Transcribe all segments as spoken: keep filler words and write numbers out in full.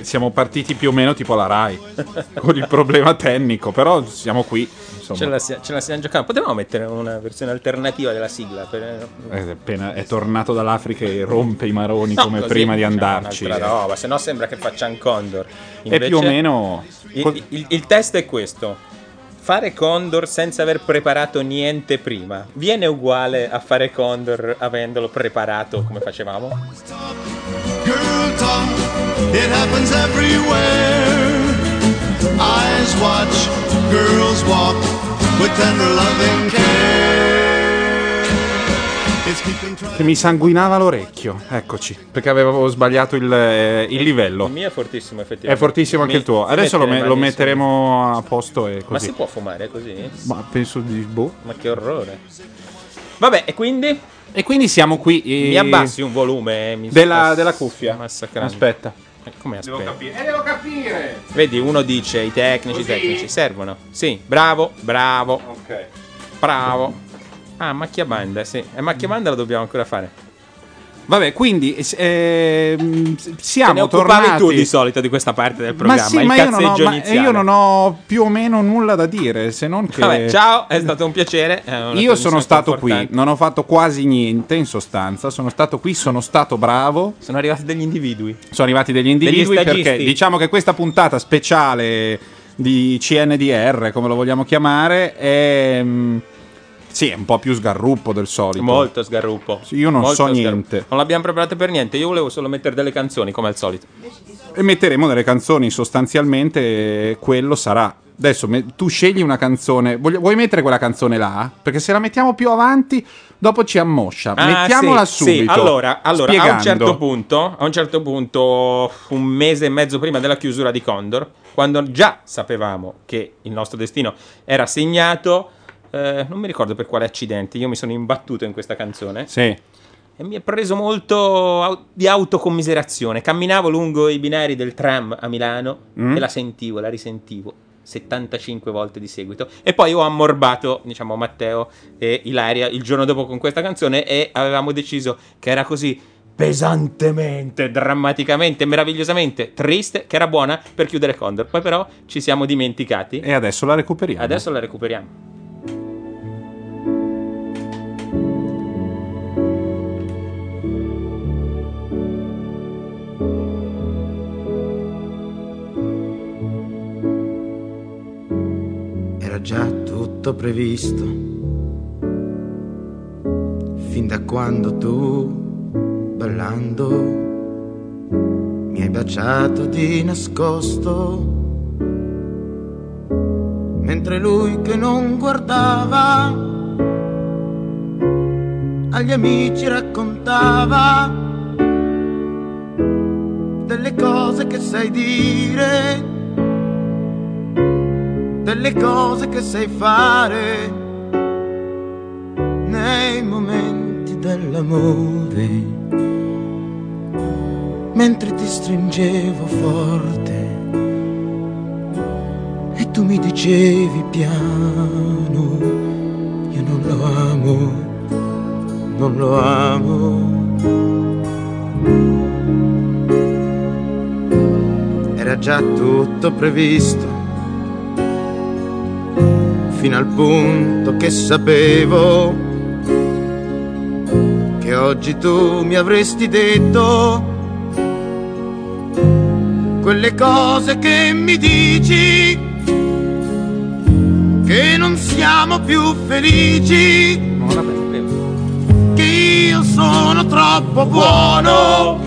siamo partiti più o meno tipo la Rai, con il problema tecnico, però siamo qui. Ce la, ce la stiamo giocando. Potevamo mettere una versione alternativa della sigla. Per... È, appena, è tornato dall'Africa e rompe i maroni no, come così, prima di diciamo, andarci. Un'altra roba, se no sembra che faccia un Condor. Invece, è più o meno. Il, il, il test è questo: fare Condor senza aver preparato niente prima viene uguale a fare Condor avendolo preparato come facevamo? Girl talk, it happens everywhere. Eyes watch, girls walk with tender loving care. It's keeping trying. Che mi sanguinava l'orecchio, eccoci, perché avevo sbagliato il, eh, il livello. Il mio è fortissimo, effettivamente. È fortissimo anche mi, il tuo. Adesso lo, me, lo metteremo a posto e così. Ma si può fumare così? Ma penso di boh. Ma che orrore. Vabbè, e quindi? E quindi siamo qui. E... Mi abbassi un volume. Mi della, della cuffia. Massacrando. Aspetta. Come aspetta? Devo capire. Eh, devo capire. Vedi, uno dice i tecnici, i tecnici servono. Sì, bravo, bravo. Ok. Bravo. Ah, macchia banda, sì. E macchia banda la dobbiamo ancora fare. Vabbè, quindi eh, siamo Te ne occupavi tornati. tu di solito di questa parte del programma, ma sì, il ma io, non ho, ma io non ho più o meno nulla da dire, se non che Vabbè, ciao, è stato un piacere. Io sono stato qui, non ho fatto quasi niente in sostanza, sono stato qui, sono stato bravo. Sono arrivati degli individui. Sono arrivati degli individui degli perché diciamo che questa puntata speciale di C N D R, come lo vogliamo chiamare, è sì, è un po' più sgarruppo del solito. Molto sgarruppo. Sì, io non Molto so sgaruppo. niente. Non l'abbiamo preparato per niente. Io volevo solo mettere delle canzoni, come al solito. E metteremo delle canzoni, sostanzialmente quello sarà. Adesso me, tu scegli una canzone. Vuoi, vuoi mettere quella canzone là? Perché se la mettiamo più avanti, dopo ci ammoscia. Ah, Mettiamola sì, subito. Sì. Allora, allora a un certo punto, a un certo punto, un mese e mezzo prima della chiusura di Condor, quando già sapevamo che il nostro destino era segnato. Eh, non mi ricordo per quale accidente, io mi sono imbattuto in questa canzone. Sì. E mi è preso molto au- di autocommiserazione. Camminavo lungo i binari del tram a Milano mm. e la sentivo, la risentivo settantacinque volte di seguito. E poi ho ammorbato, diciamo, Matteo e Ilaria il giorno dopo con questa canzone e avevamo deciso che era così pesantemente, drammaticamente, meravigliosamente triste, che era buona per chiudere Condor. Poi però ci siamo dimenticati. E adesso la recuperiamo. Adesso la recuperiamo. Era già tutto previsto, fin da quando tu, ballando, mi hai baciato di nascosto, mentre lui che non guardava agli amici raccontava delle cose che sai dire, delle cose che sai fare nei momenti dell'amore, mentre ti stringevo forte e tu mi dicevi piano, io non lo amo, non lo amo. Era già tutto previsto, fino al punto che sapevo che oggi tu mi avresti detto quelle cose che mi dici, che non siamo più felici, che io sono troppo buono,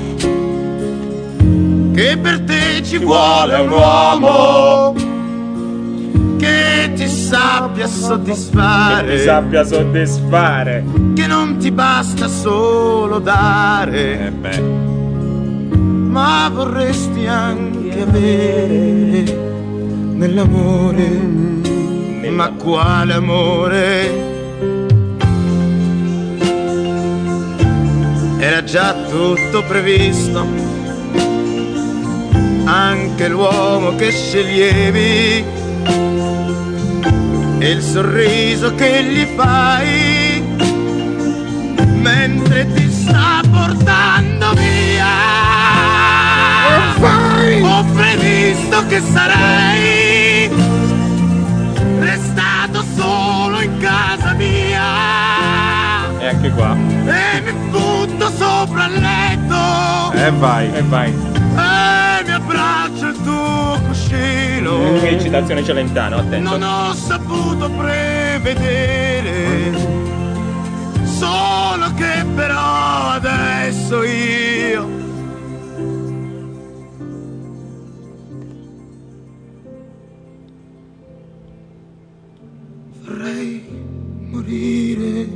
che per te ci vuole un uomo che ti sappia soddisfare, che ti sappia soddisfare, che non ti basta solo dare, eh beh. ma vorresti anche avere nell'amore, Nella. ma quale amore? Era già tutto previsto, anche l'uomo che sceglievi e il sorriso che gli fai mentre ti sta portando via. Oh fai, oh detto che sarei restato solo in casa mia. E anche qua. E mi butto sopra il letto. E vai. E vai. E mi abbraccio il tuo cuscino. Che citazione Celentano, attento. Non ho saputo prevedere, solo che però adesso io vorrei morire.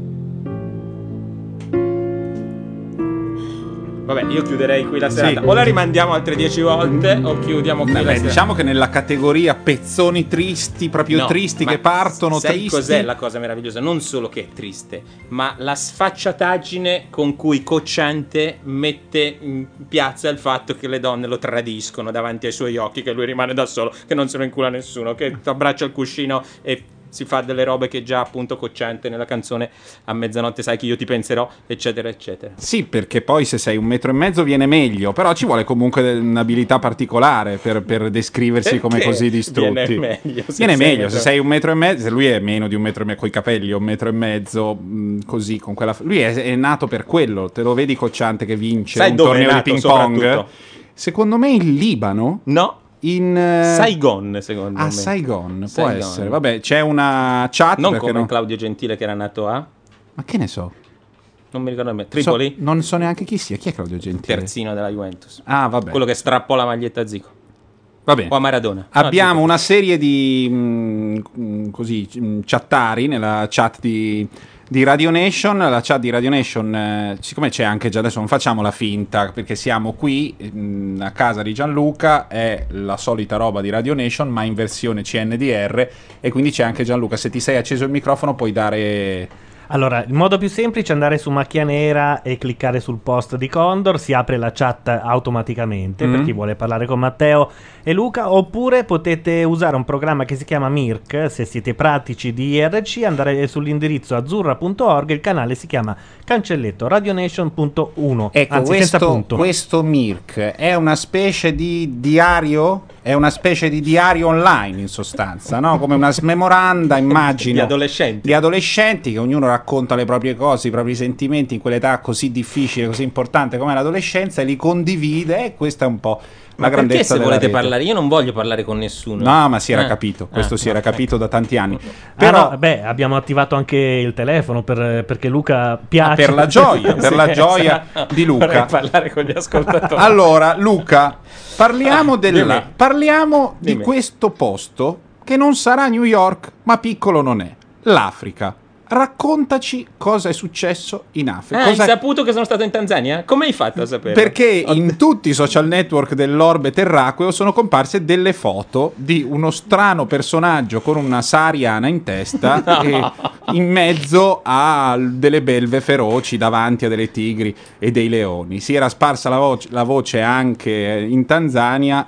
Vabbè, io chiuderei qui la serata. Sì. O la rimandiamo altre dieci volte o chiudiamo qui Vabbè, la serata. diciamo che nella categoria pezzoni tristi, proprio No, tristi, ma che partono sai tristi. cos'è la cosa meravigliosa? Non solo che è triste, ma la sfacciataggine con cui Cocciante mette in piazza il fatto che le donne lo tradiscono davanti ai suoi occhi, che lui rimane da solo, che non se lo incula nessuno, che abbraccia il cuscino e si fa delle robe che già appunto Cocciante nella canzone A mezzanotte sai che io ti penserò, eccetera eccetera. Sì, perché poi se sei un metro e mezzo viene meglio, però ci vuole comunque un'abilità particolare per, per descriversi Perché come così distrutti. viene meglio se Viene sei meglio metro- se sei un metro e mezzo, se lui è meno di un metro e mezzo, coi capelli, un metro e mezzo, mh, così, con quella... Lui è, è nato per quello, te lo vedi Cocciante che vince Sai un dove è torneo di nato, ping pong? soprattutto? Secondo me in Libano, No, in... eh, Saigon secondo a me. Saigon, può Saigon. essere. Vabbè, c'è una chat Non perché come non- Claudio Gentile che era nato a... Ma che ne so? Non mi ricordo nemmeno. So- Tripoli? non so neanche chi sia. Chi è Claudio Gentile? Terzino della Juventus. Ah, vabbè. Quello che strappò la maglietta a Zico. Va bene. O a Maradona. Abbiamo No, una serie di mh, mh, così mh, chattari nella chat di, di Radio Nation. La chat di Radio Nation, eh, siccome c'è anche già adesso, non facciamo la finta perché siamo qui mh, a casa di Gianluca. È la solita roba di Radio Nation, ma in versione C N D R. E quindi c'è anche Gianluca. Se ti sei acceso il microfono, puoi dare. Allora, il modo più semplice è andare su Macchia Nera e cliccare sul post di Condor, si apre la chat automaticamente Mm. per chi vuole parlare con Matteo e Luca, oppure potete usare un programma che si chiama Mirk, se siete pratici di I R C, andare sull'indirizzo azzurra punto org, il canale si chiama cancelletto radionation punto uno, Ecco, anzi senza questo, punto. questo Mirk è una specie di diario? È una specie di diario online in sostanza, no? Come una smemoranda, immagino. Di adolescenti. Di adolescenti che ognuno racconta le proprie cose, i propri sentimenti in quell'età così difficile, così importante come l'adolescenza e li condivide e questa è un po' la Ma perché grandezza se della volete rete. parlare? Io non voglio parlare con nessuno. No, ma si era Ah. capito, questo Ah, si era ok. capito da tanti anni. Ah, Però no, beh, abbiamo attivato anche il telefono per- perché Luca piace. Ah, per la gioia, per Sì, la gioia esatto. di Luca. Vorrei parlare con gli ascoltatori. Allora, Luca, parliamo, Ah, della, dimmi. parliamo di Dimmi. questo posto che non sarà New York, ma piccolo non è. L'Africa. Raccontaci cosa è successo in Africa. Ah, hai Cosa- saputo che sono stato in Tanzania? Come hai fatto a sapere? Perché in tutti i social network dell'orbe terracqueo sono comparse delle foto di uno strano personaggio con una sahariana in testa e in mezzo a delle belve feroci davanti a delle tigri e dei leoni. Si era sparsa la, vo- la voce anche in Tanzania.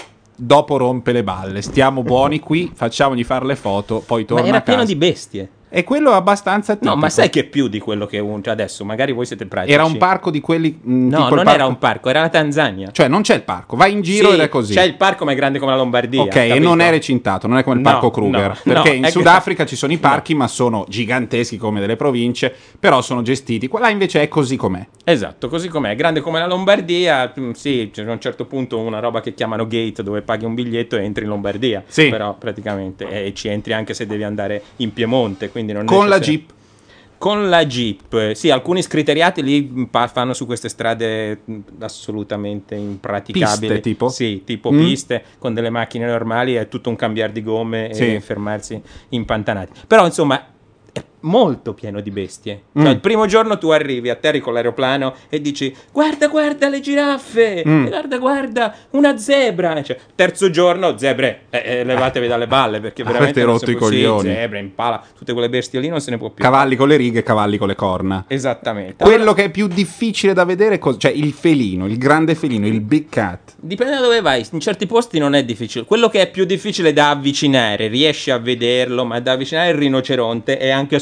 Dopo rompe le balle. Stiamo buoni qui, facciamogli fare le foto, poi Ma torna era a casa. pieno di bestie. E quello è abbastanza tipico. No, ma sai che è più di quello che è un... Cioè adesso, magari voi siete pratici. Era un parco di quelli... mh, No, tipo il non parco- era un parco, era la Tanzania. Cioè non c'è il parco, vai in giro Sì, ed è così. C'è il parco, ma è grande come la Lombardia. Ok, e capito? non è recintato, non è come il No, parco Kruger. no, perché no, in è Sudafrica che- ci sono i parchi, ma sono giganteschi come delle province, però sono gestiti. Qua là invece è così com'è. Esatto, così com'è, grande come la Lombardia. mm, Sì, c'è a un certo punto una roba che chiamano gate dove paghi un biglietto e entri in Lombardia. Sì. Però praticamente e ci entri anche se devi andare in Piemonte, quindi non Con la necessari- Jeep. Con la Jeep, sì, alcuni scriteriati lì mh, pa- fanno su queste strade mh, assolutamente impraticabili. Piste, tipo? Sì, tipo Mm. piste con delle macchine normali, è tutto un cambiare di gomme Sì. e fermarsi impantanati. Però insomma è molto pieno di bestie. Cioè, Mm. il primo giorno tu arrivi, atterri con l'aeroplano e dici guarda, guarda le giraffe, Mm. e guarda, guarda una zebra. Cioè, terzo giorno, zebre, eh, eh, levatevi dalle balle perché veramente Avete non rotto si i può- sì, coglioni. zebre, impala, tutte quelle bestie lì non se ne può più. Cavalli con le righe e cavalli con le corna. Esattamente. Quello Allora, che è più difficile da vedere, è cos- cioè il felino, il grande felino, il big cat. dipende da dove vai, in certi posti non è difficile. Quello che è più difficile da avvicinare, riesci a vederlo, ma da avvicinare il rinoceronte e anche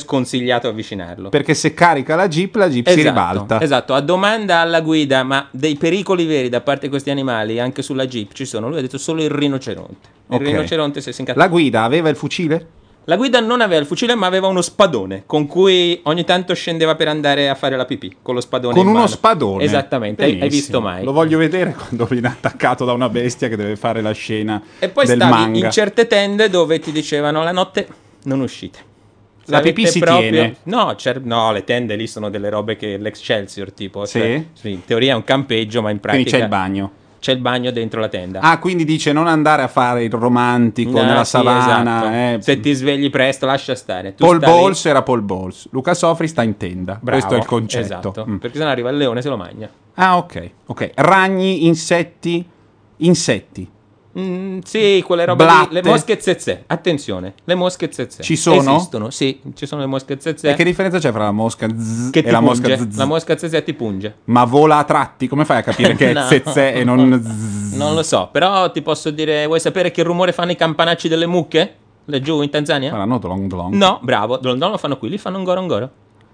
sconsigliato avvicinarlo. Perché se carica la jeep, la jeep si Esatto, ribalta. esatto. A domanda alla guida, ma dei pericoli veri da parte di questi animali anche sulla jeep ci sono? Lui ha detto solo il rinoceronte. Il Ok. rinoceronte se si incazza. La guida aveva il fucile? La guida non aveva il fucile, ma aveva uno spadone con cui ogni tanto scendeva per andare a fare la pipì con lo spadone Con in uno mano. spadone? Esattamente. Hai, hai Benissimo. visto mai? Lo voglio vedere quando viene attaccato da una bestia che deve fare la scena E poi del stavi manga. in certe tende dove ti dicevano la notte non uscite. Se La pipì avete si proprio- tiene? No, cer- no, le tende lì sono delle robe che l'Excelsior tipo. Sì? Cioè, sì, in teoria è un campeggio, ma in pratica Quindi c'è il bagno. c'è il bagno dentro la tenda. Ah, quindi dice non andare a fare il romantico No, nella sì, savana. esatto. eh. Se ti svegli presto, lascia stare. Tu Paul sta lì- Bowles era Paul Bowles. Luca Sofri sta in tenda. Bravo, Questo è il concetto. Esatto. Mm. Perché sennò arriva il leone e se lo mangia. Ah, ok. Ok. Ragni, insetti. Insetti. Mm, sì, quelle robe lì. Blatte. Le mosche zezze. Attenzione, le mosche zezze. Ci sono? Esistono, sì. Ci sono le mosche zezze. E che differenza c'è fra la mosca zzz Che e ti la mosca punge. zzz? La mosca zezze ti punge. Ma vola a tratti? Come fai a capire che No. è zezze e non zzz? Non lo so, però ti posso dire, vuoi sapere che rumore fanno i campanacci delle mucche? Laggiù in Tanzania? Faranno dolong dolong. No, bravo, non lo fanno qui, li fanno ngorongoro.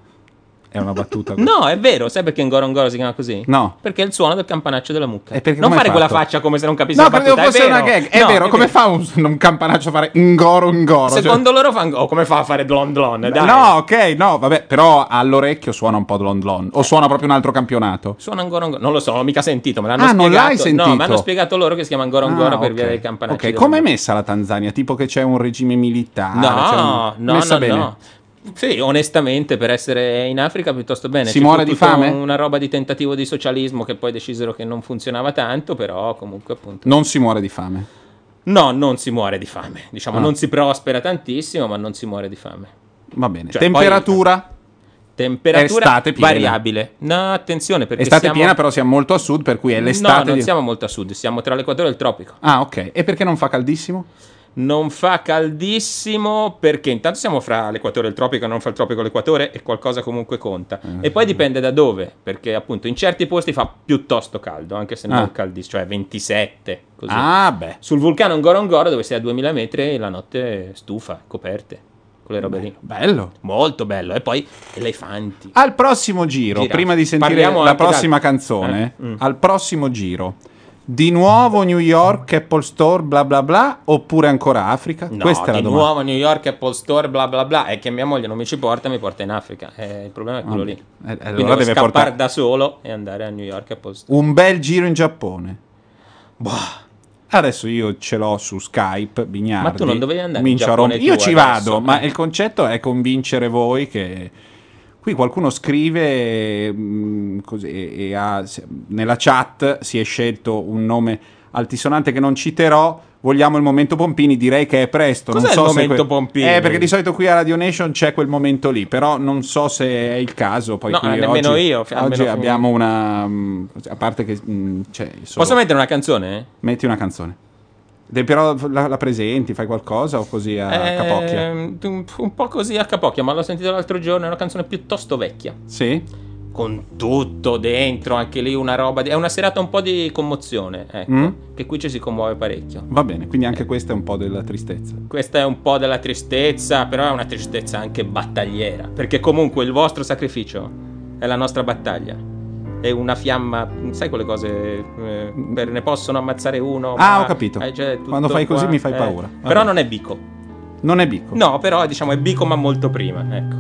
È una battuta. No, è vero, sai perché ngorongoro si chiama così? No. Perché è il suono del campanaccio della mucca. E perché non come fare hai quella fatto? faccia come se non capissi No, la credevo battuta, fosse è vero. una gag. È No, vero, come fa un, un campanaccio a fare ngoro ngoro? Cioè- Secondo loro fanno... Oh, come fa a fare blon blon? Dai. No, ok, no, vabbè, però all'orecchio suona un po' Dlon Dlon. O suona proprio un altro campionato? Suona ngorongoro. Non lo so, non ho mica sentito, me l'hanno Ah, non spiegato. l'hai sentito? No, mi hanno spiegato loro che si chiama ngorongoro Ah, per ok. via dei campanacci. Ok, della com'è mucca. messa la Tanzania? Tipo che c'è un regime militare? No, c'è un- no, messa no, bene? no. Sì, onestamente, per essere in Africa piuttosto bene. Si Ci muore fu di tutta fame? Una roba di tentativo di socialismo che poi decisero che non funzionava tanto, però comunque appunto. Non si muore di fame. No, non si muore di fame. Diciamo, Ah. non si prospera tantissimo, ma non si muore di fame. Va bene. Cioè, Temperatura? Temperatura Estate piena. variabile. No, attenzione perché Estate siamo... piena, però siamo molto a sud, per cui è l'estate. No, non di- siamo molto a sud, siamo tra l'equatore e il tropico. Ah, ok. E perché non fa caldissimo? Non fa caldissimo perché intanto siamo fra l'equatore e il tropico, non fa il tropico e l'equatore e qualcosa comunque conta. E poi dipende da dove, perché appunto in certi posti fa piuttosto caldo, anche se non Ah. caldissimo, cioè ventisette, così. Ah, beh. Sul vulcano Ngorongoro, dove sei a duemila metri, la notte stufa, coperte, quelle robe lì. Bello. Molto bello. E poi elefanti. Al prossimo giro, Giraffe. prima di sentire Parliamo la anche prossima dal- canzone, Eh, mm. al prossimo giro, di nuovo New York, Apple Store, bla bla bla, oppure ancora Africa? No, Questa è la di domanda. nuovo New York, Apple Store, bla bla bla. È che mia moglie non mi ci porta, mi porta in Africa. Eh, il problema è quello Vabbè. lì. Eh, allora Quindi devo deve scappare portare- da solo e andare a New York, Apple Store. Un bel giro in Giappone. Boh. Adesso io ce l'ho su Skype, Bignardi. Ma tu non dovevi andare in Comincio a Giappone rompere- Io tu ci adesso, vado, ma eh. il concetto è convincere voi che... Qui qualcuno scrive mh, così, e ha- se- nella chat si è scelto un nome altisonante che non citerò. Vogliamo il momento Pompini, direi che è presto. Cos'è non so il se momento Pompini? Eh, perché di solito qui a Radio Nation c'è quel momento lì, però non so se è il caso. Poi No, qui eh, nemmeno oggi, io, almeno Oggi fino- abbiamo una... mh, a parte che... mh, c'è solo- Posso mettere una canzone? Metti una canzone. De- però la, la presenti, fai qualcosa o così a capocchia? Ehm, un, un po' così a capocchia, ma l'ho sentito l'altro giorno. È una canzone piuttosto vecchia. Sì? Con tutto dentro, anche lì una roba. Di... È una serata un po' di commozione. Ecco, Mm. che qui ci si commuove parecchio. Va bene, quindi anche questa è un po' della tristezza. Questa è un po' della tristezza, però è una tristezza anche battagliera. Perché comunque il vostro sacrificio è la nostra battaglia. È una fiamma, sai quelle cose, eh, per- ne possono ammazzare uno. Ah, ma- ho capito. eh, cioè, tutto Quando fai così qua, mi fai eh. paura. Però Vabbè. non è bico. Non è Bico. No, però diciamo è bico ma molto prima, ecco.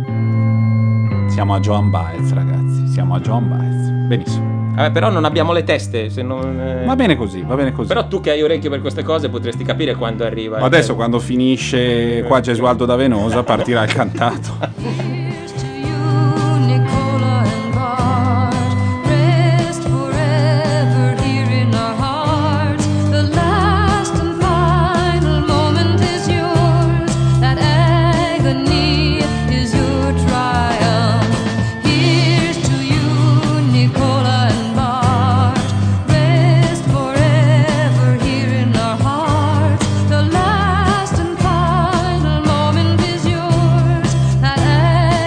Siamo a Joan Baez, ragazzi. Siamo a Joan Baez. Benissimo. Vabbè, però non abbiamo le teste, se non... eh. Va bene così, va bene così. Però tu che hai orecchio per queste cose potresti capire quando arriva. Ma adesso quando finisce qua Gesualdo da Venosa partirà il cantato. Here's to you, Nicola and Bart. Rest forever here in our hearts. The last and final moment is yours. That agony is your triumph. Here's to you, Nicola and Bart. Rest forever here in our hearts. The last and final moment is yours. That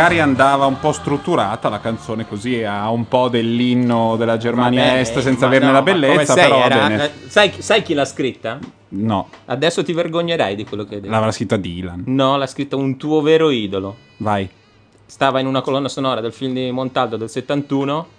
magari andava un po' strutturata la canzone, così ha un po' dell'inno della Germania Va bene, Est senza ma averne no, la ma come bellezza, sei, però va era- bene. eh, sai, sai chi l'ha scritta? No, Adesso ti vergognerai di quello che hai detto. l'avrà scritta Dylan. No, l'ha scritta un tuo vero idolo. Vai. Stava in una colonna sonora del film di Montaldo del settantuno,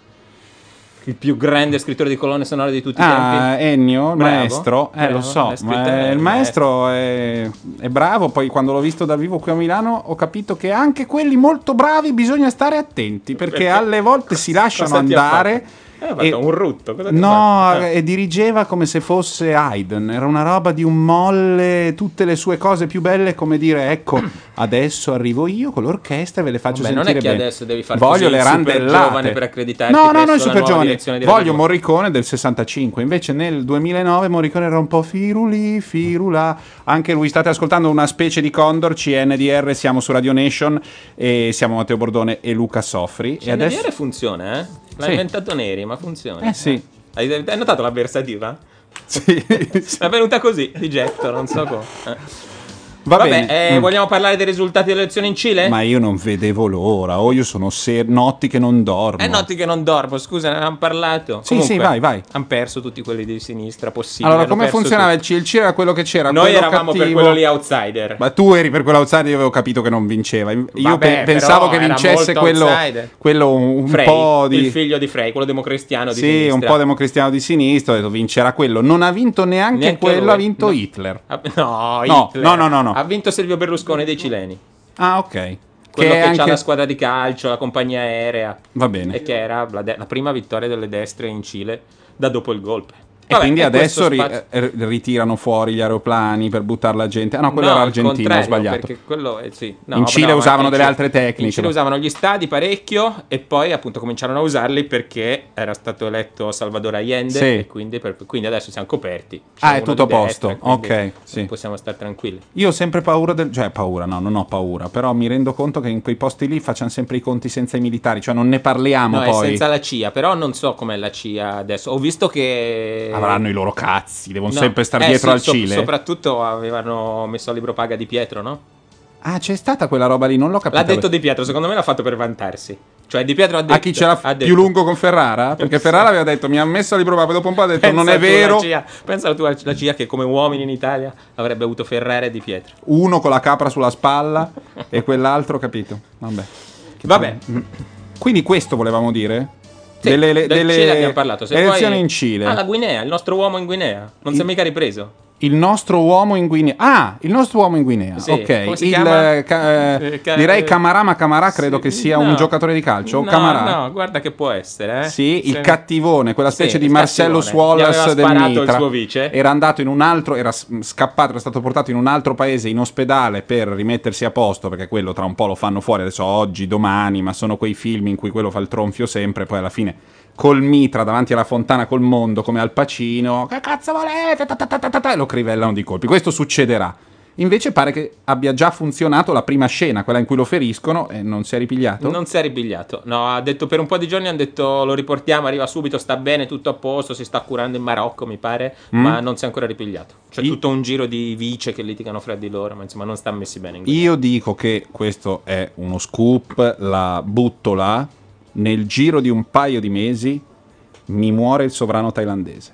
il più grande scrittore di colonne sonore di tutti i Ah, tempi. Ennio, il Bravo, maestro, eh bravo, lo so, l'ha scritta ma il il maestro è, è bravo, poi quando l'ho visto dal vivo qui a Milano ho capito che anche quelli molto bravi bisogna stare attenti, perché, Perché? alle volte si lasciano Cosa ti ha andare. Eh, ha fatto un rutto. Cosa ti ha No, fatto? Eh. e dirigeva come se fosse Haydn, era una roba di un molle, tutte le sue cose più belle, come dire, ecco, adesso arrivo io con l'orchestra e ve le faccio Vabbè, non sentire è che bene. adesso devi far Voglio così le il super randellate. giovane per accreditarti No, no, presso no, il la super nuova giovane. direzione di Voglio Radio Morricone del sessantacinque, invece nel duemilanove Morricone era un po' firuli, firula, anche lui. State ascoltando una specie di Condor, C N D R, siamo su Radio Nation e siamo Matteo Bordone e Luca Soffri. C e N D R adesso funziona, eh? L'ha Sì. inventato Neri, ma funziona. Eh sì. Hai, hai notato l'avversativa? Sì. È venuta così, di getto, non so come. Eh. Va Vabbè, bene. eh, Mm. vogliamo parlare dei risultati delle elezioni in Cile? Ma io non vedevo l'ora, o io sono ser- notti che non dormo. È notti che non dormo, scusa, ne avevamo parlato. Sì, sì, vai, vai. Hanno perso tutti quelli di sinistra possibile. Allora, hanno come perso funzionava il tutti. C? Il C era quello che c'era. Noi quello eravamo per cattivo. quello lì outsider. Ma tu eri per quell'outsider, io avevo capito che non vinceva. Io Vabbè, pe- pensavo però che era vincesse molto quello, outsider. quello un, un Frey, po' di. il figlio di Frey, quello democristiano di Sì, sinistra. un po' democristiano di sinistra. Ho detto vincerà quello. Non ha vinto neanche, Neanche quello, lui. ha vinto No. Hitler. Ah, No, No, Hitler. no, no, no, no. Ha vinto Silvio Berlusconi dei cileni. Ah, ok. Quello che che, è ha anche. la squadra di calcio, la compagnia aerea. Va bene. E che era la, de- la prima vittoria delle destre in Cile da dopo il golpe. E Vabbè, quindi questo adesso ri- spazio- eh, ritirano fuori gli aeroplani per buttare la gente. Ah no, quello No, era al argentino, ho contrario, sbagliato. Perché quello, eh, sì. No, In vabbè, Cile no, ma usavano anche in delle Cile- altre tecniche. In Cile usavano gli stadi parecchio e poi appunto cominciarono a usarli perché era stato eletto Salvador Allende Sì. e quindi, per- quindi adesso siamo coperti. C'è Ah, è uno tutto di a posto. destra, quindi Ok, sì. possiamo stare tranquilli. Io ho sempre paura del. Cioè, paura, no, non ho paura. Però mi rendo conto che in quei posti lì facciano sempre i conti senza i militari. Cioè, non ne parliamo No, è poi. senza la C I A, però non so com'è la C I A adesso. Ho visto che Avranno i loro cazzi, devono No. sempre stare Eh, dietro sì, al so- Cile. Soprattutto avevano messo al libro paga Di Pietro, no? Ah, c'è stata quella roba lì, non l'ho capita. L'ha detto Di Pietro, secondo me l'ha fatto per vantarsi. Cioè Di Pietro ha detto... A chi ce l'ha ha più detto- lungo con Ferrara? Perché Ferrara aveva detto mi ha messo a libro paga, dopo un po' ha detto non Pensa è tu alla vero. C I A, pensa tu alla C I A che come uomini in Italia avrebbe avuto Ferrara e Di Pietro. Uno con la capra sulla spalla e quell'altro, capito? Vabbè. Che Vabbè. poi- Quindi questo volevamo dire? Sì, delle del delle Cile abbiamo parlato. Se elezioni vuoi- in Cile. Ah, la Guinea, il nostro uomo in Guinea. Non si è mica ripreso. Il nostro uomo in Guinea. Ah, il nostro uomo in Guinea. Sì, Ok. come si Il, chiama? eh, ca- eh, Eh, ca- direi eh, Camarà, ma Camarà credo Sì, che sia no. un giocatore di calcio. o No, Camarà. no, guarda che può essere. Eh. Sì, il Se- cattivone, quella specie Sì, di il Marcellus cattivone. Gli Wallace aveva del sparato il Mitra. suo vice. Era andato in un altro, era s- scappato, era stato portato in un altro paese in ospedale per rimettersi a posto, perché quello tra un po' lo fanno fuori, adesso oggi, domani, ma sono quei film in cui quello fa il tronfio sempre, poi alla fine col mitra davanti alla fontana col mondo come Al Pacino, che cazzo volete? Ta ta ta ta ta ta, e lo crivellano di colpi. Questo succederà. Invece pare che abbia già funzionato la prima scena, quella in cui lo feriscono, e non si è ripigliato. Non si è ripigliato. No, ha detto per un po' di giorni, hanno detto lo riportiamo, arriva subito, sta bene, tutto a posto, si sta curando in Marocco, mi pare, Mm. ma non si è ancora ripigliato. C'è I- tutto un giro di vice che litigano fra di loro, ma insomma non sta messi bene in Guinea. Io dico che questo è uno scoop, la butto là, nel giro di un paio di mesi mi muore il sovrano thailandese.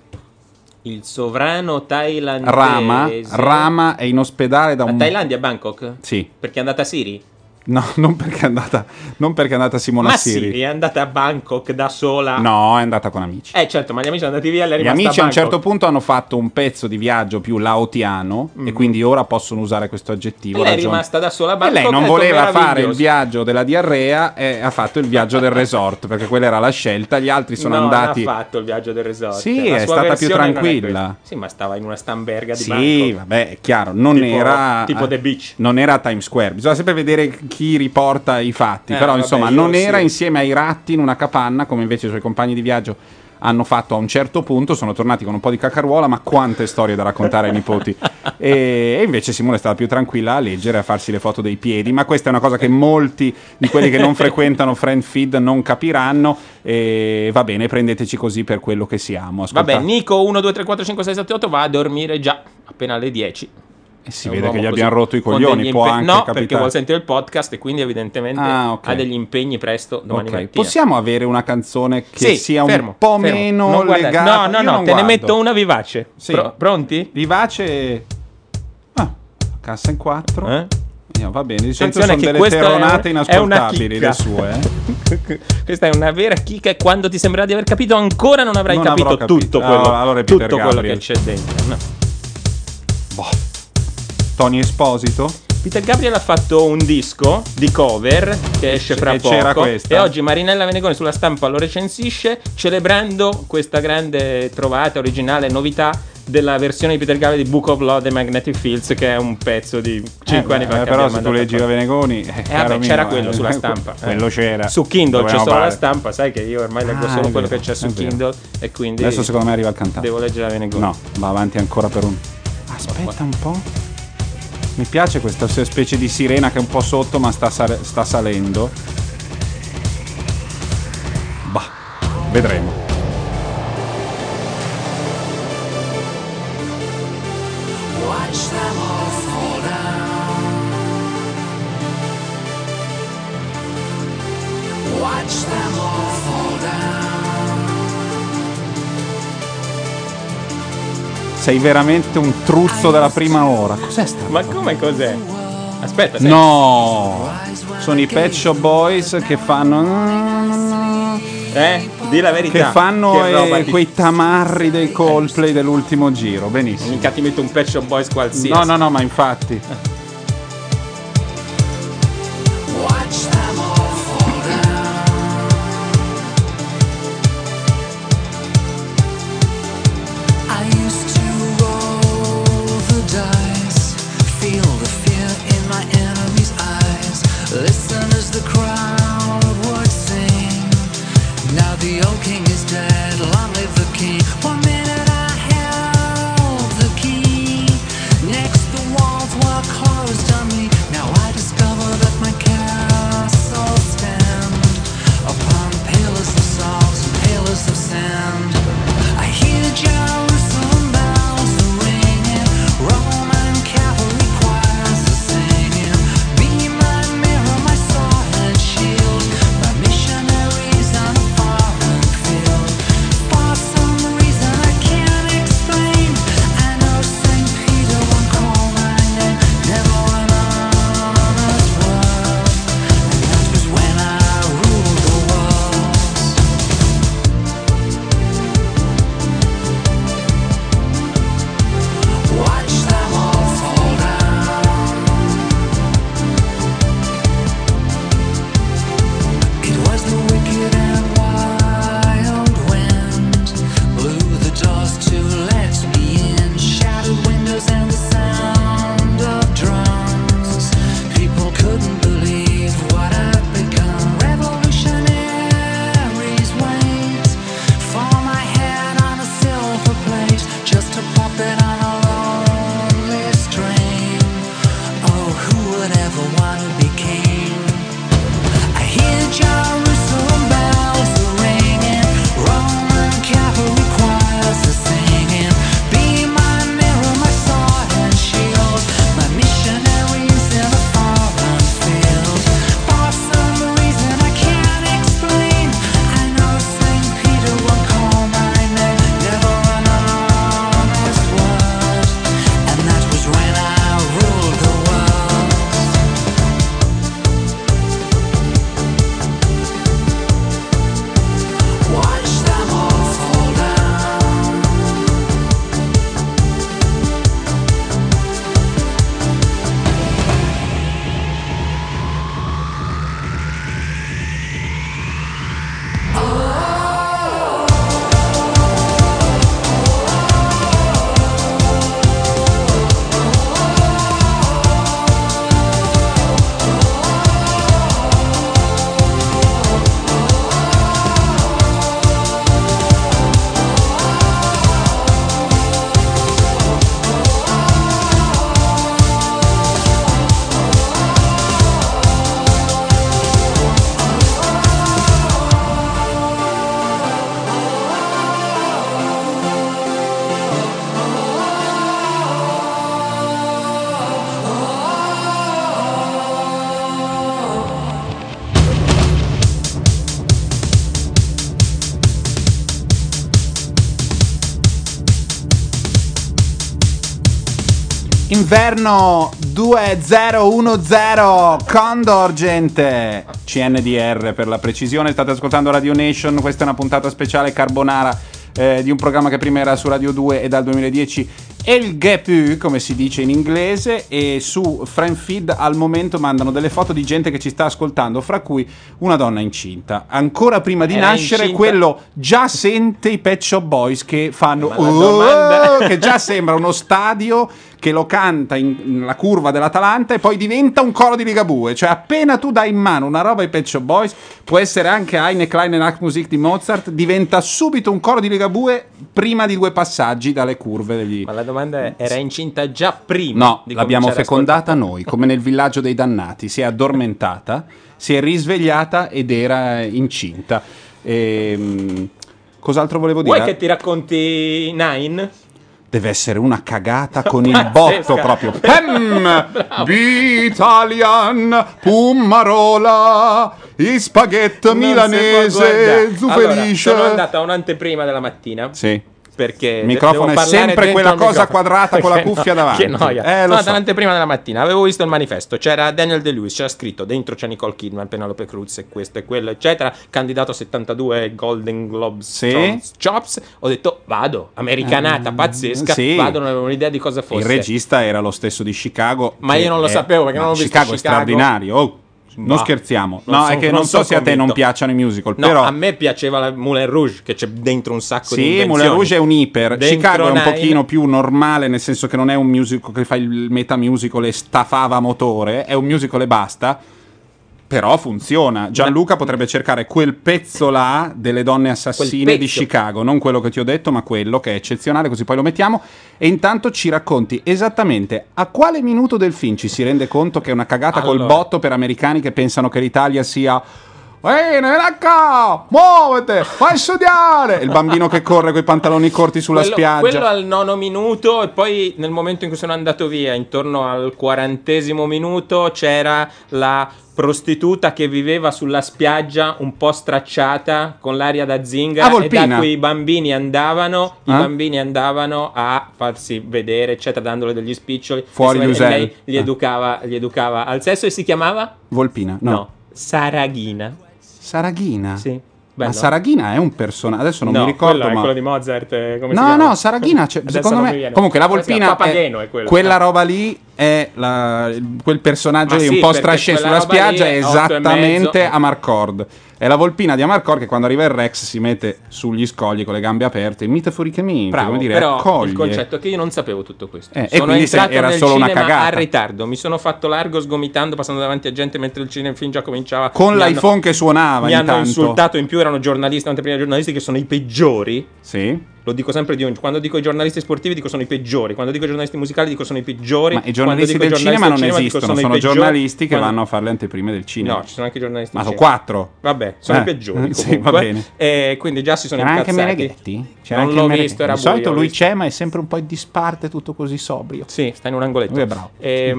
Il sovrano thailandese. Rama, Rama è in ospedale da A un... Thailandia, a Bangkok? Sì, Perché è andata a Siri? no, non perché è andata, non perché è andata Simona Ma Siri. Siri è andata a Bangkok da sola. No, è andata con amici. Eh certo, ma gli amici sono andati via e lei è Gli rimasta amici a un Bangkok. certo punto hanno fatto un pezzo di viaggio più laotiano e quindi ora possono usare questo aggettivo. E lei è ragione. rimasta da sola a E Bangkok. lei non ha detto, voleva fare il "Meraviglioso". viaggio della diarrea e ha fatto il viaggio del resort perché quella era la scelta. Gli altri sono no, andati. non ha fatto il viaggio del resort. Sì, La è sua stata più versione non è tranquilla. questa. Sì, ma stava in una stamberga di Sì, Bangkok. vabbè, è chiaro, non Tipo- era tipo The Beach. Non era a Times Square. Bisogna sempre vedere chi riporta i fatti, Eh, però vabbè, insomma, io non sì. era insieme ai ratti in una capanna come invece i suoi compagni di viaggio hanno fatto a un certo punto, sono tornati con un po' di cacaruola, ma quante storie da raccontare ai nipoti. E, e invece Simone è stata più tranquilla a leggere, a farsi le foto dei piedi, ma questa è una cosa che molti di quelli che non frequentano Friend Feed non capiranno, e va bene, prendeteci così per quello che siamo. Ascoltate. Vabbè, Nico uno, due, tre, quattro, cinque, sei, sette, otto va a dormire già appena alle dieci. E si È un vede che uomo gli così, abbiamo rotto i con coglioni, degli può impe- anche no, capitare. perché vuol sentire il podcast e quindi evidentemente Ah, ok. ha degli impegni presto domani Ok. mattina. Possiamo avere una canzone che Sì, sia fermo, un po' fermo. meno Non guardare. legata? No, no, Io no, non te ne guardo. metto una vivace. Sì. Pro- pronti? Vivace. Ah, cassa in quattro. Eh? Io, va bene, di solito Attenzione sono che delle questa è terronate una- inascoltabili è una le sue. Eh? Questa è una vera chicca e quando ti sembrerà di aver capito ancora non avrai Non capito, avrò capito. tutto quello, Allora- allora è Peter tutto quello Gabriel. che c'è dentro. No. Boh. Tony Esposito? Peter Gabriel ha fatto un disco di cover che esce fra E c'era poco questa. e oggi Marinella Venegoni sulla Stampa lo recensisce celebrando questa grande trovata, originale novità della versione di Peter Gabriel di Book of Law dei Magnetic Fields, che è un pezzo di cinque Eh, anni fa eh, che però abbiamo se tu mandato leggi a la fare. Venegoni eh, Eh, caro vabbè, mio, c'era eh, quello sulla stampa. eh. quello c'era. Su Kindle c'è Dovevamo solo la fare. stampa, sai che io ormai leggo Ah, solo è quello vero, che c'è su è vero. Kindle e quindi Adesso secondo me arriva il cantante. devo leggere la Venegoni. No, va avanti ancora per un... Aspetta un po'. Mi piace questa specie di sirena che è un po' sotto ma sta, sal- sta salendo. Bah, vedremo. Watch them all fall down. Watch them all fall down. Sei veramente un truzzo della prima ora. Cos'è sta? Ma come cos'è? Aspetta, senti. No! Sono i Pet Shop Boys che fanno... Eh? Di la verità. Che fanno Che roba eh, di- quei tamarri dei Coldplay dell'ultimo giro. Benissimo. Mica ti metto un Pet Shop Boys qualsiasi. No, no, no, ma infatti. Watch them all fall down. I used to roll the dice, feel the fear in my enemy's eyes, listen as the crowd would sing. Now the old king is dead, long live the king. One minute I held the key, next the walls were closed. Inverno duemilauno Condor, gente. C N D R per la precisione. State ascoltando Radio Nation. Questa è una puntata speciale carbonara eh, di un programma che prima era su Radio due e dal duemiladieci El Gepu, come si dice in inglese, e su FriendFeed al momento mandano delle foto di gente che ci sta ascoltando, fra cui una donna incinta. Ancora prima di Era nascere, incinta? quello già sente i Pet Shop Boys che fanno Ma la "Oh", domanda- che già sembra uno stadio che lo canta in- nella curva dell'Atalanta e poi diventa un coro di Ligabue. Cioè appena tu dai in mano una roba ai Pet Shop Boys, può essere anche Eine kleine Nachtmusik di Mozart, diventa subito un coro di Ligabue prima di due passaggi dalle curve degli... Ma la domanda è, era incinta già prima? No, di l'abbiamo cominciare a fecondata noi, come nel villaggio dei dannati. Si è addormentata, si è risvegliata ed era incinta. Ehm, cos'altro volevo dire? Vuoi che ti racconti Nine? Deve essere una cagata con il botto proprio. Pem! Italian, Pummarola, i spaghetti Non si può milanese, guardare. Zufelice. Allora, sono andato a un'anteprima della mattina. Sì. Perché Il microfono devo è parlare sempre dentro quella al cosa microfono. quadrata con la Che cuffia no- davanti. Che noia. Eh, lo Sono so. andato all'anteprima della mattina, avevo visto il manifesto, c'era Daniel De-Lewis, c'era scritto dentro c'è Nicole Kidman, Penelope Cruz e questo e quello, eccetera, candidato a settantadue Golden Globes Sì. Chops- Chops. Ho detto vado, americanata pazzesca, sì. vado, non avevo un'idea di cosa fosse. Il regista era lo stesso di Chicago. Ma che io non lo è- sapevo, perché ma non ho visto Chicago è Chicago. straordinario. Oh, non Bah, scherziamo. non No, son- è che non non so son se a te non convinto. piacciono i musical, No, però a me piaceva la Moulin Rouge, che c'è dentro un sacco di sì, invenzioni. Moulin Rouge è un iper. Dentro Chicago è un Nine- pochino più normale, nel senso che non è un musical che fa il meta musical e stafava motore, è un musical e basta. Però funziona. Gianluca potrebbe cercare quel pezzo là delle donne assassine Quel di pezzo. Chicago, non quello che ti ho detto, ma quello che è eccezionale, così poi lo mettiamo. E intanto ci racconti esattamente a quale minuto del film ci si rende conto che è una cagata col Allora. botto per americani che pensano che l'Italia sia ehi, Neracca, muovete, vai a studiare! Il bambino che corre con i pantaloni corti sulla quello, spiaggia. quello al nono minuto e poi nel momento in cui sono andato via, intorno al quarantesimo minuto, c'era la prostituta che viveva sulla spiaggia un po' stracciata con l'aria da zingara Ah, e Volpina. da cui i bambini andavano i Eh? bambini andavano a farsi vedere eccetera, dandole degli spiccioli Fuori e se- e Lusel. lei li Eh. educava, li educava al sesso e si chiamava? Volpina, no. Saraghina. Saraghina. Sì. Ma Bello. Saraghina è un personaggio, adesso non No, mi ricordo, quello è ma quello di Mozart, eh, come si no, chiama? no, Saraghina, cioè, Adesso secondo non me. mi viene. Comunque, la Come si chiama? Volpina, Papageno è- è quello. quella Eh. roba lì è la- quel personaggio Ma lì sì, un po' perché strascè quella sulla roba lì spiaggia, è è otto e esattamente mezzo. Amarcord. È la Volpina di Amarcord che quando arriva il Rex si mette sugli scogli con le gambe aperte, metaforicamente, Bravo, come dire, però accoglie. il concetto è che io non sapevo tutto questo. Eh, e sono quindi se entrato era nel solo una cinema cagata. a ritardo, mi sono fatto largo sgomitando, passando davanti a gente mentre il cinema film già cominciava. Con Mi hanno- l'iPhone che suonava Mi hanno intanto. insultato, in più erano giornalisti, anteprima giornalisti che sono i peggiori. Sì. Lo dico sempre di ogni. Quando dico i giornalisti sportivi dico sono i peggiori. Quando dico i giornalisti musicali dico sono i peggiori. Ma i giornalisti Quando del dico i cinema non giornalisti del esistono, dico sono i peggiori. giornalisti che Quando- vanno a fare le anteprime del cinema. No, ci sono anche i giornalisti Ma del sono cinema. quattro. Vabbè, sono Eh, i peggiori sì, comunque. va bene. E quindi già si sono C'era anche incazzati. Meneghetti? C'era Non anche l'ho il Meneghetti. visto, era Di solito buio, ho lui visto. c'è, ma è sempre un po' in disparte, tutto così sobrio. Sì, sta in un angoletto. Lui è bravo.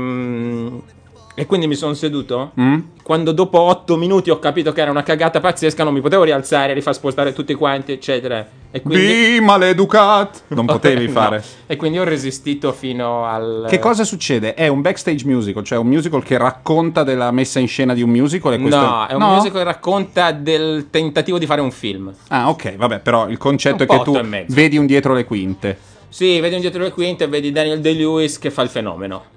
Ehm, E, quindi mi sono seduto. Mm? Quando dopo otto minuti ho capito che era una cagata pazzesca, non mi potevo rialzare, rifar spostare tutti quanti, eccetera. E quindi... Be maleducat! Non potevi No. fare. E quindi ho resistito fino al... Che cosa succede? È un backstage musical, cioè un musical che racconta della messa in scena di un musical e questo No, è un musical che racconta del tentativo di fare un film. Ah, ok, vabbè, però il concetto Un è che po' tu otto e mezzo. vedi un dietro le quinte. Sì, vedi un dietro le quinte e vedi Daniel De-Lewis che fa il fenomeno.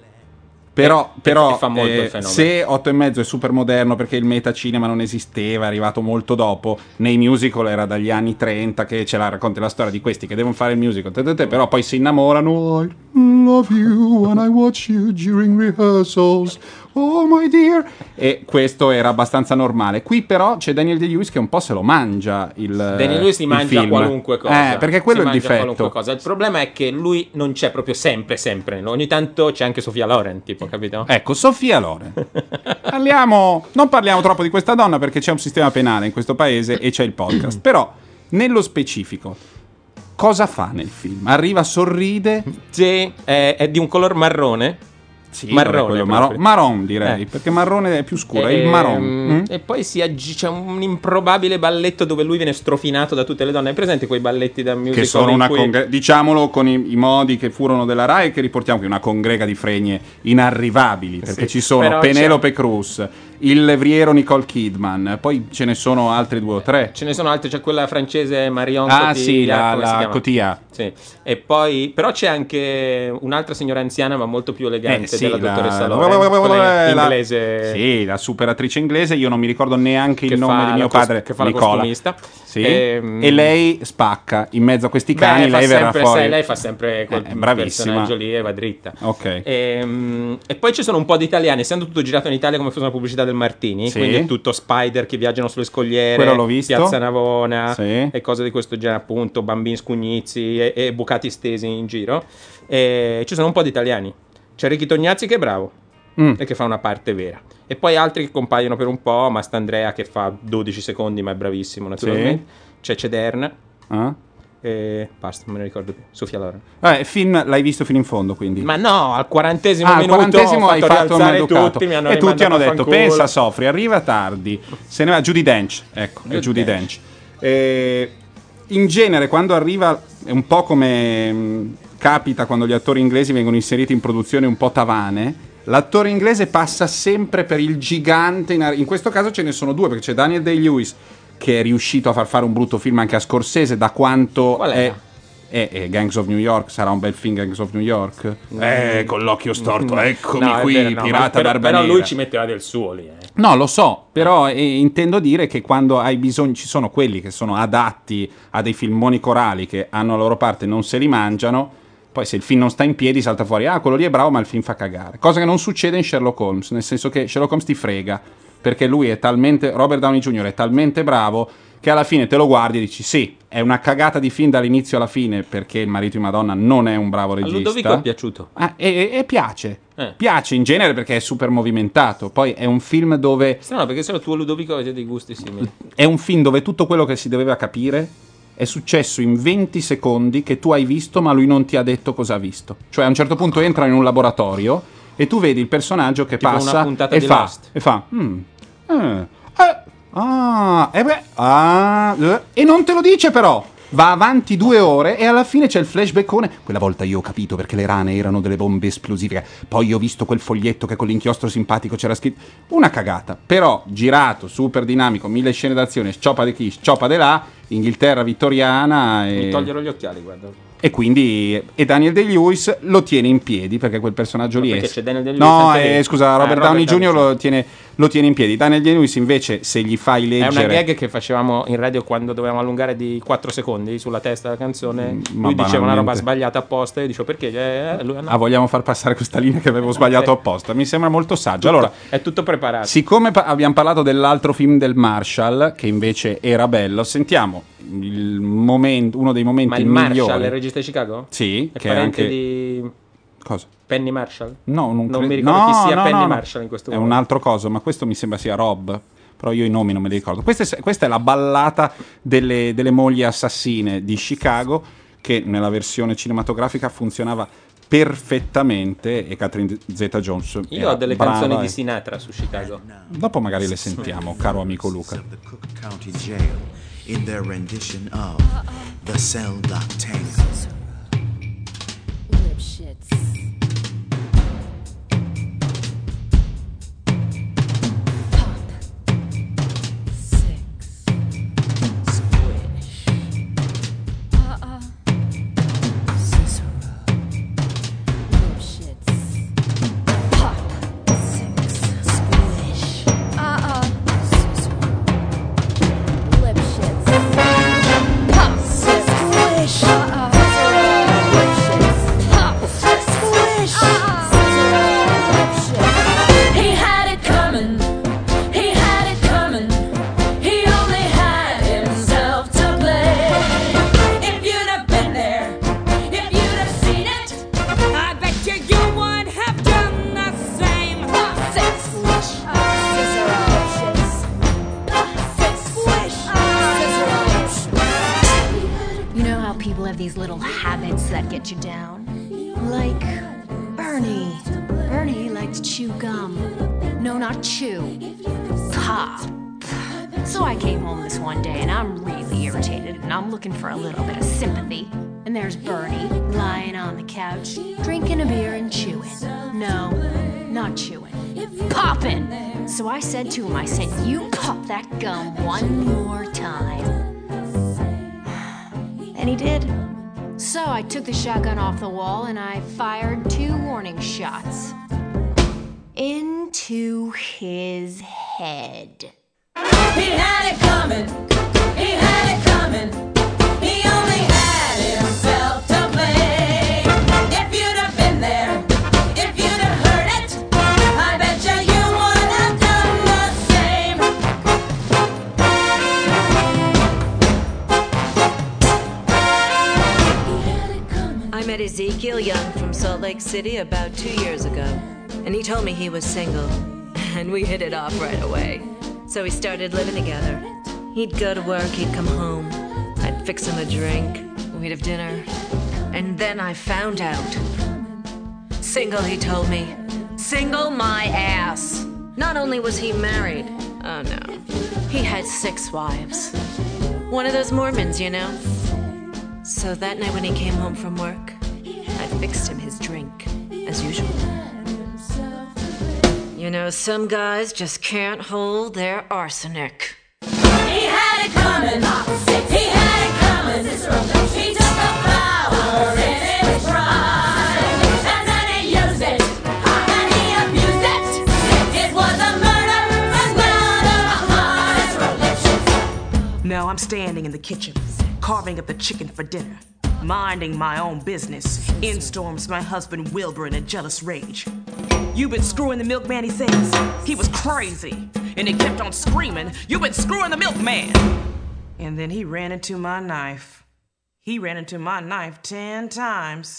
Però, E- però e fa molto eh, il fenomeno. se otto e mezzo è super moderno perché il metacinema non esisteva, è arrivato molto dopo, nei musical era dagli anni trenta che ce la racconta la storia di questi che devono fare il musical, te, te, te, però poi si innamorano. I love you when I watch you during rehearsals. Oh my dear. E questo era abbastanza normale. Qui però c'è Daniel De-Lewis che un po' se lo mangia il Daniel De-Lewis si il mangia film. qualunque cosa. Eh, perché quello Si è il mangia qualunque difetto. cosa. Il problema è che lui non c'è proprio sempre, sempre. Ogni tanto c'è anche Sofia Loren, tipo, capito? Ecco, Sofia Loren. Parliamo, non parliamo troppo di questa donna perché c'è un sistema penale in questo paese e c'è il podcast. Però, nello specifico, cosa fa nel film? Arriva, sorride. Sì, è, è di un color marrone. Sì, vabbè, marrone, quello proprio. marron, marron direi, Eh. perché marrone è più scuro, è il Ehm, marron. Mm? E poi si aggi- c'è un improbabile balletto dove lui viene strofinato da tutte le donne. Hai presente quei balletti da musical Che sono in una cui- congre- diciamolo con i, i modi che furono della Rai, che riportiamo qui una congrega di fregne inarrivabili, perché Sì, ci sono però Penelope Cruz, il levriero Nicole Kidman, poi ce ne sono altri due o tre. Ce ne sono altre, c'è quella francese Marion Ah, Cotillard, sì, la- come si la chiama? Cotillard. Sì. E poi, però c'è anche un'altra signora anziana, ma molto più elegante, Eh, sì, della la- dottoressa la- Loren, quella la- inglese. Sì, la superatrice inglese, io non mi ricordo neanche Che il nome fa di mio la cos- padre, che fa la Nicola. costumista. Sì. Ehm, E lei spacca in mezzo a questi Beh, cani, fa lei verrà sempre, fuori. sai, lei fa sempre quel Eh, bravissima. personaggio lì e va dritta. Ok. Ehm, E, poi ci sono un po' di italiani, essendo tutto girato in Italia come fosse una pubblicità del Martini, Sì. quindi è tutto Spider che viaggiano sulle scogliere, Quello l'ho visto. Piazza Navona Sì. e cose di questo genere, appunto, bambini scugnizzi e, e bucati stesi in giro. E ci sono un po' di italiani. C'è Ricky Tognazzi che è bravo Mm. e che fa una parte vera. E poi altri che compaiono per un po', Mastandrea che fa dodici secondi ma è bravissimo naturalmente. C'è Cederna. Ah? E basta, non me ne ricordo più. Sofia Loren. Vabbè, film l'hai visto fino in fondo, quindi. Ma no, al quarantesimo Ah, al minuto quarantesimo ho hai fatto fatto rialzare maleducato. tutti, mi hanno e tutti rimandato hanno a detto: fanculo. pensa Sofri, arriva tardi, se ne va. Judy Dench, ecco, è Judi Judy Dench. Dench. Eh, in genere, quando arriva, è un po' come mh, capita quando gli attori inglesi vengono inseriti in produzioni un po' tavane. L'attore inglese passa sempre per il gigante. In, in questo caso ce ne sono due, perché c'è Daniel Day-Lewis che è riuscito a far fare un brutto film anche a Scorsese, da quanto Qual è. era? Eh, eh, Gangs of New York, sarà un bel film Gangs of New York? Eh, con l'occhio storto, eccomi No, è qui, vero, no, ma pirata però, barba però nera. lui ci metteva del suo lì, eh. No, lo so, però eh, intendo dire che quando hai bisogno, ci sono quelli che sono adatti a dei filmoni corali che hanno la loro parte e non se li mangiano, poi se il film non sta in piedi salta fuori, ah, quello lì è bravo ma il film fa cagare. Cosa che non succede in Sherlock Holmes, nel senso che Sherlock Holmes ti frega, perché lui è talmente, Robert Downey junior è talmente bravo che alla fine te lo guardi e dici sì, è una cagata di film dall'inizio alla fine perché il marito di Madonna non è un bravo A regista. Ludovico è piaciuto. Ah, e, e piace, Eh. piace in genere perché è super movimentato, poi è un film dove Strano, perché se no tu e Ludovico avete dei gusti simili. è un film dove tutto quello che si doveva capire è successo in venti secondi che tu hai visto ma lui non ti ha detto cosa ha visto. Cioè a un certo punto entra in un laboratorio e tu vedi il personaggio che Tipo una passa puntata e di fa, Lost. e fa "Mm, eh, eh, ah, eh beh, ah, eh", e non te lo dice però. Va avanti due ore e alla fine c'è il flashbackone. Quella volta io ho capito perché le rane erano delle bombe esplosive. Poi ho visto quel foglietto che con l'inchiostro simpatico c'era scritto. Una cagata. Però girato, super dinamico, mille scene d'azione, scioppa di qui, scioppa di là, Inghilterra vittoriana. E... Mi toglierò gli occhiali, guarda. E quindi e Daniel Day-Lewis lo tiene in piedi perché quel personaggio Ma lì perché è c'è Daniel Day-Lewis no anche eh, lì? scusa Ah, Robert, Robert Downey Downey junior lo tiene, lo tiene in piedi. Daniel Day-Lewis invece se gli fai È leggere una gag che facevamo in radio quando dovevamo allungare di quattro secondi sulla testa della canzone. Mm, ma Lui diceva una roba banalmente. sbagliata apposta e io dicevo perché? Eh, lui, no. ah vogliamo far passare questa linea che avevo sbagliato Sì. apposta, mi sembra molto saggio. Allora è tutto preparato. siccome pa- abbiamo parlato dell'altro film del Marshall che invece era bello, sentiamo il momento, uno dei momenti Ma il migliori. Marshall, il regista di Chicago? Sì, È che è parente anche di cosa? Penny Marshall? No, non, Non credo- mi ricordo no, chi sia no, Penny no, no. Marshall in questo È momento. un altro coso, ma questo mi sembra sia Rob. Però io i nomi non me li ricordo. Questa è, questa è la ballata delle, delle mogli assassine di Chicago, che nella versione cinematografica funzionava perfettamente. E Catherine Zeta-Jones. Io era ho delle brava canzoni e- di Sinatra su Chicago. Dopo magari le sentiamo, caro amico Luca. Of the Cook County Jail in their rendition of the Cell Block Tango. Lipschitz. Pop. Six. Squish. Uh-uh. Cicero. Lipschitz. Pop. Six. Squish. Uh-uh. Cicero. Lipschitz. Pop. Six. Squish. Uh-uh. Lipschitz. Pop. Six. Squish. Uh-uh. Lipschitz. He had it coming. He had it coming. He only had himself to blame. If you'd have been there, if you'd have seen it, I bet you you would have done the same. Six squish, Cicero Lipschitz. Six squish, Cicero Lipschitz. You know how people have these little habits that get you down? Like Bernie. Bernie liked to chew gum. No, not chew. Pop. So I came home this one day and I'm really irritated and I'm looking for a little bit of sympathy. And there's Bernie lying on the couch, drinking a beer and chewing. No, not chewing. Popping! So I said to him, I said, you pop that gum one more time. And he did. So I took the shotgun off the wall and I fired two warning shots. Into his head. He had it coming. He had it coming. He only had himself to blame. If you'd have been there, if you'd have heard it, I bet you you would have done the same. I met Ezekiel Young from Salt Lake City about two years ago, and he told me he was single, and we hit it off right away. So we started living together. He'd go to work, he'd come home. I'd fix him a drink, we'd have dinner. And then I found out. Single, he told me. Single my ass. Not only was he married, oh no, he had six wives. One of those Mormons, you know. So that night when he came home from work, I fixed him his drink, as usual. You know, some guys just can't hold their arsenic. He had it coming. He had it coming. He took the power in his prime, and then he used it, and he abused it. It was a murder, and not a heart. Now I'm standing in the kitchen, carving up the chicken for dinner, minding my own business. In storms my husband Wilbur in a jealous rage. You've been screwing the milkman, he says. He was crazy. And he kept on screaming, you've been screwing the milkman. And then he ran into my knife. He ran into my knife ten times.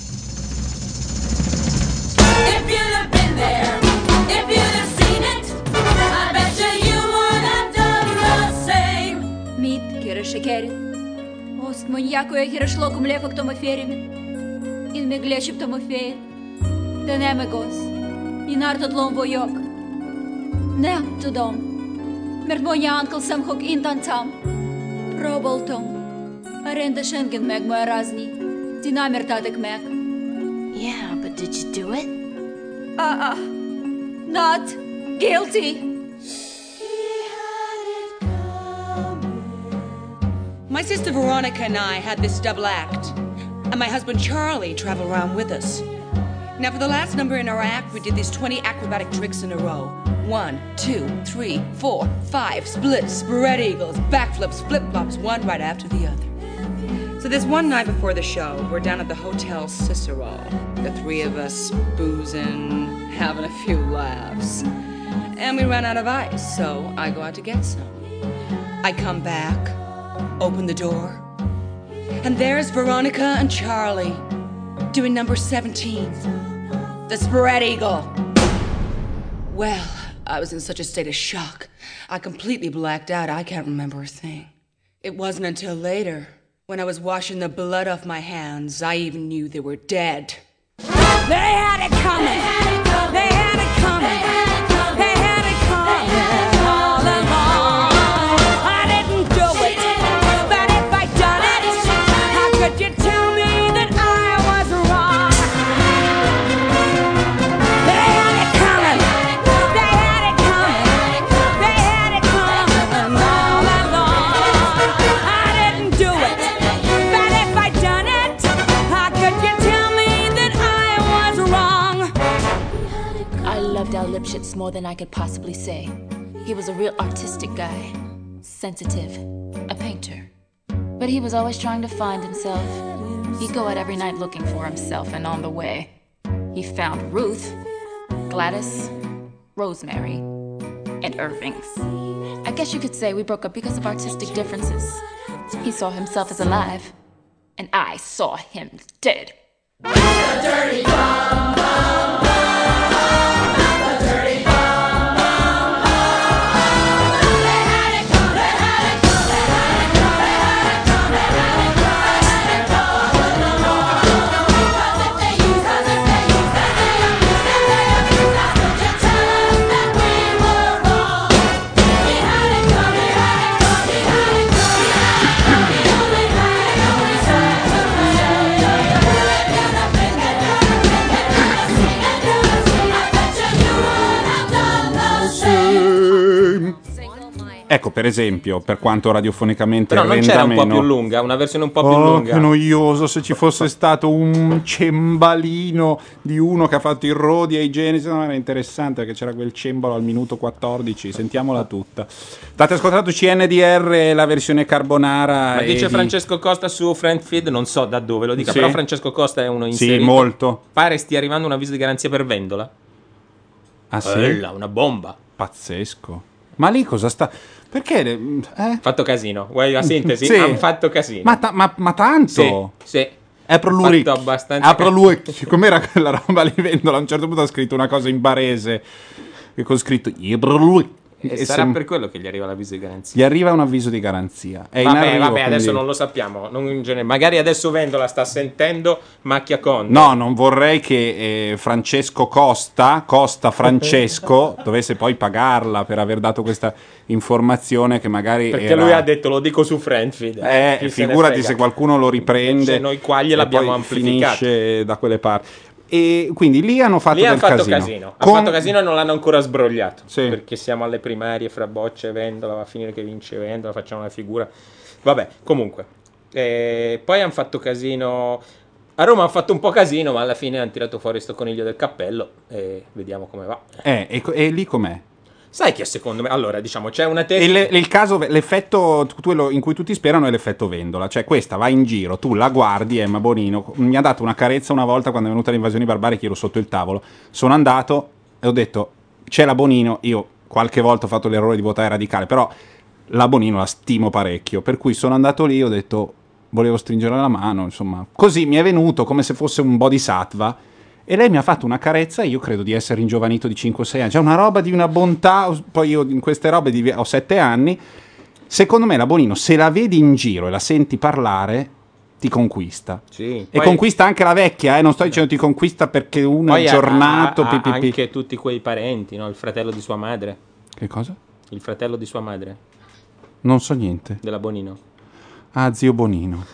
If you'd have been there, if you'd have seen it, I bet you you would have done the same. Мит кирашекери. Ост маньяко я хирашлоко млефо к тому фериме. In me glečip tomu feir. Teneme gos. I nartot lom vojok. Ne to dom. Mert moja uncle sam hok intan tam. Probal tom. Arenda Schengen meg moja razni. Dinamer tadek meg. Yeah, but did you do it? Uh-uh. Not guilty. My sister Veronica and I had this double act, and my husband Charlie traveled around with us. Now, for the last number in our act, we did these twenty acrobatic tricks in a row. One, two, three, four, five, splits, spread eagles, backflips, flip-flops, one right after the other. So this one night before the show, we're down at the Hotel Cicero. The three of us boozing, having a few laughs. And we ran out of ice, so I go out to get some. I come back, open the door, and there's Veronica and Charlie doing number seventeen, the spread eagle. Well, I was in such a state of shock. I completely blacked out. I can't remember a thing. It wasn't until later, when I was washing the blood off my hands, I even knew they were dead. They had it coming. They had it coming. They had it coming. They had it coming all along. I didn't do it, but if I'd done it, how could you tell me that I was wrong? They had it coming. They had it coming. They had it coming all along. I didn't do it, but if I'd done it, how could you tell me that I was wrong? I loved Al Lipschitz more than I could possibly say. He was a real artistic guy, sensitive, a painter. But he was always trying to find himself. He'd go out every night looking for himself, and on the way, he found Ruth, Gladys, Rosemary, and Irving's. I guess you could say we broke up because of artistic differences. He saw himself as alive, and I saw him dead. The dirty bomb, bomb, bomb, the dirty bomb, bomb, bomb. They had it coming, they had it coming, they had it coming, they had it coming, they had it coming, they had it coming all along. 'Cause if they use, 'cause if they use, 'cause Ecco, per esempio, per quanto radiofonicamente Però non renda c'era un po' meno- più lunga, una versione un po' più Oh, lunga. che noioso se ci fosse stato un cembalino di uno che ha fatto il Rodi e i Genesis. Non era interessante perché c'era quel cembalo al minuto quattordici. Sentiamola tutta. State ascoltando C N D R, la versione carbonara. Ma e dice di- Francesco Costa su Friendfeed, non so da dove lo dica, Sì. però Francesco Costa è uno Sì, inserito. molto. Pare stia arrivando un avviso di garanzia per Vendola. Ah, sì? Bella, una bomba. Pazzesco. Ma lì cosa sta... Perché... Eh? Fatto casino. Vuoi la sintesi? Sì. Han fatto casino. Ma, ta- ma- ma tanto? Sì, sì. Apro Fatto l'orecchio. abbastanza Apro l'orecchio. Com'era quella roba lì Vendola? A un certo punto ha scritto una cosa in barese che con scritto apro l'orecchio. E E sarà sem- per quello che gli arriva l'avviso di garanzia. Gli arriva un avviso di garanzia. È in Vabbè, arrivo, vabbè, quindi- adesso non lo sappiamo. Non in genere. Magari adesso Vendola sta sentendo Macchia Conte. No, non vorrei che eh, Francesco Costa, Costa Francesco, dovesse poi pagarla per aver dato questa informazione che magari Perché era... lui ha detto lo dico su Friendfeed. Eh, Chi se ne figurati frega. se qualcuno lo riprende. Invece noi qua e gliel'abbiamo poi amplificato. finisce da quelle parti. E quindi lì hanno fatto Lì del hanno fatto casino. casino. Hanno Con- fatto casino e non l'hanno ancora sbrogliato. Sì. Perché siamo alle primarie fra Boccia e Vendola. Va a finire che vince Vendola. Facciamo una figura. Vabbè, comunque. Eh, poi hanno fatto casino. A Roma hanno fatto un po' casino, ma alla fine hanno tirato fuori sto coniglio del cappello. E vediamo come va. Eh, e, co- e lì com'è? Sai che secondo me. Allora, diciamo, c'è una tesi. E le- il caso, l'effetto quello in cui tutti sperano è l'effetto Vendola, cioè questa va in giro, tu la guardi, Emma Bonino mi ha dato una carezza una volta quando è venuta l'invasione barbarica, che ero sotto il tavolo, sono andato e ho detto c'è la Bonino, io qualche volta ho fatto l'errore di votare radicale, però la Bonino la stimo parecchio, per cui sono andato lì, ho detto volevo stringere la mano, insomma, così mi è venuto come se fosse un bodhisattva. E lei mi ha fatto una carezza e io credo di essere ringiovanito di cinque sei anni. Cioè una roba di una bontà, poi io in queste robe di- ho sette anni. Secondo me la Bonino, se la vedi in giro e la senti parlare, ti conquista. Sì. E Poi- conquista anche la vecchia, eh? Non sto dicendo ti conquista perché uno Poi è ha- aggiornato. ha- ha pipipì. anche tutti quei parenti, no? Il fratello di sua madre. Che cosa? Il fratello di sua madre, Non so niente. della Bonino. Ah, zio Bonino.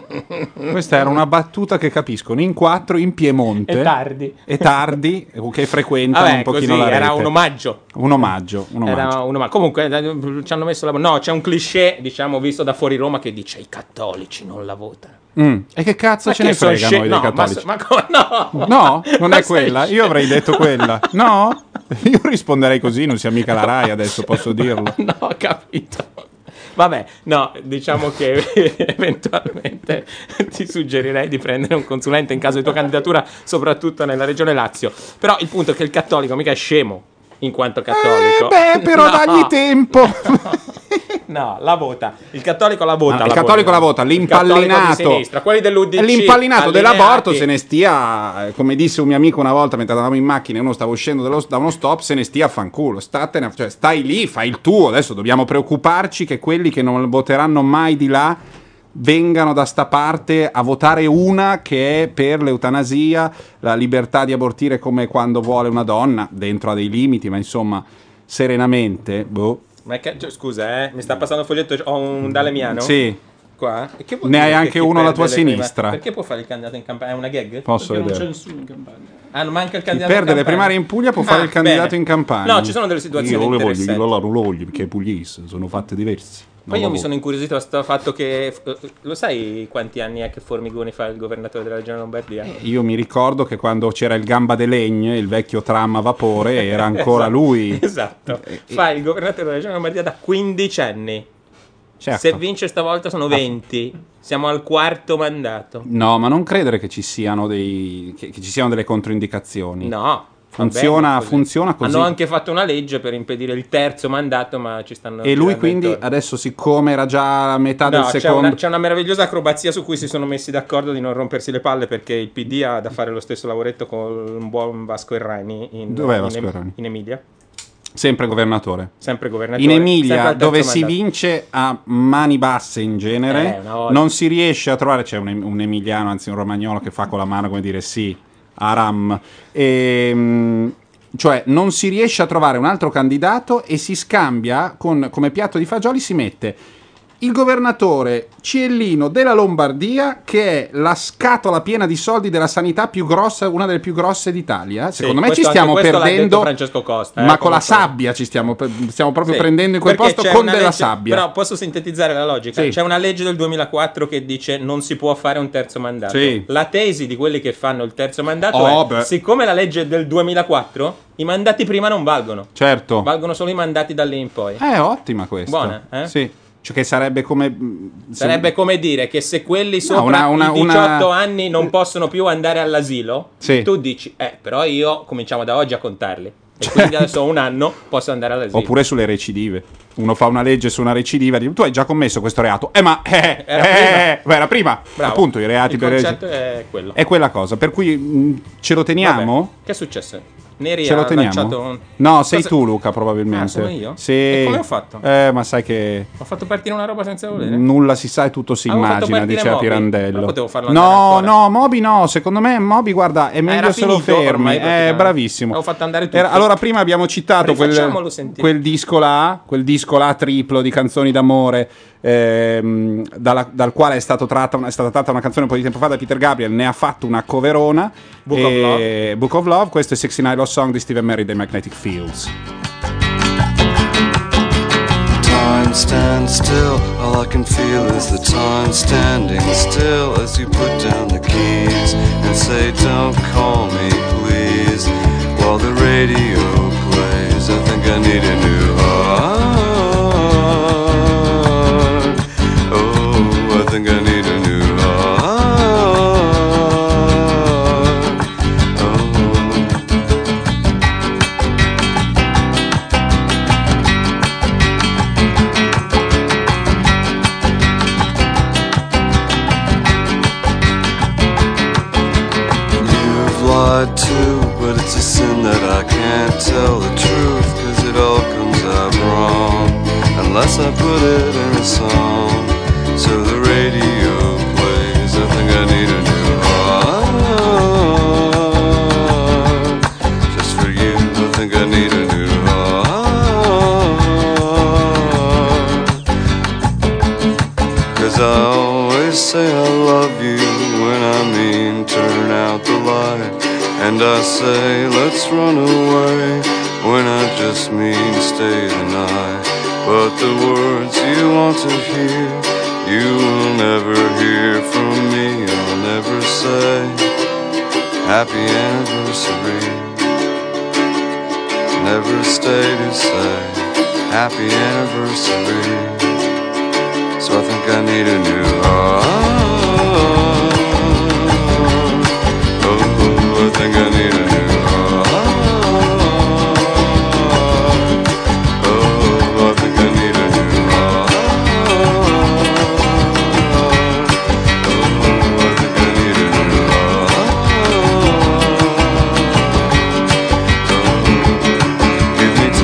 Questa era una battuta che capiscono in quattro in Piemonte. E tardi. E tardi, che frequentano Vabbè, un pochino così, la rete. era un omaggio. Un omaggio, un omaggio. Era un omaggio. Comunque eh, ci hanno messo la. No, c'è un cliché, diciamo, visto da fuori Roma che dice i cattolici non la votano. Mm. E che cazzo Ma ce che ne son frega sce- noi no, dei cattolici? Ma, ma come no? No, non Ma è sei quella. scemo? Io avrei detto quella. No? Io risponderei così, non sia mica la Rai adesso, posso dirlo. No, ho capito. Vabbè, no, diciamo che eventualmente ti suggerirei di prendere un consulente in caso di tua candidatura, soprattutto nella regione Lazio. Però il punto è che il cattolico mica è scemo in quanto cattolico. Eh, beh, però No. dagli tempo. No, la vota. Il cattolico la vota. Ah, il la cattolico vota. la vota, Il cattolico di l'impallinato. sinistra, quelli dell'U D C. L'impallinato allineati. dell'aborto se ne stia, eh, come disse un mio amico una volta mentre andavamo in macchina e uno stava uscendo dallo- da uno stop, se ne stia a fanculo. Statene, cioè stai lì, fai il tuo. Adesso dobbiamo preoccuparci che quelli che non voteranno mai di là vengano da sta parte a votare una che è per l'eutanasia, la libertà di abortire come quando vuole una donna, dentro a dei limiti, ma insomma serenamente. Boh. Ma che, cioè, scusa, eh, mi sta passando il foglietto. Ho un Dalemiano. Sì. Qua. E che vuol Ne dire hai che anche chi uno alla perde tua le prime- sinistra. Perché può fare il candidato in campagna? È una gag? Posso Perché vedere? non c'è nessuno in campagna. Ah, non manca il Chi candidato perde in le campagna. primarie in Puglia può fare Ah, il candidato bene. in campagna. No, ci sono delle situazioni io non le voglio, interessanti. io non lo voglio perché i pugliesi sono fatte diverse. Poi io mi sono incuriosito da sto fatto che eh, lo sai quanti anni è che Formigoni fa il governatore della regione Lombardia? Io mi ricordo che quando c'era il Gamba de Legno, il vecchio tram a vapore, era ancora Esatto, lui. Esatto. Fa il governatore della regione Lombardia da quindici anni. Certo. Se vince stavolta sono venti. Siamo al quarto mandato. No, ma non credere che ci siano dei che, che ci siano delle controindicazioni. No. Funziona, va bene funziona così. Hanno anche fatto una legge per impedire il terzo mandato, ma ci stanno. E lui girando quindi intorno. adesso, siccome era già a metà No, del c'è secondo, una, c'è una meravigliosa acrobazia su cui si sono messi d'accordo di non rompersi le palle, perché il P D ha da fare lo stesso lavoretto con un buon Vasco Errani in, Dov'è in, Vasco Em- Errani? in Emilia. sempre governatore. Sempre governatore. In sempre Emilia, al terzo dove si mandato. vince a mani basse in genere, Eh, una volta. non si riesce a trovare. C'è un, un emiliano, anzi un romagnolo, che fa con la mano come dire sì, Aram. Ehm, cioè, non si riesce a trovare un altro candidato e si scambia con, come piatto di fagioli, si mette il governatore Ciellino della Lombardia, che è la scatola piena di soldi della sanità più grossa, una delle più grosse d'Italia. Secondo me questo- ci stiamo anche questo l'ha perdendo, detto Francesco Costa, eh, ma con la comunque. sabbia ci stiamo, stiamo proprio Sì, prendendo in quel perché posto c'è con una della legge- sabbia. Però posso sintetizzare la logica. Sì. C'è una legge del duemilaquattro che dice non si può fare un terzo mandato. Sì. La tesi di quelli che fanno il terzo mandato Oh, è beh. siccome la legge è del duemilaquattro, i mandati prima non valgono. Certo. Valgono solo i mandati da lì in poi. È ottima questa. Buona, eh? Sì. Cioè che sarebbe come... mh, Sarebbe se- come dire che se quelli No, sopra una- una- i diciotto una- anni non possono più andare all'asilo, Sì. tu dici, eh, però io cominciamo da oggi a contarli. E quindi adesso ho un anno, posso andare all'asilo. Oppure sulle recidive. Uno fa una legge su una recidiva, dice, tu hai già commesso questo reato. Eh ma... Eh, Era eh, prima. beh, era prima. Bravo. Appunto i reati Il per concetto è quello. È quella cosa. Per cui mh, ce lo teniamo? Vabbè, che è successo? Neri Ce lo ha teniamo? lanciato un- No, sei Cosa- tu Luca probabilmente. Ah, sono io? Sì. E come ho fatto? Eh, ma sai che Ho fatto partire una roba senza volere? nulla si sa e tutto si Avevo fatto immagina, partire diceva Moby. Pirandello. Ma potevo farlo andare No, ancora. no, Moby no, secondo me Moby guarda, è meglio Era se lo finito fermi. ormai, È praticamente. bravissimo. Avevo fatto andare tutto. Era- allora prima abbiamo citato quel, Rifacciamolo sentire. quel disco là, quel disco là triplo di canzoni d'amore ehm, dalla- dal quale è, stato tratta, una- è stata tratta una canzone un po' di tempo fa da Peter Gabriel, ne ha fatto una coverona. Book of e- Love. Book of Love, questo è sessantanove Love Song di Stephen Merritt dei Magnetic Fields. Time stands still, all I can feel is the time standing still as you put down the keys and say don't call me please while the radio plays. I think I need a new heart. Oh, I think I need a new heart. Oh. You've lied too, but it's a sin that I can't tell the truth, cause it all comes out wrong, unless I put it in a song. So the radio plays, I think I need a new heart. Just for you, I think I need a new heart. Cause I always say I love you when I mean turn out the light. And I say let's run away when I just mean stay the night. But the words you want to hear, you will never hear from me. I'll never say happy anniversary. Never stay to say happy anniversary. So I think I need a new heart. Oh, I think I need a new heart. Oh, I think I need a new heart. Oh, I think I need a new heart. Oh, give me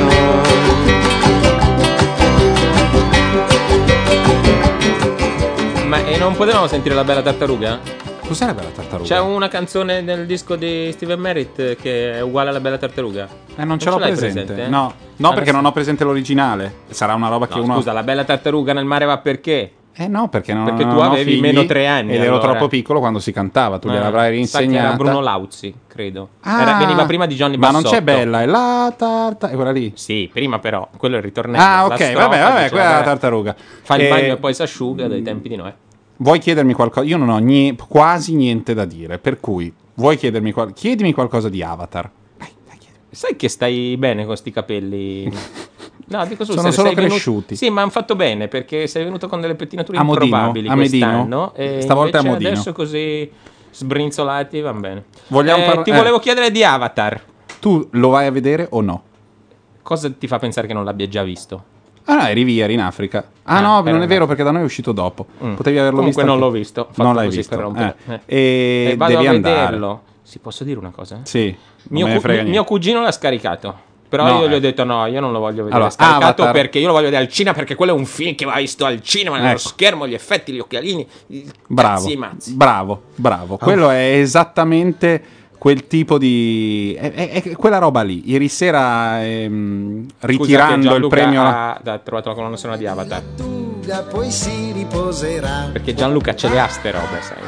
time. Ma e non potevamo sentire la bella tartaruga? Cos'è la bella tartaruga? C'è una canzone nel disco di Stephen Merritt che è uguale alla bella tartaruga. Eh, non ce l'ho l'hai presente. eh? No, no Ah, perché adesso- non ho presente l'originale. Sarà una roba che No, uno... scusa, la bella tartaruga nel mare va perché? Eh no, perché non Perché non tu ho avevi figli meno tre anni, ed ero allora. troppo piccolo quando si cantava. Tu Ah, gliel'avrai sa che rinsegnata. era Bruno Lauzi, credo. Ah, Era- veniva prima di Johnny ma Bassotto. non c'è bella, è la tarta, è quella lì. Sì, prima però, quello è il ritornello. Ah, La ok, strofa vabbè, vabbè, dice, quella è la vabbè, tartaruga. Fa il Eh, bagno e poi si asciuga dai tempi di Noè. Vuoi chiedermi qualcosa? Io non ho nie- quasi niente da dire, per cui vuoi chiedermi qual- chiedimi qualcosa di Avatar. Sai che stai bene con sti capelli? No, dico sul Sono serio, solo sei venuto- cresciuti. Sì, ma hanno fatto bene perché sei venuto con delle pettinature A modino, improbabili a medino. quest'anno. E Stavolta a invece modino. adesso così sbrinzolati va bene. Vogliamo Eh, parla- ti eh. volevo chiedere di Avatar. Tu lo vai a vedere o no? Cosa ti fa pensare che non l'abbia già visto? Ah no, eri via, eri in Africa. Ah, Ah, no, era non è in vero perché da noi è uscito dopo. Mm. Potevi averlo Comunque visto. non anche- l'ho visto, fatto Non l'hai così visto. per rompere. Eh. Eh. E E vado devi a andare. vederlo. Si posso dire una cosa? Sì. Mio, non me ne cu- frega mi- niente. mio cugino l'ha scaricato. Però No, io gli ho eh. detto no, io non lo voglio vedere Allora, scaricato Avatar- perché io lo voglio vedere al cinema perché quello è un film che va visto al cinema, nello Ecco. schermo, gli effetti, gli occhialini, i Bravo, cazzi e i mazzi. bravo, bravo. Quello è esattamente quel tipo di... È, è- è quella roba lì. Ieri sera, ehm, Scusa che ritirando il Gianluca premio... ha, ha trovato la colonna sonora di Avatar. guida, poi si riposerà. Perché Gianluca ce le ha ste robe, sai.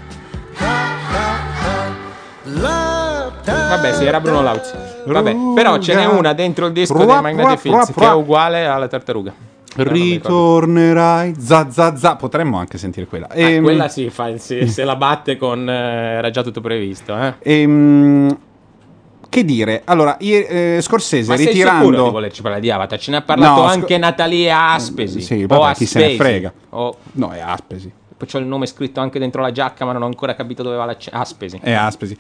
Vabbè, sì, era Bruno Lauzi. Vabbè, però ce n'è una dentro il disco dei Magnetic Fields che è uguale alla tartaruga. Ritornerai za za za. Potremmo anche sentire quella. Ah, Ehm, quella sì, fa il- se, se la batte con eh, era già tutto previsto, eh. ehm, che dire? Allora, i- eh, Scorsese Ma sei ritirando sicuro di volerci parlare di Avatar? Ce ne ha parlato No, anche Sco- Natalia Aspesi. Sì, o vabbè, chi se ne Aspesi. frega. O- No, è Aspesi. Poi c'ho il nome scritto anche dentro la giacca, ma non ho ancora capito dove va la c- Aspesi. È Aspesi.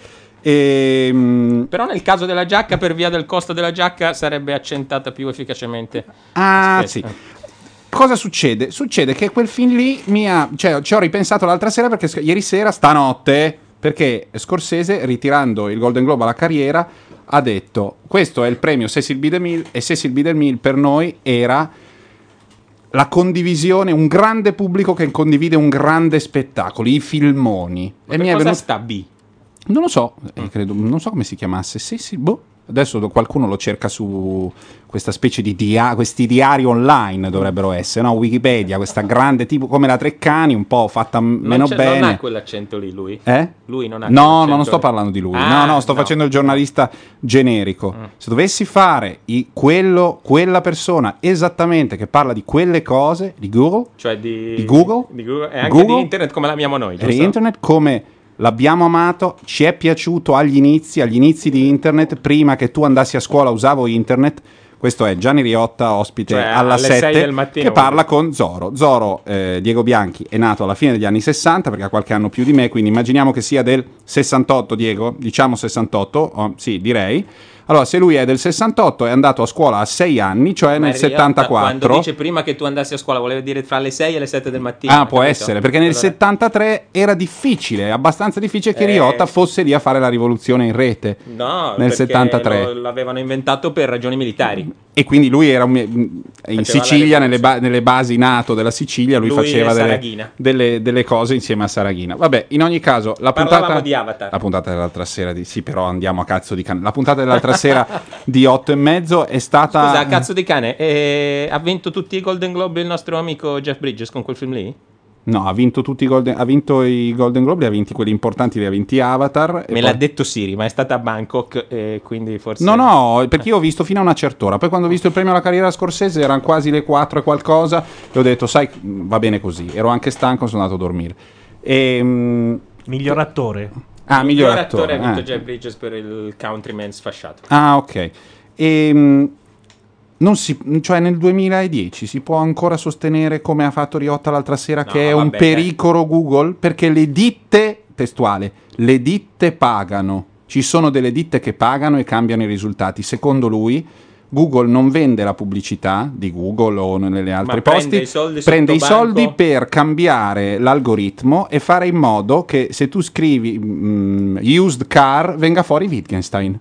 Ehm, Però nel caso della giacca, per via del costo della giacca, sarebbe accentata più efficacemente. Ah, Aspetta. sì. Cosa succede? Succede che quel film lì mi ha, cioè, ci ho ripensato l'altra sera perché sc- ieri sera, stanotte, perché Scorsese, ritirando il Golden Globe alla carriera, ha detto: questo è il premio Cecil B. DeMille e Cecil B. DeMille per noi era la condivisione, un grande pubblico che condivide un grande spettacolo, i filmoni. Ma e per mi è cosa venuto sta B? Non lo so, eh, credo, non so come si chiamasse. Sì, sì, boh. Adesso do- qualcuno lo cerca su questa specie di dia- questi diari online dovrebbero essere, no? Wikipedia, questa grande tipo come la Treccani, un po' fatta m- Non meno c'è- bene. Non ha quell'accento lì, lui. Eh? Lui non ha No, quell'accento no, non sto lì. parlando di lui. Ah, no, no, sto no. facendo il giornalista generico. Mm. Se dovessi fare i- quello, quella persona esattamente che parla di quelle cose, di Google, Cioè di, Di Google? di Google e anche Google? di internet come l'amiamo noi, e di giusto? internet come l'abbiamo amato, ci è piaciuto agli inizi, agli inizi di internet, prima che tu andassi a scuola usavo internet. Questo è Gianni Riotta, ospite Cioè, alla alle sei sette, del mattino, che parla con Zoro. Zoro, eh, Diego Bianchi, è nato alla fine degli anni sessanta, perché ha qualche anno più di me, quindi immaginiamo che sia del sessantotto, Diego, diciamo sessantotto, oh, sì, direi. Allora, se lui è del sessantotto, è andato a scuola a sei anni, cioè Ma nel Riotta, settantaquattro. Quando dice prima che tu andassi a scuola, voleva dire tra le sei e le sette del mattino. Ah, può capito? essere, perché nel Allora- settantatré era difficile, abbastanza difficile che Eh. Riotta fosse lì a fare la rivoluzione in rete. No, nel perché settantatré. lo- l'avevano inventato per ragioni militari. E quindi lui era un- in Faceva Sicilia, la nelle, ba- nelle basi NATO della Sicilia, lui, Lui faceva e delle, Saraghina. delle- delle cose insieme a Saraghina. Vabbè, in ogni caso, la Parlavamo puntata, di Avatar. la puntata dell'altra sera di sì, però andiamo a cazzo di cane. La puntata dell'altra sera di otto e mezzo è stata Scusa, cazzo di cane, eh, ha vinto tutti i Golden Globe il nostro amico Jeff Bridges con quel film lì? No, ha vinto tutti i Golden, ha vinto i Golden Globe, li ha vinti quelli importanti, li ha vinti Avatar. e Me poi- l'ha detto Siri, ma è stata a Bangkok e quindi forse... No, no, perché io ho visto fino a una certa ora. Poi quando ho visto il premio alla carriera Scorsese erano quasi le quattro e qualcosa e ho detto, sai, va bene così. Ero anche stanco, sono andato a dormire. E, mm, Miglior attore. Ah, miglior, Miglior attore ha vinto eh. Jeff Bridges per il Countryman sfasciato. Ah, ok. E, mm, non si, cioè nel duemiladieci si può ancora sostenere, come ha fatto Riotta l'altra sera, No, che è un vabbè, pericolo Google? Perché le ditte, testuale, le ditte pagano. Ci sono delle ditte che pagano e cambiano i risultati. Secondo lui, Google non vende la pubblicità di Google o nelle altre prende posti, i soldi prende i sotto banco. soldi per cambiare l'algoritmo e fare in modo che se tu scrivi mm, used car venga fuori Wittgenstein.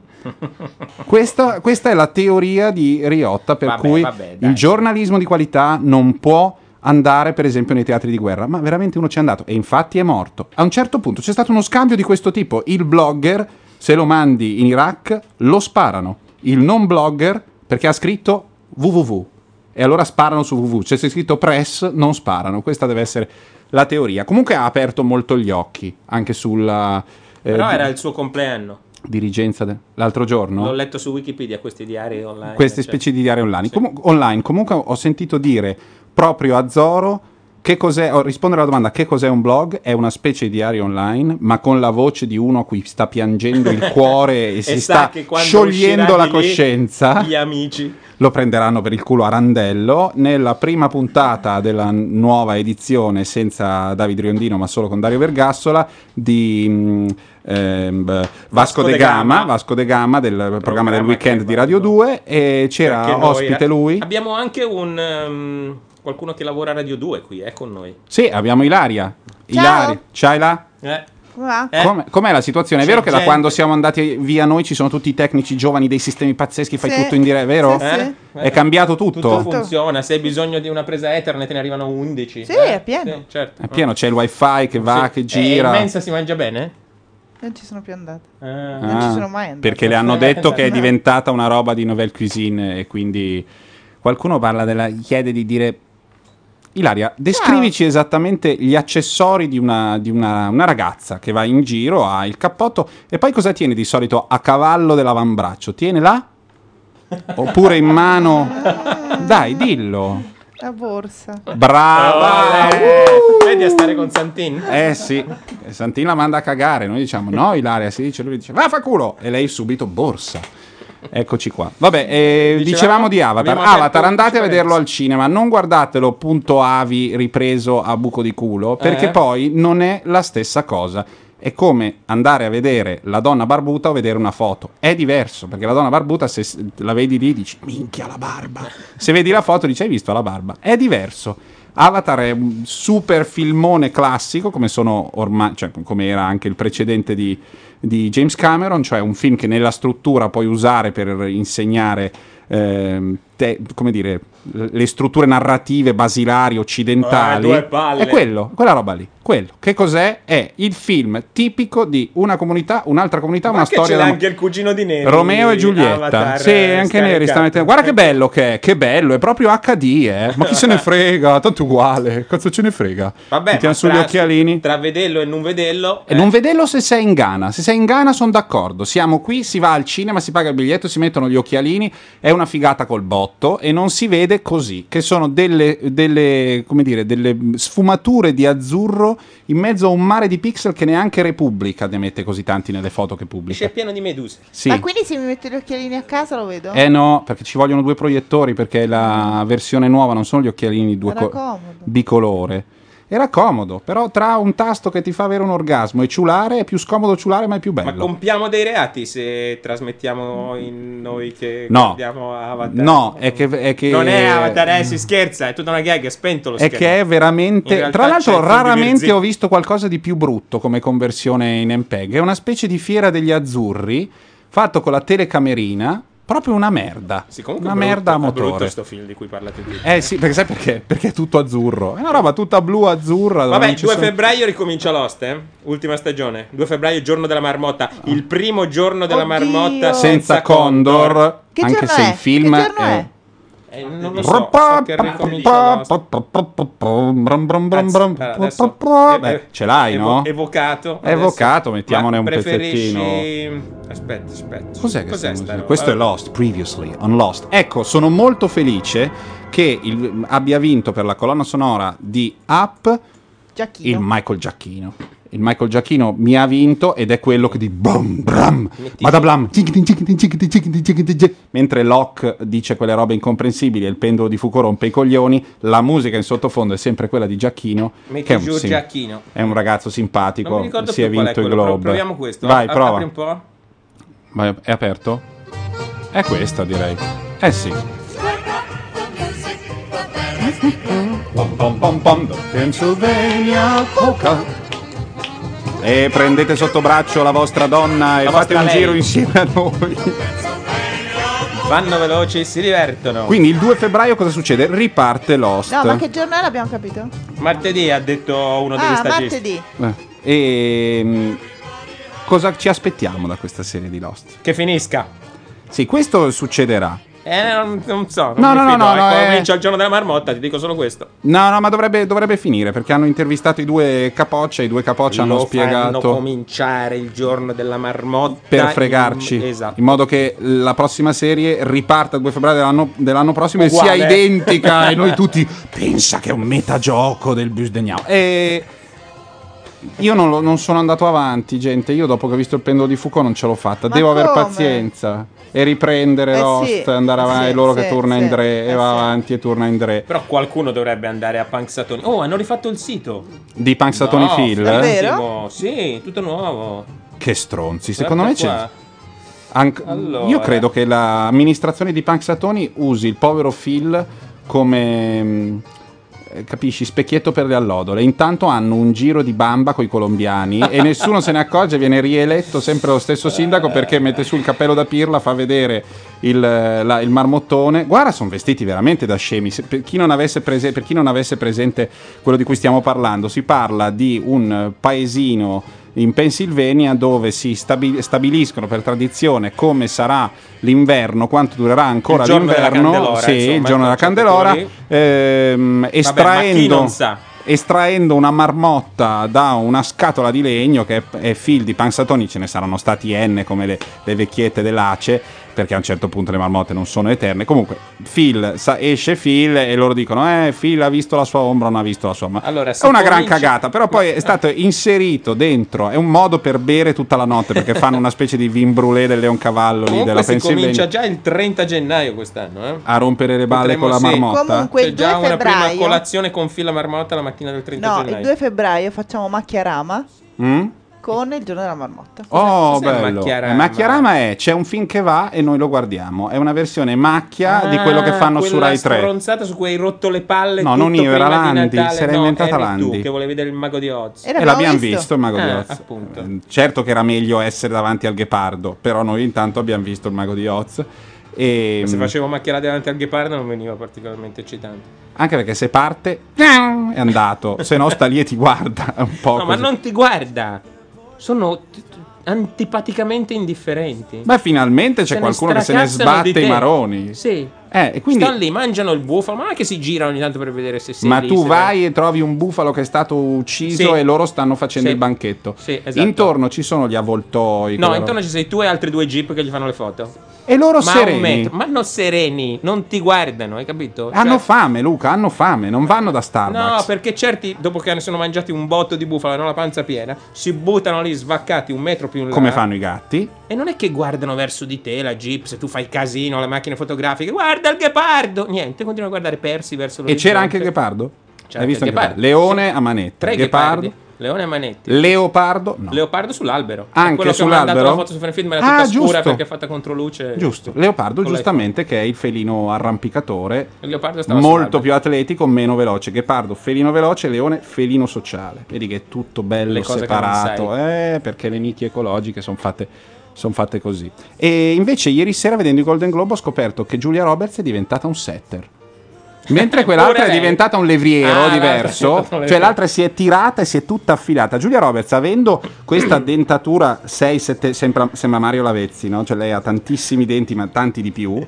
Questa, questa è la teoria di Riotta, per Vabbè, cui vabbè, dai. il giornalismo di qualità non può andare per esempio nei teatri di guerra, ma veramente uno ci è andato e infatti è morto. A un certo punto c'è stato uno scambio di questo tipo: il blogger, se lo mandi in Iraq lo sparano, il non blogger perché ha scritto www e allora sparano su www, se c'è scritto press non sparano. Questa deve essere la teoria. Comunque ha aperto molto gli occhi anche sulla eh, Però di- era il suo compleanno. dirigenza de- l'altro giorno. L'ho letto su Wikipedia, questi diari online. Queste eccetera. specie di diari online. Comu- online. Comunque ho sentito dire proprio a Zoro che cos'è, o rispondere alla domanda che cos'è un blog. È una specie di diario online, ma con la voce di uno a cui sta piangendo il cuore e si E sa sta che quando sciogliendo uscirà la di lì, coscienza. Gli amici. Lo prenderanno per il culo a randello. Nella prima puntata della nuova edizione, senza Davide Riondino ma solo con Dario Vergassola, di mh, ehm, Vasco, Vasco de de Gama, Gama. Vasco de Gama del programma, Programma del weekend che di Radio due, e c'era Perché noi- ospite lui. Abbiamo anche un um, qualcuno che lavora a Radio due qui, è con noi. Sì, abbiamo Ilaria. Ciao. Ilaria, c'hai là? Eh. Come va? Eh? Com'è, com'è la situazione? È C'è vero che da gente- quando siamo andati via noi ci sono tutti i tecnici giovani dei sistemi pazzeschi, fai Sì. tutto in diretta, vero? Sì, sì. Eh? È cambiato tutto. Tutto funziona, se hai bisogno di una presa Ethernet ne arrivano undici. Sì, Eh? è pieno. Sì, certo. È pieno, c'è il wifi che va, Sì. che E gira. in mensa si mangia bene? Non ci sono più andata. Ah. Non ci sono mai andata. Perché le hanno detto che è diventata una roba di nouvelle cuisine e quindi qualcuno parla della chiede di dire Ilaria, descrivici esattamente gli accessori di, una, di una, una ragazza che va in giro, ha il cappotto e poi cosa tiene di solito a cavallo dell'avambraccio? Tiene là? Oppure in mano? Dai, dillo. La borsa. Brava! Uh! Vedi a stare con Santin? Eh sì, Santin la manda a cagare. Noi diciamo no, Ilaria si dice, lui dice va fa culo e lei subito borsa. Eccoci qua. Vabbè, eh, dicevamo, dicevamo di Avatar. Avatar, andate a vederlo al cinema, non guardatelo punto avi ripreso a buco di culo, perché Eh? poi non è la stessa cosa. È come andare a vedere la donna barbuta o vedere una foto. È diverso, perché la donna barbuta, se la vedi lì, dici minchia la barba. Se vedi la foto, dici hai visto la barba. È diverso. Avatar è un super filmone classico, come sono ormai, cioè come era anche il precedente di, di James Cameron, cioè un film che nella struttura puoi usare per insegnare ehm, te, come dire, le strutture narrative basilari occidentali. Ah, due palle. È quello, quella roba lì. Quello. Che cos'è? È il film tipico di una comunità, un'altra comunità, Ma una che storia c'è da... anche il cugino di Neri. Romeo e Giulietta. Avatar, sì, eh, anche Neri sta scaricato. mettendo. Guarda che bello che è, che bello, è proprio acca di, eh. Ma chi se ne frega? Tanto uguale. Cazzo ce ne frega? Vabbè, Mettiamo ma sugli tra- occhialini. Tra vederlo e non vederlo. E non vederlo se sei in Ghana. Se sei in Ghana sono d'accordo. Siamo qui, si va al cinema, si paga il biglietto, si mettono gli occhialini, è una figata col botto e non si vede così, che sono delle, delle, come dire, delle sfumature di azzurro in mezzo a un mare di pixel che neanche Repubblica ne mette così tanti nelle foto che pubblica. C'è pieno di meduse. Sì. Ma quindi se mi metto gli occhialini a casa lo vedo? Eh no, perché ci vogliono due proiettori, perché la versione nuova non sono gli occhialini due Era co- comodo. bicolore. Era comodo, però tra un tasto che ti fa avere un orgasmo e ciulare è più scomodo ciulare ma è più bello. Ma compiamo dei reati se trasmettiamo in noi che No. guardiamo Avatar. No, è che, è che Non è Avatar, eh, si scherza, è tutta una gag, è spento lo È schermo. che è In veramente. realtà Tra l'altro, c'è il raramente Virzi. ho visto qualcosa di più brutto come conversione in M P E G. È una specie di fiera degli azzurri fatto con la telecamerina. Proprio una merda. Sì, comunque una è brutto, merda a è brutto motore. sto film di cui parlate tutti. Eh sì, perché sai perché? Perché è tutto azzurro. È una roba tutta blu azzurra. dove Vabbè, non ci due sono- febbraio ricomincia Lost, eh? Ultima stagione. due febbraio, giorno della marmotta. Il primo giorno della Oddio. marmotta senza Condor. Che anche giorno se è? il film Che giorno è? Eh, non lo so, so che ricomincia Lost. Beh, ce l'hai, Evo- no? Evocato. È evocato, mettiamone Ma un preferisci- pezzettino. Aspetta, aspetta. Cos'è che Cos'è stiamo sta dicendo? roba? Questo è Lost, Previously on Lost. Ecco, sono molto felice che il- abbia vinto per la colonna sonora di Up Giacchino. il Michael Giacchino. Il Michael Giacchino mi ha vinto ed è quello che di brum brum badablam, mentre Locke dice quelle robe incomprensibili e il pendolo di Foucault rompe i coglioni, la musica in sottofondo è sempre quella di Giacchino, Metti che è un, giù sim- Giacchino. è un ragazzo simpatico, Non mi ricordo si è più qual è vinto il quello, Globe. pro- proviamo questo. Vai, A- prova. apri un po'. Vai, è aperto? È questa, direi. Eh sì. Pom pom pom pom, Pennsylvania Polka. E prendete sotto braccio la vostra donna e La fate vostra un lei. giro insieme a noi. Vanno veloci, si divertono. Quindi il due febbraio cosa succede? Riparte Lost. No, ma che giorno è? L'abbiamo capito? Martedì ha detto uno degli Ah, stagisti. martedì. Eh, E mh, cosa ci aspettiamo da questa serie di Lost? Che finisca. Sì, questo succederà. Eh, non, non so. Non No, mi no, no, fido, no, eh, no, quando eh. comincia il giorno della marmotta, ti dico solo questo. No, no, ma dovrebbe, dovrebbe finire perché hanno intervistato i due capoccia. I due capoccia hanno Lo spiegato. fanno cominciare il giorno della marmotta Per fregarci, in, esatto. in modo che la prossima serie riparta il due febbraio dell'anno, dell'anno prossimo Uguale. e sia identica e noi tutti pensa che è un metagioco del Busdeniao. E io non, lo- non sono andato avanti, gente. Io dopo che ho visto il pendolo di Foucault non ce l'ho fatta. Ma Devo aver come? pazienza e riprendere Eh Lost, sì, andare avanti, sì, e loro che sì, torna sì, in Dre e eh va sì. avanti e torna in Dre. Però qualcuno dovrebbe andare a Punxsutawney. Oh, hanno rifatto il sito. Di Punxsutawney No, Phil? fighissimo. Sì, tutto nuovo. Che stronzi, secondo me Guarda c'è. qua. Anc- Allora. Io credo che l'amministrazione di Punxsutawney usi il povero Phil come mh, eh, capisci, specchietto per le allodole. Intanto hanno un giro di bamba coi colombiani e nessuno se ne accorge, viene rieletto sempre lo stesso sindaco perché mette su il cappello da pirla, fa vedere il, la- il marmottone. Guarda, sono vestiti veramente da scemi. Se- per, chi non avesse prese- per chi non avesse presente quello di cui stiamo parlando, si parla di un paesino in Pennsylvania, dove si stabi- stabiliscono per tradizione come sarà l'inverno, quanto durerà ancora Il giorno della l'inverno, Candelora, sì, insomma, il giorno della il concetto Candelora, lì. ehm, Vabbè, ma chi estraendo non sa? estraendo una marmotta da una scatola di legno che è, è Phil di Pansatoni. Ce ne saranno stati N come le, le vecchiette dell'Ace, perché a un certo punto le marmotte non sono eterne. Comunque Phil sa, esce Phil e loro dicono eh Phil ha visto la sua ombra, non ha visto la sua ombra. Allora, È si una gran comincia- cagata, però poi è stato inserito dentro, è un modo per bere tutta la notte, perché fanno una specie di vin brûlé del Leoncavallo lì Comunque della si Pennsylvania comincia già il trenta gennaio quest'anno, eh? a rompere le balle Potremmo- con la sì. marmotta. Comunque C'è il già due una prima febbraio colazione con Phil la marmotta la mattina del trenta No, gennaio. il due febbraio facciamo Macchiarama Mm? con il giorno della marmotta. Oh, cos'è bello. Macchiarama? Eh, Macchiarama è c'è un film che va e noi lo guardiamo. È una versione macchia di Ah, quello che fanno su quella Rai tre. stronzata su cui hai rotto le palle. No, tutto non io, era prima di Landi, Natale. se l'era No, inventata eri Landi. tu che volevi vedere il mago di Oz. E E l'abbiamo visto, il Mago di Ah, Oz. appunto. Eh, Certo che era meglio essere davanti al ghepardo, però noi intanto abbiamo visto il Mago di Oz. E, Se facevo macchiare davanti al ghepardo non veniva particolarmente eccitante. anche perché se parte è andato, se no sta lì e ti guarda è un po' No, ma così. non ti guarda. Sono t- t- antipaticamente indifferenti. Beh, finalmente c'è Se ne qualcuno che se ne stracazzano di sbatte i te. maroni. Sì. Eh, e quindi Stanno lì, mangiano il bufalo, ma non è che si girano ogni tanto per vedere se sei Ma lì, tu se- vai e trovi un bufalo che è stato ucciso Sì. e loro stanno facendo Sì. il banchetto. Sì, esatto. Intorno ci sono gli avvoltoi. No, quella intorno roba. ci sei tu e altri due jeep che gli fanno le foto. E loro ma a un sereni. metro, ma non sereni, non ti guardano, hai capito? Hanno Cioè- fame, Luca, hanno fame, non vanno da Starbucks. No, perché certi, dopo che ne sono mangiati un botto di bufalo e hanno la panza piena, si buttano lì svaccati un metro più in là. Come fanno i gatti? E non è che guardano verso di te la jeep, se tu fai casino, le macchine fotografiche, guarda il ghepardo! Niente, continuano a guardare persi verso E l'orizzonte. c'era anche il ghepardo? C'era Hai visto anche anche il il ghepardo. Leone a manetta. Tre Ghepardo. ghepardi. Leone a manetti. Leopardo? No. Leopardo sull'albero. Anche È quello che ho sull'albero? mandato la foto su Film, era Ah, tutta scura giusto. perché è fatta contro luce. Giusto. Leopardo, Con giustamente, che è il felino arrampicatore. Il leopardo stava Molto sull'albero. più atletico, meno veloce. Ghepardo, felino veloce, leone, felino sociale. Vedi che è tutto bello Le cose che non separato. Eh, perché le nicchie ecologiche sono fatte, son fatte così. E invece ieri sera, vedendo i Golden Globe, ho scoperto che Giulia Roberts è diventata un setter. Mentre quell'altra Pure è lei. diventata un levriero Ah, l'altra è diverso, diventata un cioè levriero. l'altra si è tirata e si è tutta affilata. Giulia Roberts, avendo questa dentatura sei sette, sembra, sembra Mario Lavezzi, no? Cioè lei ha tantissimi denti, ma tanti di più.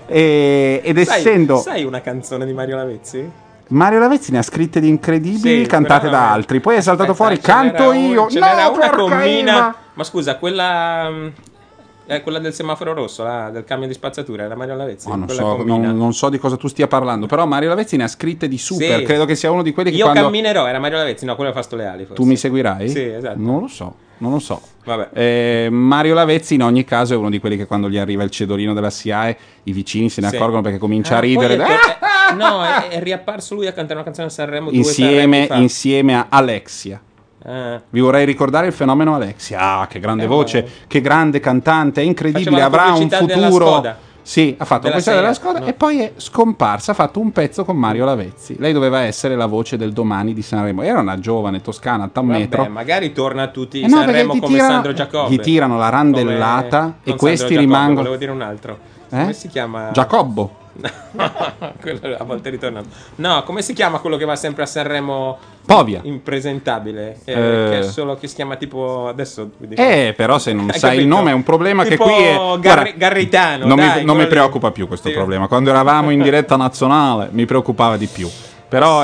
E- ed Sai- essendo Sai una canzone di Mario Lavezzi? Mario Lavezzi ne ha scritte di incredibili, Sì, cantate però- da altri. Poi è saltato fuori, Aspetta, ce canto n'era un- io. Ce No, n'era una porca con Mina. Eva! Ma scusa, quella. mm, È quella del semaforo rosso, la- del camion di spazzatura, era Mario Lavezzi. Oh, non, quella so, con Mina. non- non so di cosa tu stia parlando, però Mario Lavezzi ne ha scritte di super. Sì. Credo che sia uno di quelli che Io quando camminerò, era Mario Lavezzi, no, quello fa sto le ali. Forse. tu mi seguirai? Sì, esatto. Non lo so, non lo so. Vabbè. Eh, Mario Lavezzi in ogni caso è uno di quelli che quando gli arriva il cedolino della S I A E i vicini se ne Sì. accorgono perché comincia Ah, a ridere. poi è- è- no, è, è riapparso lui a cantare una canzone a Sanremo due insieme, Sanremi fa. insieme a Alexia. Ah. Vi vorrei ricordare il fenomeno Alexia. Ah, che grande Eh, voce, vabbè. che grande cantante, è incredibile, Faceva la avrà un pubblicità della futuro. Skoda. Sì, ha fatto la Della pubblicità della Seat, Skoda no. e poi è scomparsa, ha fatto un pezzo con Mario Lavezzi. Lei doveva essere la voce del domani di Sanremo. Era una giovane toscana, alta un Vabbè, metro. magari torna a tutti Eh i no, Sanremo perché gli come tirano- Sandro Giacobbe. gli tirano la randellata Come- e non questi Sandro Giacobbe, rimangono- Volevo dire un altro. Eh? Come si chiama? Giacobbo. Quello a volte ritorna. No, come si chiama quello che va sempre a Sanremo? Povia. Impresentabile. Eh, Eh. Che è solo che si chiama tipo. Adesso. vi dico. Eh, però se non Hai sai il capito? nome è un problema Tipo che qui è... Garri- Guarda, Garritano. non, dai, mi, non quello mi lì. preoccupa più questo Sì. problema. Quando eravamo in diretta nazionale mi preoccupava di più. Però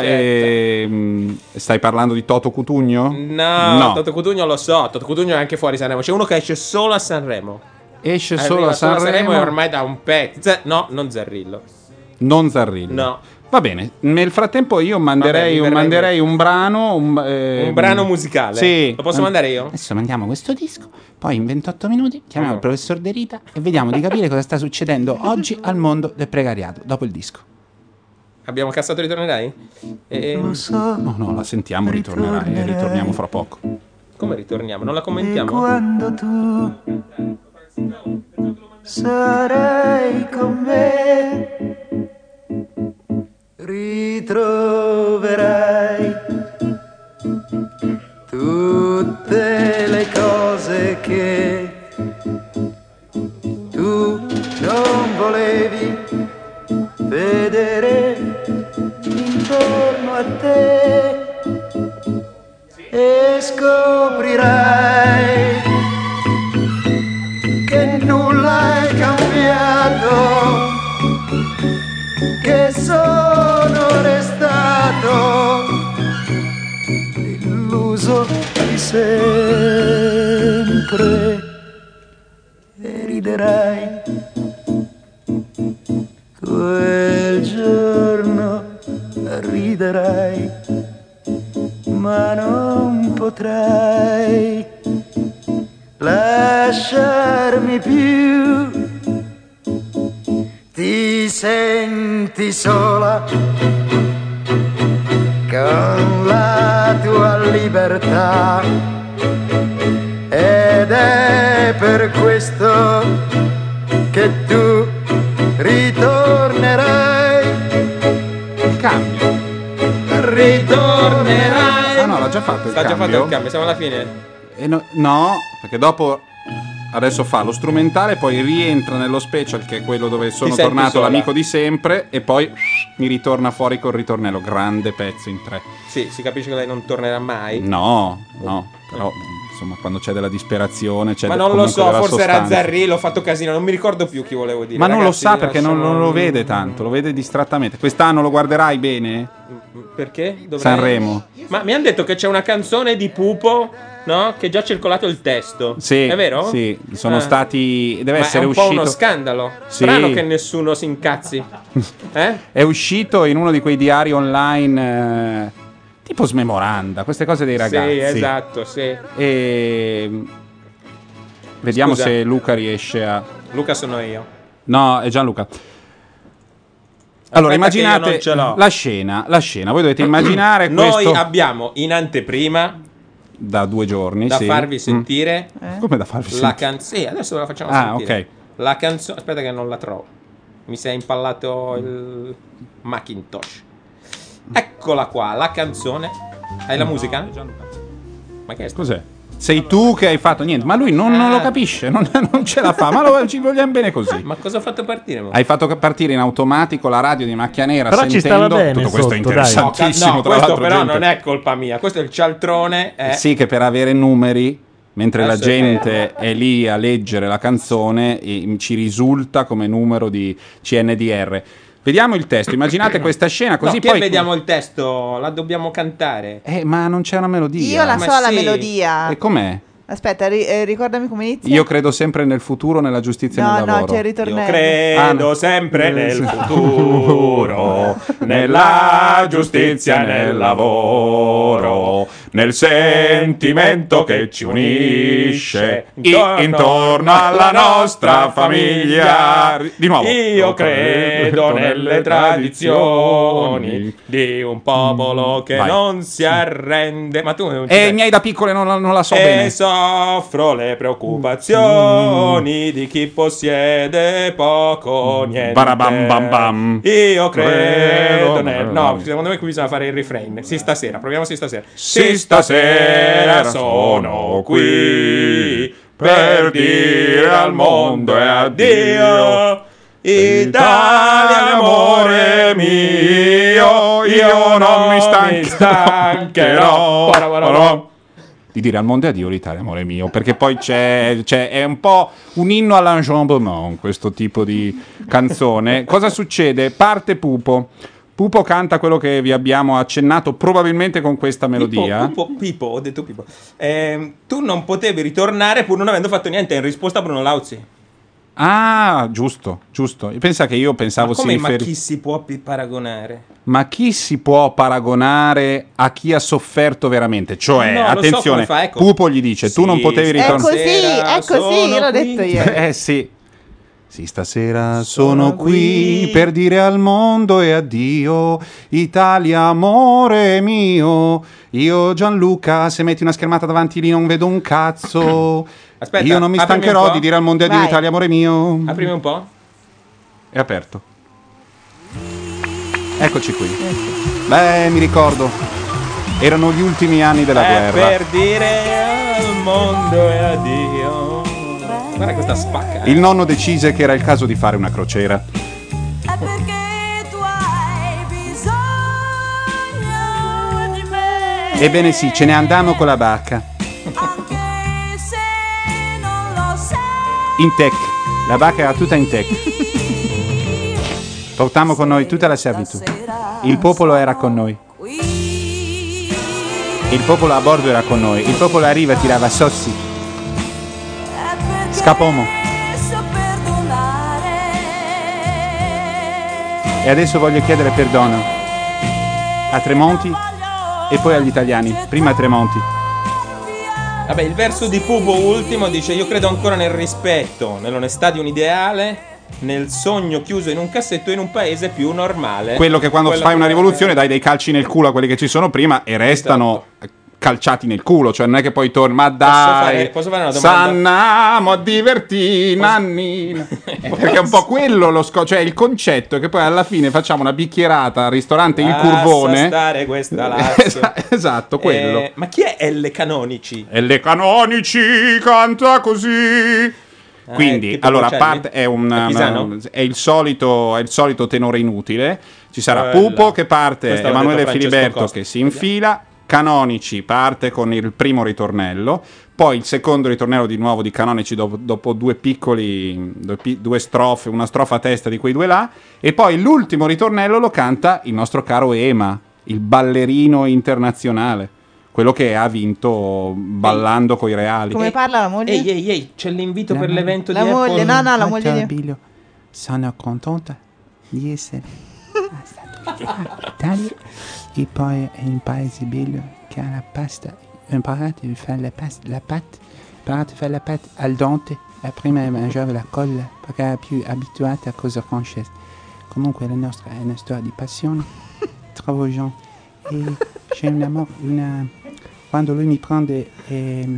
ehm, stai parlando di Toto Cutugno? No, Toto Cutugno lo so. Toto Cutugno è anche fuori Sanremo. C'è uno che esce solo a Sanremo. Esce Arriva solo a Sanremo, e ormai da un pezzo. Z- no, non Zarrillo. non Zarrillo. No. Va bene, nel frattempo io manderei, Vabbè, mi manderei un brano. Un, eh, Un brano musicale? Sì. Lo posso mandare io? Adesso mandiamo questo disco, poi in ventotto minuti chiamiamo il professor De Rita e vediamo di capire cosa sta succedendo oggi al mondo del precariato dopo il disco. Abbiamo cassato ritornerai? E... No, no, la sentiamo, ritornerai e ritorniamo fra poco. Come ritorniamo? Non la commentiamo? Quando tu sarai con me, ritroverai tutte le cose che tu non volevi vedere intorno a te e scoprirai sempre e riderai. Quel giorno riderai, ma non potrai lasciarmi più. Ti senti sola con la tua libertà ed è per questo che tu ritornerai. Il cambio. Ritornerai. Ah no, l'ha già fatto il L'ha già cambio. fatto il cambio, siamo alla fine. E no, no, perché dopo adesso fa lo strumentale, poi rientra nello special che è quello dove sono senti tornato sola. l'amico di sempre e poi mi ritorna fuori col ritornello, grande pezzo in tre. Sì, si capisce che lei non tornerà mai. No, no, però insomma quando c'è della disperazione c'è Ma de- non lo comunque so, della forse era sostanza. Zarrillo, ho fatto casino, non mi ricordo più chi volevo dire. Ma non lo Ragazzi, sa perché non, lasciamo- non lo vede tanto, lo vede distrattamente. Quest'anno lo guarderai bene? Perché? Dovrei- Sanremo. Ma mi hanno detto che c'è una canzone di Pupo, no? Che è già circolato il testo. Sì, È vero? sì, sono Ah. stati. Deve Ma essere è un uscito. po' uno scandalo. Sì. Strano che nessuno si incazzi. Eh? È uscito in uno di quei diari online, eh, tipo smemoranda, queste cose dei ragazzi. Sì, esatto, sì. E vediamo Scusa. se Luca riesce a. Luca sono io. No, è Gianluca. Allora, Aspetta che io immaginate non ce l'ho. la scena, la scena. Voi dovete immaginare Noi questo abbiamo in anteprima da due giorni. da sì. farvi Mm. sentire Come da farvi la sentire? canzone. Sì, adesso ve la facciamo Ah, sentire. ok. La canzone. Aspetta che non la trovo. Mi si è impallato il Macintosh. Eccola qua, la canzone. Hai la musica? Ma che è sta? Cos'è? Sei tu che hai fatto niente, ma lui non, non lo capisce, non, non ce la fa, ma lo, ci vogliamo bene così. Ma cosa ho fatto partire? mo? Hai fatto partire in automatico la radio di Macchia Nera. Però ci stava sentendo bene tutto questo è sotto, dai. interessantissimo. No, tra questo l'altro, però gente. non è colpa mia. Questo è il cialtrone. È... Sì, che per avere numeri, mentre la Adesso è gente è lì a leggere la canzone, e ci risulta come numero di C N D R. Vediamo il testo, immaginate questa scena così no, che poi. vediamo il testo, la dobbiamo cantare. Eh, ma non c'è una melodia. Io la Ma so la sì. melodia. E com'è? Aspetta, ri- eh, ricordami come inizia. Io credo sempre nel futuro, nella giustizia e No, nel no, lavoro. c'è il ritornello. Io credo Ah, no. sempre nel Sì. futuro, nella giustizia e nel lavoro, nel sentimento che ci unisce I- intorno alla nostra famiglia. Di nuovo. Io credo nelle tradizioni di un popolo che Vai. non si arrende. Ma tu non ci E sei. i miei da piccole non, non la so e bene. soffro le preoccupazioni di chi possiede poco o niente. Barabam bam bam. Io credo Credo nel... nel- No, secondo me qui bisogna fare il refrain. Sì, stasera, proviamo sì stasera. Sì, stasera sono qui per dire al mondo e addio. Italia, amore mio, io non mi stancherò. stancherò. Di dire al mondo e addio l'Italia, amore mio, perché poi c'è, c'è è un po' un inno all'enjambement questo tipo di canzone. Cosa succede? Parte Pupo. Pupo canta quello che vi abbiamo accennato, probabilmente con questa melodia. Pipo, Pipo, Pipo, ho detto Pipo. Ehm, tu non potevi ritornare pur non avendo fatto niente in risposta a Bruno Lauzi. Ah, giusto, giusto. Pensa che io pensavo Ma si come ma riferi- chi si può pi- paragonare? Ma chi si può paragonare a chi ha sofferto veramente? Cioè, No, lo so attenzione, come fa, ecco. Pupo gli dice, tu Sì, non potevi È ritornare. così, Stasera è così, sono l'ho qui. detto ieri. Eh sì. Sì, stasera sono qui per dire al mondo e addio, Italia, amore mio. Io, Gianluca, se metti una schermata davanti lì non vedo un cazzo. Aspetta, Io non mi aprimi un stancherò po'. di dire al mondo e addio, Vai. Italia, amore mio. Aprimi un po'. È aperto. Eccoci qui. Beh, mi ricordo. Erano gli ultimi anni della È guerra. per dire al mondo e addio. Guarda questa spacca. eh. Il nonno decise che era il caso di fare una crociera. Ebbene sì, ce ne andammo con la barca. In tech. La barca era tutta in tech. Portammo con noi tutta la servitù. Il popolo era con noi. Il popolo a bordo era con noi. Il popolo a riva tirava sossi. Scapomo. E adesso voglio chiedere perdono a Tremonti e poi agli italiani. Prima a Tremonti. Vabbè, il verso di Pupo ultimo dice: io credo ancora nel rispetto, nell'onestà di un ideale, nel sogno chiuso in un cassetto in un paese più normale. Quello che quando Quello fai che- una rivoluzione dai dei calci nel culo a quelli che ci sono prima e restano calciati nel culo, cioè non è che poi torni, ma dai, fare- posso fare una domanda? s'annamo a divertì, nannina. Perché è un po' quello lo scopo, cioè il concetto è che poi alla fine facciamo una bicchierata al ristorante Il Lascia Curvone. stare questa Lazio. Esatto, quello. Eh, ma chi è L. Canonici? E le Canonici canta così. Quindi, tipo allora, a Bocelli? parte è, un, È Pisano? una- è il solito è il solito tenore inutile. Ci sarà Quella. Pupo che parte, Questo l'ha Emanuele detto Francesco Filiberto Costa. che si infila, Canonici parte con il primo ritornello, poi il secondo ritornello di nuovo di Canonici dopo, dopo due piccoli due, pi- due strofe, una strofa a testa di quei due là, e poi l'ultimo ritornello lo canta il nostro caro Ema, il ballerino internazionale, quello che ha vinto ballando coi reali. Come parla la moglie? Ehi, ehi, ehi, c'è l'invito La per moglie. l'evento La di moglie, Apple. no, no, la Ah, moglie ciao, di... Bilio. Sono contenta di essere stato in Italia e poi in paese bello che ha la pasta. Ho imparato a fare la pasta, la pâte, ho imparato a fare la pâte al dente e prima mangiavo la colla perché era più abituata a cose francesi. Comunque la nostra è una storia di passione, trovo Jean e c'è un amore, una... quando lui mi prende è,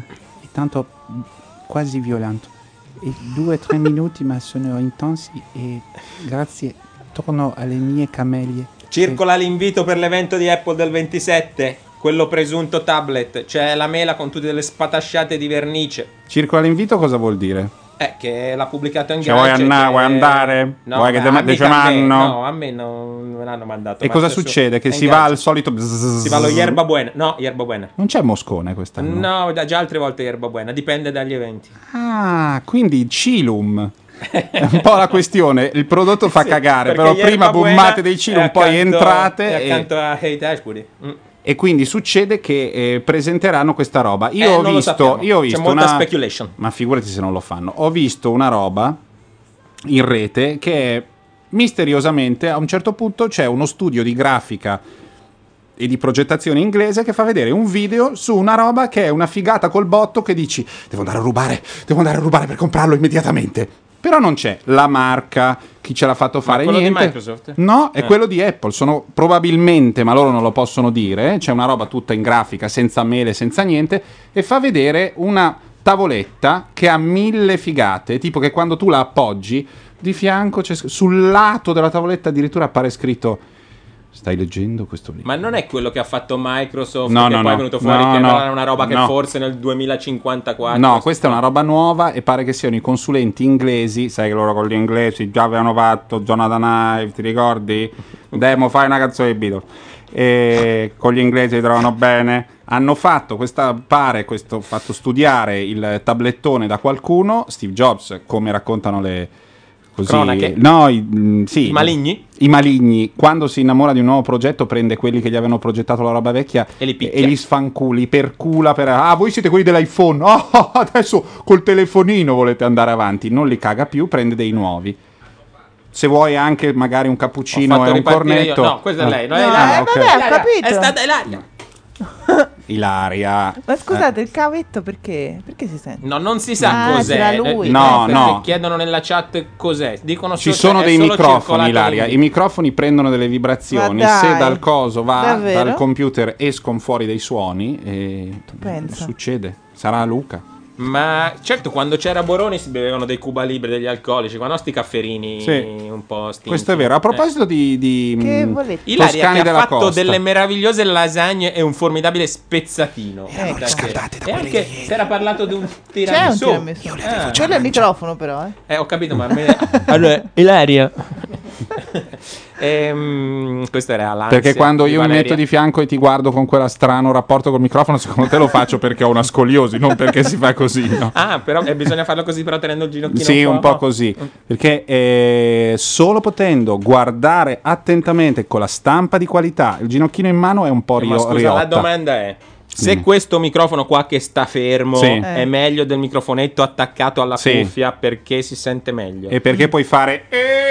è tanto quasi violento. E due o tre minuti ma sono intensi e grazie torno alle mie camelie. Circola l'invito per l'evento di Apple del ventisette, quello presunto tablet. C'è la mela con tutte le spatasciate di vernice. Circola l'invito cosa vuol dire? Eh, che l'ha pubblicato in Cioè, vuoi gadget, andare- che- vuoi andare? No, Vuoi che ma te- mica dice a me, manno? No, a me non me l'hanno mandato. E ma cosa adesso succede? Che è in si va gadget. al solito bzz- Si va allo Yerba Buena. No, Yerba Buena. Non c'è Moscone quest'anno? No, da- già altre volte Yerba Buena, dipende dagli eventi. Ah, quindi Cilum. È un po' la questione. Il prodotto fa Sì, cagare, perché però Yerba prima Buena bombate dei è Cilum, poi accanto- entrate è e, accanto a Haight Ashbury. Mm. e quindi succede che eh, presenteranno questa roba. Io Eh, ho non lo visto, sappiamo. io ho C'è visto molta una speculation. Ma figurati se non lo fanno. Ho visto una roba in rete che è misteriosamente a un certo punto c'è uno studio di grafica e di progettazione inglese che fa vedere un video su una roba che è una figata col botto che dici devo andare a rubare, devo andare a rubare per comprarlo immediatamente. Però non c'è la marca, chi ce l'ha fatto fare quello di niente. Microsoft? No, è Ah. quello di Apple. Sono probabilmente, ma loro non lo possono dire. C'è una roba tutta in grafica, senza mele, senza niente. E fa vedere una tavoletta che ha mille figate. Tipo che quando tu la appoggi, di fianco, c'è, sul lato della tavoletta addirittura appare scritto: stai leggendo questo libro? Ma non è quello che ha fatto Microsoft, No, che no, poi no. è venuto fuori No, che no. era una roba che No. forse nel duemilacinquantaquattro. No, questa è una roba nuova e pare che siano i consulenti inglesi, sai che loro con gli inglesi già avevano fatto Jonathan Ive, ti ricordi? Demo, fai una canzone di Beatles. E con gli inglesi si trovano bene. Hanno fatto questa, pare, questo, fatto studiare il tablettone da qualcuno, Steve Jobs, come raccontano le così, Cronache. no, i, mh, sì, I maligni? I maligni, quando si innamora di un nuovo progetto, prende quelli che gli avevano progettato la roba vecchia E li picchia. e li sfanculi, percula per ah, voi siete quelli dell'iPhone. Oh, adesso col telefonino volete andare avanti, non li caga più, prende dei nuovi. Se vuoi anche magari un cappuccino Ho fatto e un ripartire io. cornetto. No, questa è lei, no, è Ah, Ilaria. ok. Vabbè, ho Ilaria, capito. È stata Ilaria. Ilaria. Ma scusate, il cavetto perché? Perché si sente? No, non si sa Ah, cos'è. c'era lui. Eh, No, perché no. chiedono nella chat cos'è. Dicono Ci solo- sono è dei solo microfoni, circolato Ilaria. lì. I microfoni prendono delle vibrazioni. Ma dai, Se dal coso va, davvero? dal computer escono fuori dei suoni, e pensa. succede. Sarà Luca. Ma certo, quando c'era Boroni si bevevano dei Cuba Libre, degli alcolici. Quando sti cafferini Sì. un po' stinti. Questo è vero. A proposito di, di Che mh, volete? Ilaria toscani che ha della fatto costa. delle meravigliose lasagne e un formidabile spezzatino. Erano Eh, riscaldate da e quelle anche di ieri. si era parlato di un C'è un tiramisù. tiramisù. Ah. Quello è il microfono però, eh. Eh, ho capito, ma a me... allora, Ilaria. ehm, questo era l'ansia Perché quando di io mi Valeria. metto di fianco e ti guardo con quella strano rapporto col microfono, secondo te lo faccio perché ho una scoliosi, non perché si fa così, no? Ah, però eh, bisogna farlo così, però tenendo il ginocchino Sì, un po' no. così. Perché eh, solo potendo guardare attentamente con la stampa di qualità, il ginocchino in mano è un po' Ma rio- scusa, riotta. la domanda è: Se Dimmi. questo microfono qua che sta fermo Sì. è Eh. meglio del microfonetto attaccato alla Sì. cuffia, perché si sente meglio. E perché puoi fare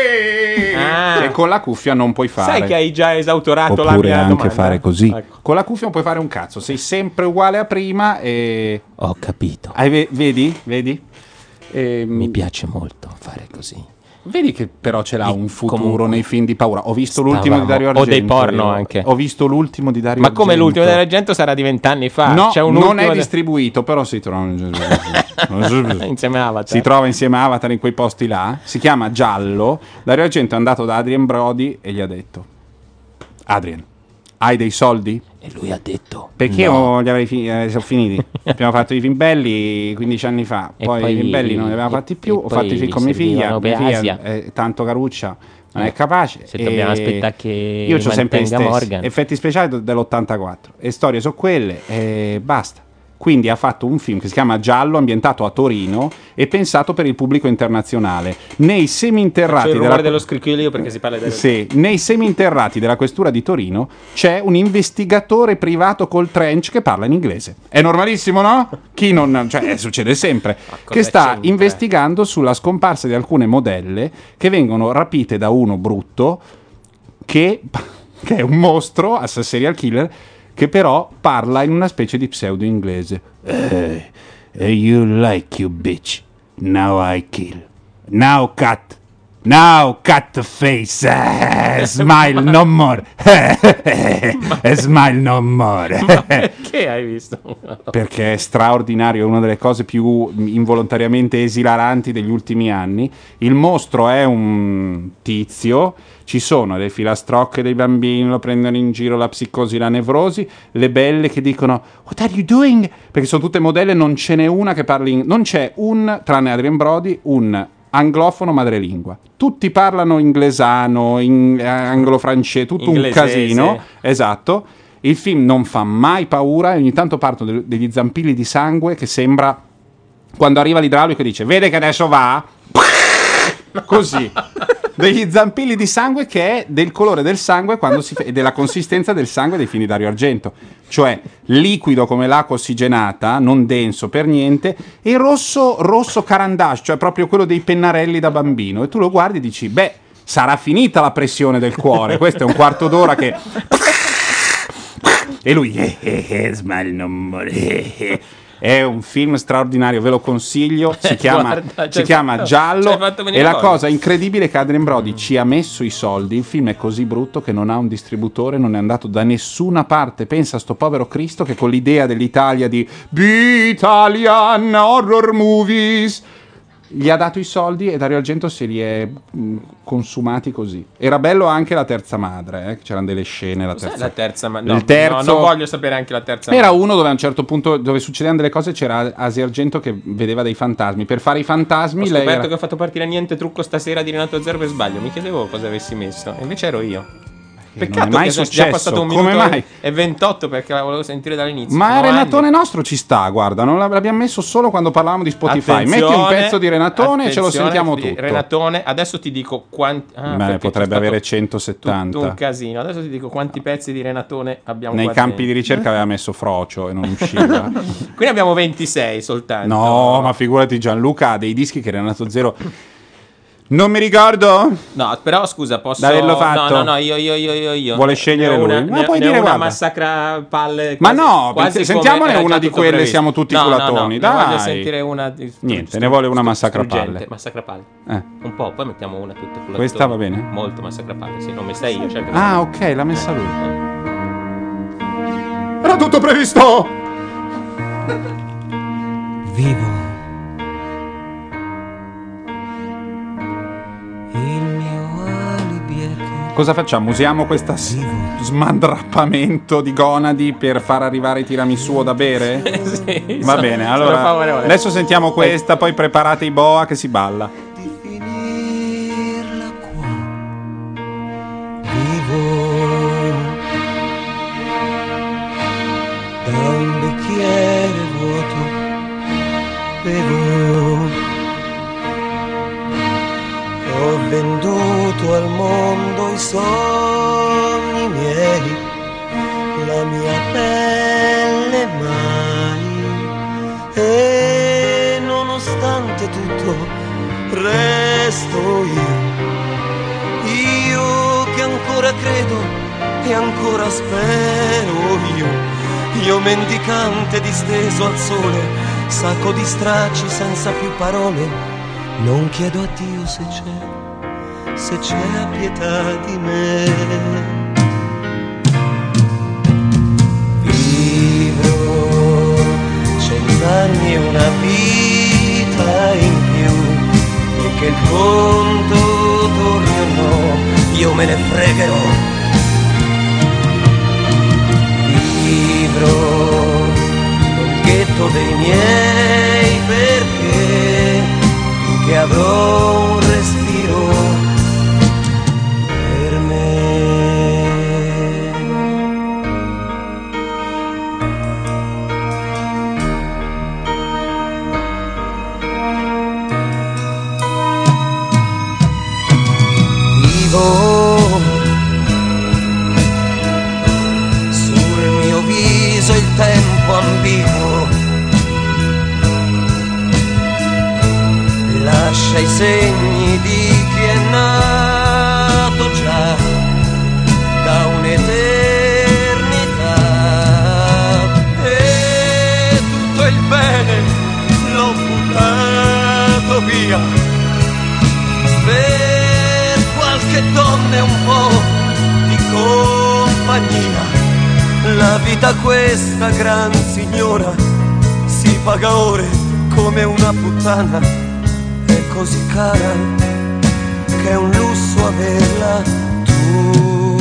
Ah. e con la cuffia non puoi fare. Sai che hai già esautorato la Oppure mia anche domanda? fare così. Ecco. Con la cuffia non puoi fare un cazzo, sei sempre uguale a prima e... Ho capito. Hai ve- vedi? Vedi? Mi piace molto fare così. Vedi che però ce l'ha un futuro comunque nei film di paura. Ho visto stavamo- l'ultimo di Dario o Argento. dei porno io. anche. Ho visto l'ultimo di Dario Ma Argento. come l'ultimo dell'Argento sarà di vent'anni fa? No, C'è un non ultimo è de- distribuito, però si trova insieme a Avatar. Si trova insieme a Avatar in quei posti là. Si chiama Giallo. Dario Argento è andato da Adrien Brody e gli ha detto: Adrien, hai dei soldi? E lui ha detto: Perché no. io li avrei fi- eh, sono finiti. Abbiamo fatto i film belli quindici anni fa, E poi, poi- i film belli non li abbiamo e- fatti più. e Ho poi fatto i film con mia figlia. servivano Mia per figlia Asia. è tanto caruccia, non è capace. Se dobbiamo aspettare che io c'ho sempre gli mantenga stessi Morgan. effetti speciali d- dell'ottantaquattro e storie sono quelle e basta. Quindi ha fatto un film che si chiama Giallo, ambientato a Torino e pensato per il pubblico internazionale. Nei C'è seminterrati il rumore della dello scricchiolio perché si parla del sì, nei seminterrati della questura di Torino c'è un investigatore privato col trench che parla in inglese. È normalissimo, no? Chi non... cioè, eh, succede sempre. Che sta c'entra? investigando sulla scomparsa di alcune modelle che vengono rapite da uno brutto che, che è un mostro, a serial killer, che però parla in una specie di pseudo inglese. Eh, eh, you like you bitch. Now I kill. Now cut. Now cut the face. Eh, smile no more. Eh, smile no more. Perché hai visto? Perché è straordinario, è una delle cose più involontariamente esilaranti degli ultimi anni. Il mostro è un tizio, ci sono le filastrocche dei bambini, lo prendono in giro, la psicosi, la nevrosi, le belle che dicono "What are you doing?" Perché sono tutte modelle, non ce n'è una che parli in... non c'è un, tranne Adrien Brody, un anglofono madrelingua. Tutti parlano inglesano, in, eh, anglo-francese, tutto Inglesese. un casino. Esatto. Il film non fa mai paura e ogni tanto partono de- degli zampilli di sangue che sembra quando arriva l'idraulico e dice "Vede che adesso va?" Così. Degli zampilli di sangue che è del colore del sangue quando si fa- e della consistenza del sangue dei film di Dario Argento, cioè liquido come l'acqua ossigenata, non denso per niente, e rosso rosso carandace, cioè proprio quello dei pennarelli da bambino, e tu lo guardi e dici "Beh, sarà finita la pressione del cuore, questo è un quarto d'ora che..." e lui eh, eh, eh, smile no more, eh, eh. È un film straordinario, ve lo consiglio. Si chiama, Guarda, si ci hai chiama fatto- ci Giallo. hai fatto venire E la voglia. cosa incredibile è che Adrien Brody ci ha messo i soldi. Il film è così brutto che non ha un distributore, non è andato da nessuna parte. Pensa a sto povero Cristo che con l'idea dell'Italia di The Italian Horror Movies gli ha dato i soldi e Dario Argento se li è mh, consumati così. Era bello anche La terza madre, eh, che c'erano delle scene. La Cos'è terza, la terza ma- no, il terzo no, non voglio sapere anche la terza era ma- uno dove a un certo punto dove succedevano delle cose c'era Asia Argento che vedeva dei fantasmi. Per fare i fantasmi Ho lei scoperto era... che ho fatto partire niente trucco stasera di Renato Zero per sbaglio. Mi chiedevo cosa avessi messo. E invece ero io. Peccato non è mai che sia successo. già passato un Come minuto mai? e ventotto perché la volevo sentire dall'inizio. Ma Sono Renatone anni. nostro ci sta, guarda, non l'ab- l'abbiamo messo solo quando parlavamo di Spotify. Metti un Attenzione, pezzo di Renatone e ce lo attenzione, sentiamo di tutto. Renatone, adesso ti dico quanti. ah, Beh, perché potrebbe c'è stato avere tutto centosettanta. un casino. Adesso ti dico quanti pezzi di Renatone abbiamo Nei qua campi dentro. di ricerca aveva messo Frocio e non usciva. Quindi abbiamo ventisei soltanto. No, ma figurati, Gianluca ha dei dischi che Renato Zero non mi ricordo. No, però scusa, posso D'averlo fatto? No, no, no, io io io io io. Vuole scegliere Ne ho una, lui? Ma ne- puoi ne ho dire, una guarda. massacra palle. Ma quasi- no, quasi perché- come sentiamone era una già di tutto quelle, previsto. siamo tutti No, no, culatoni, no, ne voglio dai. sentire una di- Niente, ne vuole una massacra struggente, palle. Massacra palle. Eh. Un po', poi mettiamo una tutte culatoni. Questa va bene? Molto massacra palle, sì, non messa io, certo. Ah, ok, l'ha messa lui. Era tutto previsto. Vivo. Il mio alibi è che Cosa facciamo? Usiamo questo smandrappamento di gonadi per far arrivare i tiramisù da bere? Sì, Va sono- bene, sono allora favorevole. adesso sentiamo questa, poi preparate i boa che si balla. finirla qua. Vivo da un bicchiere vuoto. Bevo. Ho venduto al mondo i sogni miei, la mia pelle, ma tutto resto io. Io che ancora credo e ancora spero io. Io mendicante disteso al sole, sacco di stracci senza più parole. Non chiedo a Dio se c'è, se c'è pietà di me. Vivrò cent'anni e una vita in più, e che il conto torni o no, io me ne fregherò. Vivrò nel ghetto dei miei perché, che avrò un respiro per me. Vivo sul mio viso il tempo ambiguo, lascia i segni di chi è nato già da un'eternità, e tutto il bene l'ho buttato via per qualche donna e un po' di compagnia. La vita questa gran signora si paga ore come una puttana, è così cara che è un lusso averla tu.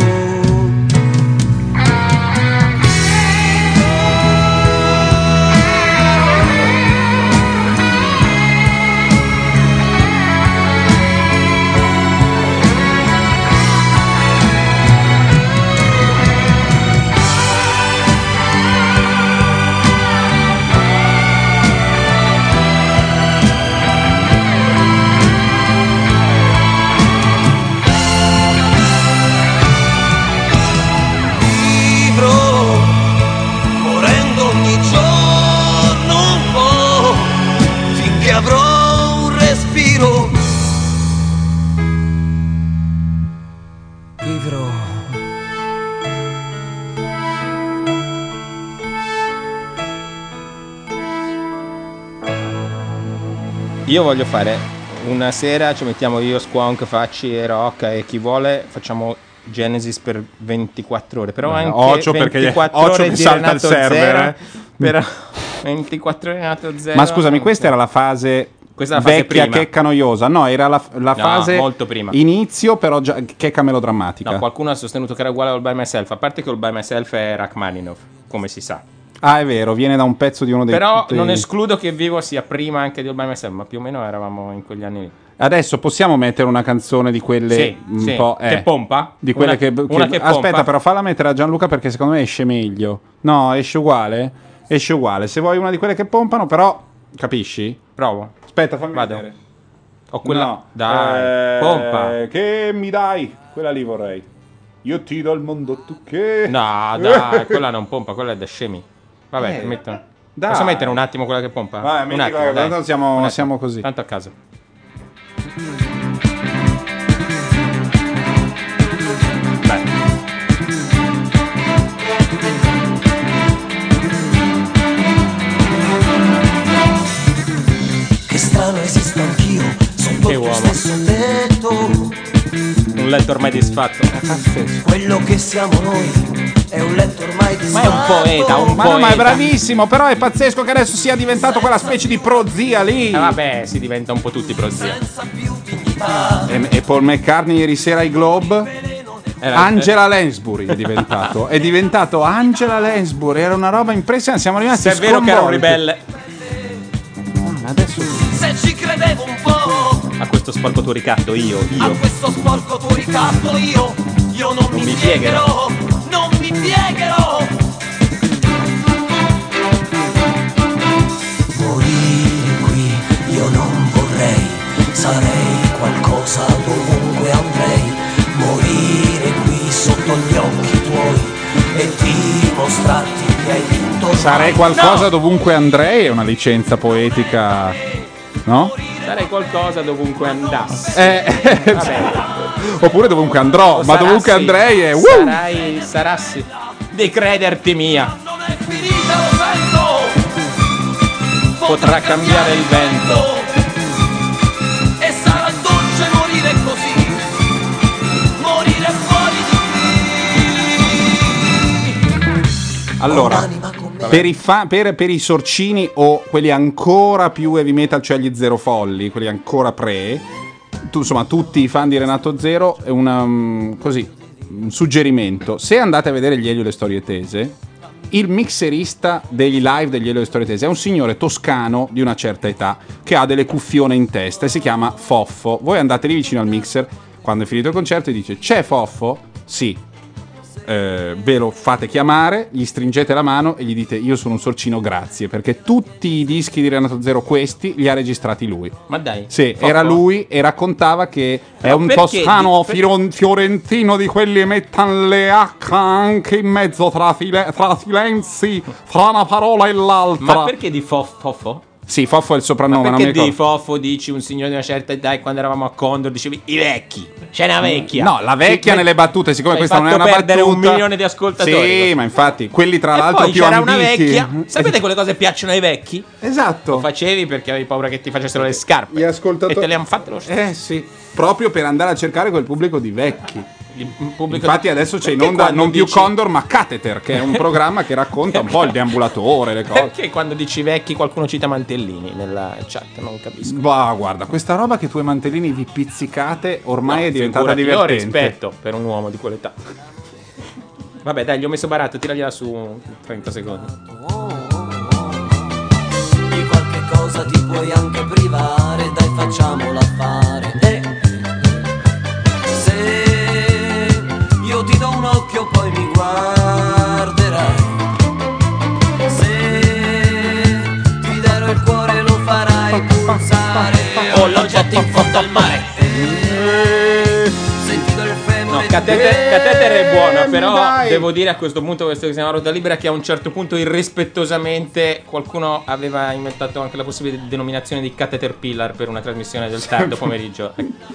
Avrò un respiro, vivrò. Io voglio fare una sera, ci mettiamo io, Squonk, Facci e Rocca e chi vuole, facciamo Genesis per ventiquattro ore, però Beh, anche Ocio perché ventiquattro Ocio ore che di salta il Renato server, Zero, eh. però ventiquattro ore Renato Zero. Ma scusami, questa era la fase Questa è la fase vecchia prima. checca noiosa. No, era la, la No, fase molto prima. inizio, però già checca melodrammatica. No, qualcuno ha sostenuto che era uguale al All By Myself, a parte che All By Myself è Rachmaninoff, come si sa. Ah, è vero, viene da un pezzo di uno dei Però tutti- non escludo che Vivo sia prima anche di All By Myself, ma più o meno eravamo in quegli anni lì. Adesso possiamo mettere una canzone di quelle Sì, un sì. po' eh, Che pompa? Di quelle Una- che, che- una che Aspetta, pompa? però falla mettere a Gianluca perché secondo me esce meglio. No, esce uguale? Esce uguale. Se vuoi una di quelle che pompano, però capisci? Provo. Aspetta, fammi Vado. vedere. O quella. No. Dai, Eh, pompa. Che mi dai? Quella lì vorrei. Io ti do il mondo, tu che? No, dai, quella non pompa, quella è da scemi. Vabbè, Eh, ti metto. dai. Posso mettere un attimo quella che pompa? Vai, un metti attimo, quella che- dai. tanto siamo- Un attimo. siamo così. Tanto a caso. Che strano esisto anch'io sotto Che il tuo uomo. stesso tetto. Un letto ormai disfatto. Quello che siamo noi è un letto ormai Ma è un poeta, un Ma no, ma è poeta. bravissimo, però è pazzesco che adesso sia diventato quella specie di prozia lì. Eh, vabbè, si diventa un po' tutti prozia. E, e Paul McCartney ieri sera ai Globe. Era- Angela Lansbury è diventato. È diventato Angela Lansbury. Era una roba impressionante. Siamo rimasti Se è vero che era un sconvolti. ribelle. Adesso Se ci credevo un po' A questo sporco tuo ricatto, io, a io. questo sporco tuo ricatto io, io non, Non mi mi piegherò, non mi piegherò. Morire qui io non vorrei, sarei qualcosa dovunque andrei. Morire qui sotto gli occhi tuoi e dimostrarti che hai vinto. sarei qualcosa dovunque andrei. È una licenza poetica, no? Sarei qualcosa dovunque andassi. Eh, Vabbè. Oppure dovunque andrò, O ma dovunque sarassi- andrei è... Uh! Sarai, sarassi di crederti mia. Potrà cambiare il vento. E sarà dolce morire così, morire fuori di qui. Allora, per i, fa- per, per i sorcini o quelli ancora più heavy metal, cioè gli zero folli, quelli ancora pre, tu, insomma tutti i fan di Renato Zero, è una, um, così, un suggerimento. Se andate a vedere gli Elio e le Storie Tese, il mixerista degli live degli Elio e le Storie Tese è un signore toscano di una certa età che ha delle cuffione in testa e si chiama Foffo. Voi andate lì vicino al mixer, quando è finito il concerto, e dice: c'è Foffo? Sì. Eh, ve lo fate chiamare, gli stringete la mano e gli dite: io sono un sorcino, grazie, perché tutti i dischi di Renato Zero, questi li ha registrati lui. Ma dai. Sì, Foffo? era lui e raccontava che Però è un perché toscano di- per- firon- fiorentino di quelli che mettono le H anche in mezzo tra, file- tra silenzi, fra una parola e l'altra. Ma perché di Foff- Foffo? Sì, Foffo è il soprannome, non mi Perché di ricordo. Foffo dici un signore di una certa età e quando eravamo a Condor dicevi i vecchi? C'è una vecchia. No, la vecchia Sì, nelle battute, siccome hai questa non è fatto una perdere battuta. un milione di ascoltatori. Sì, ma infatti, quelli tra E l'altro poi più c'era una ambiti. vecchia. Sapete quelle cose che piacciono ai vecchi? Esatto. Lo facevi perché avevi paura che ti facessero le scarpe. Gli ascoltatori. E te le hanno fatte lo stesso. Eh sì, proprio per andare a cercare quel pubblico di vecchi. Il pubblico Infatti di- adesso c'è in Perché onda quando non più dici- Condor ma Catheter, che è un programma che racconta un po' il deambulatore, le cose. Perché quando dici vecchi qualcuno cita Mantellini nella chat? Non capisco. Bah, guarda, questa roba che tu e Mantellini vi pizzicate ormai è diventata Figurati, io divertente. rispetto per un uomo di quell'età. Vabbè, dai, gli ho messo barato, tiragliela su trenta secondi. Di qualche cosa ti puoi anche privare, dai facciamola fare. Eh. Se io ti do un occhio poi mi guarderai, se ti darò il cuore lo farai pulsare, o lo getti in fondo al mare. Eh. Sentito il femore. No, Catheter, Catheter è buona, però dai. devo dire a questo punto, questo che si chiama Ruota Libera, che a un certo punto irrispettosamente qualcuno aveva inventato anche la possibile denominazione di Catheter Pillar per una trasmissione del tardo pomeriggio.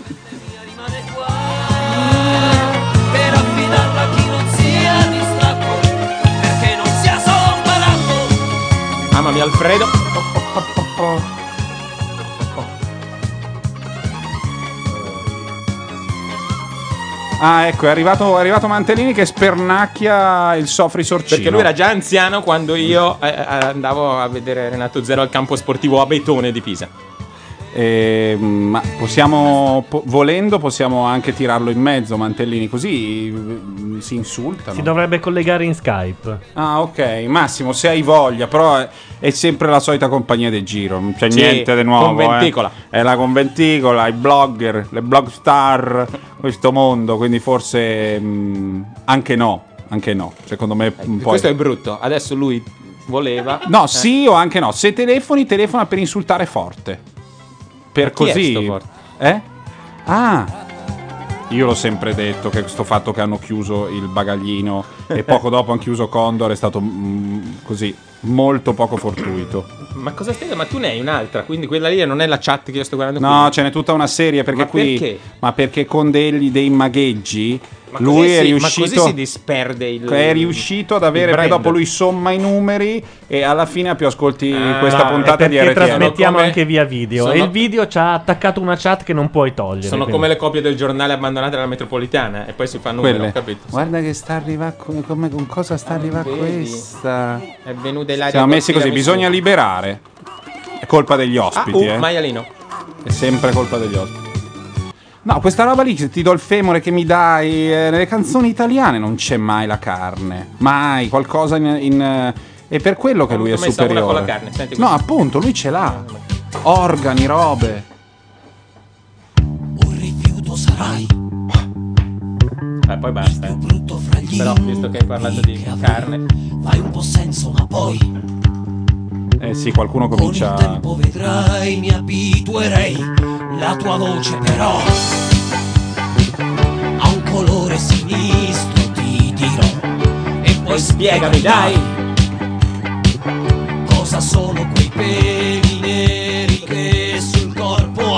Per affidarla a chi non sia distratto, perché non sia solo un baratto. Amami Alfredo. Ah, ecco, è arrivato, è arrivato Mantellini che spernacchia il Sofri Sorcino. Perché lui era già anziano quando io eh, eh, andavo a vedere Renato Zero al campo sportivo Abetone di Pisa. Eh, ma possiamo, po- volendo, possiamo anche tirarlo in mezzo, Mantellini, così mm, si insultano. Si dovrebbe collegare in Skype. Ah, ok, Massimo, se hai voglia, però è, è sempre la solita compagnia del giro, non c'è Sì, niente di nuovo. conventicola. Eh. È la conventicola, i blogger, le blog star, questo mondo, quindi forse mm, anche no, anche no, secondo me un po'. Questo è brutto. Adesso lui voleva. No, Eh. sì o anche no. Se telefoni, telefona per insultare forte. Per chi è così. sto forte? Eh? Ah. Io l'ho sempre detto che questo fatto che hanno chiuso il bagaglino e poco dopo hanno chiuso Condor è stato mm, così molto poco fortuito. Ma cosa stai? Ma tu ne hai un'altra, quindi quella lì non è la chat che io sto guardando No, qui. ce n'è tutta una serie perché Ma qui perché? ma perché con degli, dei magheggi Ma lui così è si- riuscito Ma così si disperde il. è riuscito ad avere il poi brand. dopo lui somma i numeri e alla fine ha più ascolti Ah, questa No, puntata è di perché R T L. trasmettiamo Come- anche via video. sono- E il video ci ha attaccato una chat che non puoi togliere. Sono quindi. come le copie del giornale abbandonate dalla metropolitana e poi si fanno numero, Quelle. capito? Guarda che sta arrivando come, come- con cosa sta arrivando vedi? questa. È venuta Ilaria Siamo messi col così, tiramisù. bisogna liberare. È colpa degli Ah, ospiti, uh, eh. maialino. È sempre colpa degli ospiti. No, questa roba lì che ti do il femore che mi dai eh, nelle canzoni italiane non c'è mai la carne. Mai, qualcosa in, in eh, è per quello che Ho lui è avuto messa una superiore. con la carne, senti no, questo. appunto, lui ce l'ha. Organi, robe. Un rifiuto sarai, Eh, poi basta. eh. brutto fra gli Però, visto che hai parlato di carne, fai un po' senso ma poi Eh sì, qualcuno con il comincia. tempo vedrai, mi abituerei, la tua voce però ha un colore sinistro, ti dirò, e poi spiegami, dai. cosa sono quei peli neri che sul corpo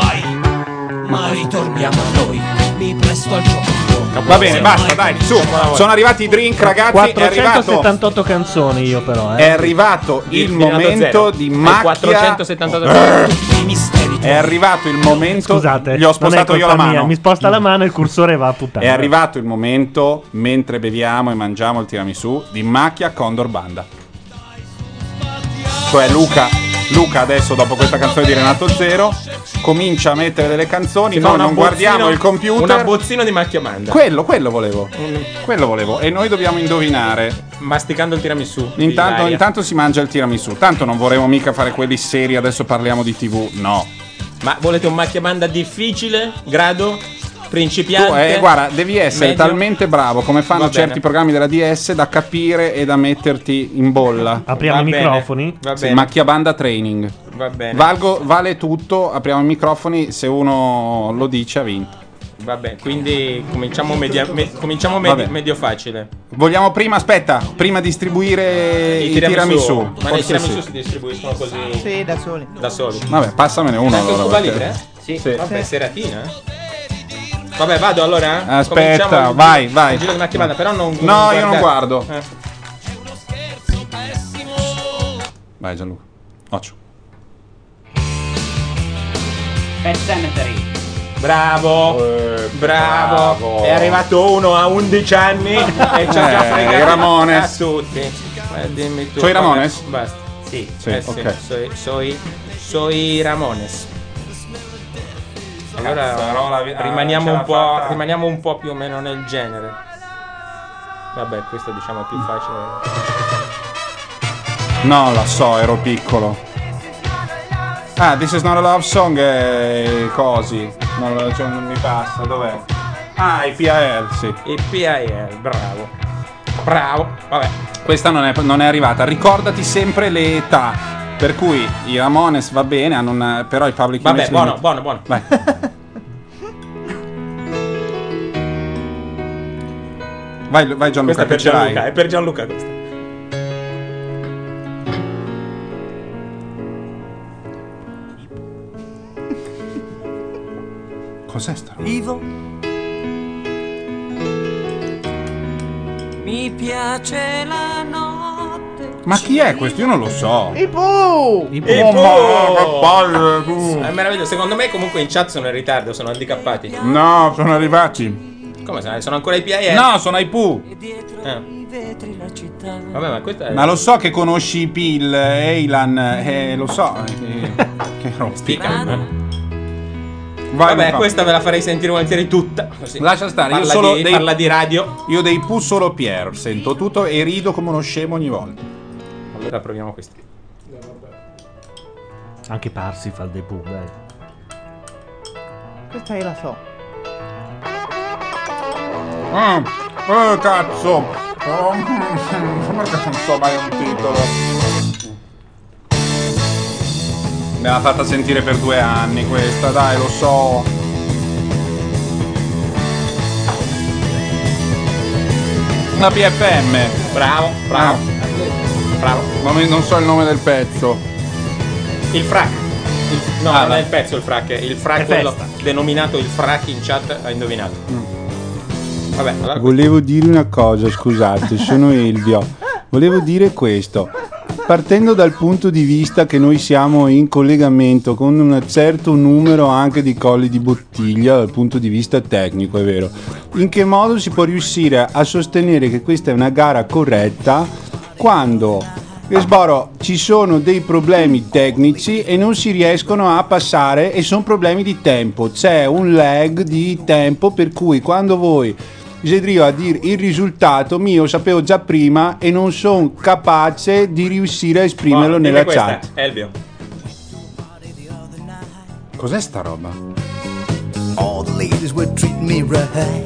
diamo a noi, mi presto al gioco. Va bene, basta, dai, su. Sono arrivati i drink, ragazzi. È arrivato, quattrocentosettantotto canzoni io però, eh. è arrivato il momento di macchia. quattrocentosettantotto È arrivato il momento. Scusate, gli ho spostato non è io la colpa mia, mano. mi sposta la mano e il cursore va a puttana. È arrivato il momento, mentre beviamo e mangiamo il tiramisù, di macchia Condor Banda. Cioè Luca, Luca adesso dopo questa canzone di Renato Zero comincia a mettere delle canzoni, Si fa noi un non abbozzino- guardiamo il computer. Un abbozzino di macchia banda. Quello, quello volevo. Quello volevo. E noi dobbiamo indovinare. Masticando il tiramisù. di Intanto, Ilaria. intanto si mangia il tiramisù. Tanto non vorremmo mica fare quelli seri, adesso parliamo di tivù. No. Ma volete un macchia banda difficile? Grado? Principiante? Tu, eh, guarda, devi essere medio? talmente bravo come fanno Va certi bene. programmi della D S da capire e da metterti in bolla. Apriamo Va i bene, microfoni. Va Sì, bene. macchia banda training. Va bene. Valgo, vale tutto, apriamo i microfoni, se uno lo dice ha vinto. Va bene, quindi cominciamo, media, me- cominciamo Va medi- bene. medio facile. Vogliamo prima, aspetta, prima distribuire i tiramisù. Ma nei Forse tiramisù sì. si distribuiscono così Sì, da soli. da soli. Vabbè, passamene uno Anche allora. Cuba perché- Libre? Sì. Sì. Vabbè, seratina. eh. Vabbè, vado allora? Aspetta, Cominciamo il- vai, vai. il giro di macchia banda, però non No, io non guardate. guardo. Eh. Vai Gianluca. Occhio. Pet Cemetery. Bravo, Eh, bravo, bravo. È arrivato uno a undici anni e ci ha già Eh, fregato i Ramones. a tutti. Eh, dimmi tu. Sono i vabbè, Ramones? Basta. Sì, Sì, eh, sì, ok. Soy, soy, soy Ramones. Allora Cazzarola, vi- rimaniamo, ah, ce un l'ha po', fatta. rimaniamo un po' più o meno nel genere. Vabbè, questo diciamo è più facile. No, la so, ero piccolo. Ah, This is not a love song e cosi. Non, cioè, non mi passa, dov'è? Ah, i P A L, sì. I P A L, bravo. Bravo, vabbè. Questa non è, non è arrivata. Ricordati sempre le età. Per cui i Ramones va bene, hanno una, però i Public Vabbè, Image buono, Limit- buono, buono. Vai. Vai, vai Gianluca, Questa è per che ce Gianluca, l'hai. è per Gianluca questa. Cos'è sta roba? Vivo. Mi piace la notte. Ma chi è questo? Io non lo so. I Pooh! I E Oh, poi- ma che palle, tu. È meraviglioso. Secondo me comunque in chat sono in ritardo, sono handicappati. No, sono arrivati. Come sai? Sono ancora i P A L? No, sono ai Pooh. Eh. Vabbè, ma questa è... Ma lo so che conosci i Pill, Eilan, eh, lo so. eh, che Stica. roba. Vabbè, Luca. questa ve la farei sentire volentieri tutta. Così. Lascia stare, io Parla solo di, dei- parla di radio. Io dei Pooh solo Pierre, sento tutto e rido come uno scemo ogni volta. Allora proviamo questa. Anche Parsifal dei Pooh, dai. Questa io la so. Ah, eh, cazzo. Oh, perché non so mai un titolo. Me l'ha fatta sentire per due anni questa, dai, lo so. Una P F M. Bravo, bravo. Bravo. Ma mi- non so il nome del pezzo. Il frac. Il- no, Ah, non no. è il pezzo il frac, è il frac È quello festa. denominato il frac in chat ha indovinato. Vabbè, allora Volevo dire una cosa, scusate, sono Elvio. Volevo dire questo. Partendo dal punto di vista che noi siamo in collegamento con un certo numero anche di colli di bottiglia dal punto di vista tecnico, è vero. In che modo si può riuscire a sostenere che questa è una gara corretta quando, Esboro, ci sono dei problemi tecnici e non si riescono a passare e sono problemi di tempo. C'è un lag di tempo per cui quando voi Gedrio a dire il risultato mio sapevo già prima e non sono capace di riuscire a esprimerlo Oh, dimmi nella questa, chat. Elvio. Cos'è sta roba? All the ladies were treating me right.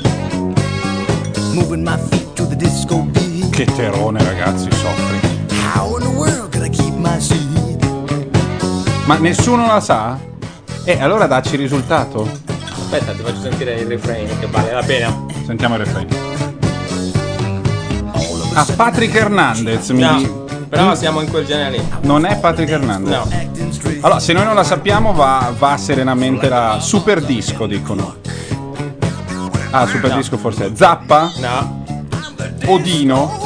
Moving my feet to the disco beat. Che terone, ragazzi, soffri. How in the world could I keep my seat? Ma nessuno la sa? Eh, allora dacci il risultato. Aspetta, ti faccio sentire il refrain che vale la pena. Sentiamo il refrain. Ah, Patrick Hernandez mi No. di- Però siamo in quel genere lì. Non è Patrick Hernandez? No. Allora, se noi non la sappiamo, va, va serenamente la Super Disco, dicono. Ah, Super No. Disco forse è Zappa? No. Odino?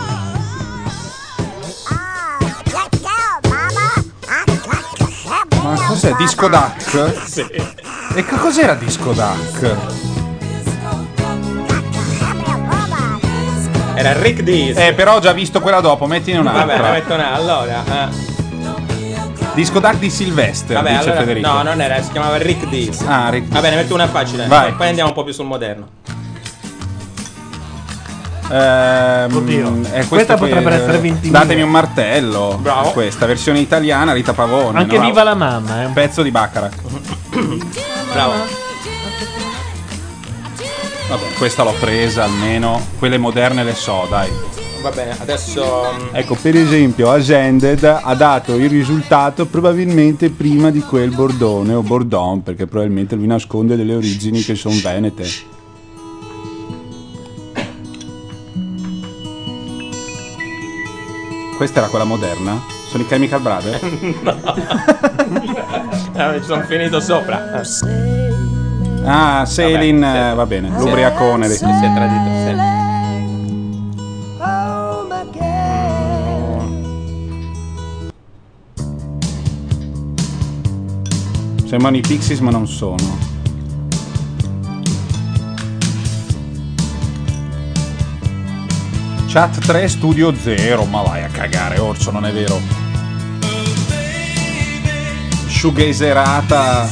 Ma cos'è? Disco Duck? Sì. E che cos'era Disco Duck? Era Rick Dees. Eh, però ho già visto quella dopo, mettine un'altra. Vabbè, ne metto una. Allora. eh. Disco Duck di Sylvester, Vabbè, dice allora, Federico. no, non era, si chiamava Rick Dees. Ah, Rick Vabbè, ne metto una facile. Vai. Poi andiamo un po' più sul moderno. Ehm, Oddio. è questo Questa qui, potrebbe eh, essere ventimila. Datemi un martello. Bravo. Questa versione italiana, Rita Pavone. Anche no? Viva la mamma, eh. Pezzo di Baccarat. Bravo. Vabbè, questa l'ho presa almeno. Quelle moderne le so, dai. Va bene, adesso. mm, Ecco, per esempio, Ascended ha dato il risultato probabilmente prima di quel Bordone o Bordon, perché probabilmente lui nasconde delle origini che sono venete. Questa era quella moderna? Sono i Chemical Brothers? Eh, ci sono finito sopra. Ah, Selin, eh, va bene, l'ubriacone. Si è tradito. Sì. Sembrano i Pixies ma non sono. Chat tre Studio zero, ma vai a cagare, Orso, non è vero. Shoegazerata.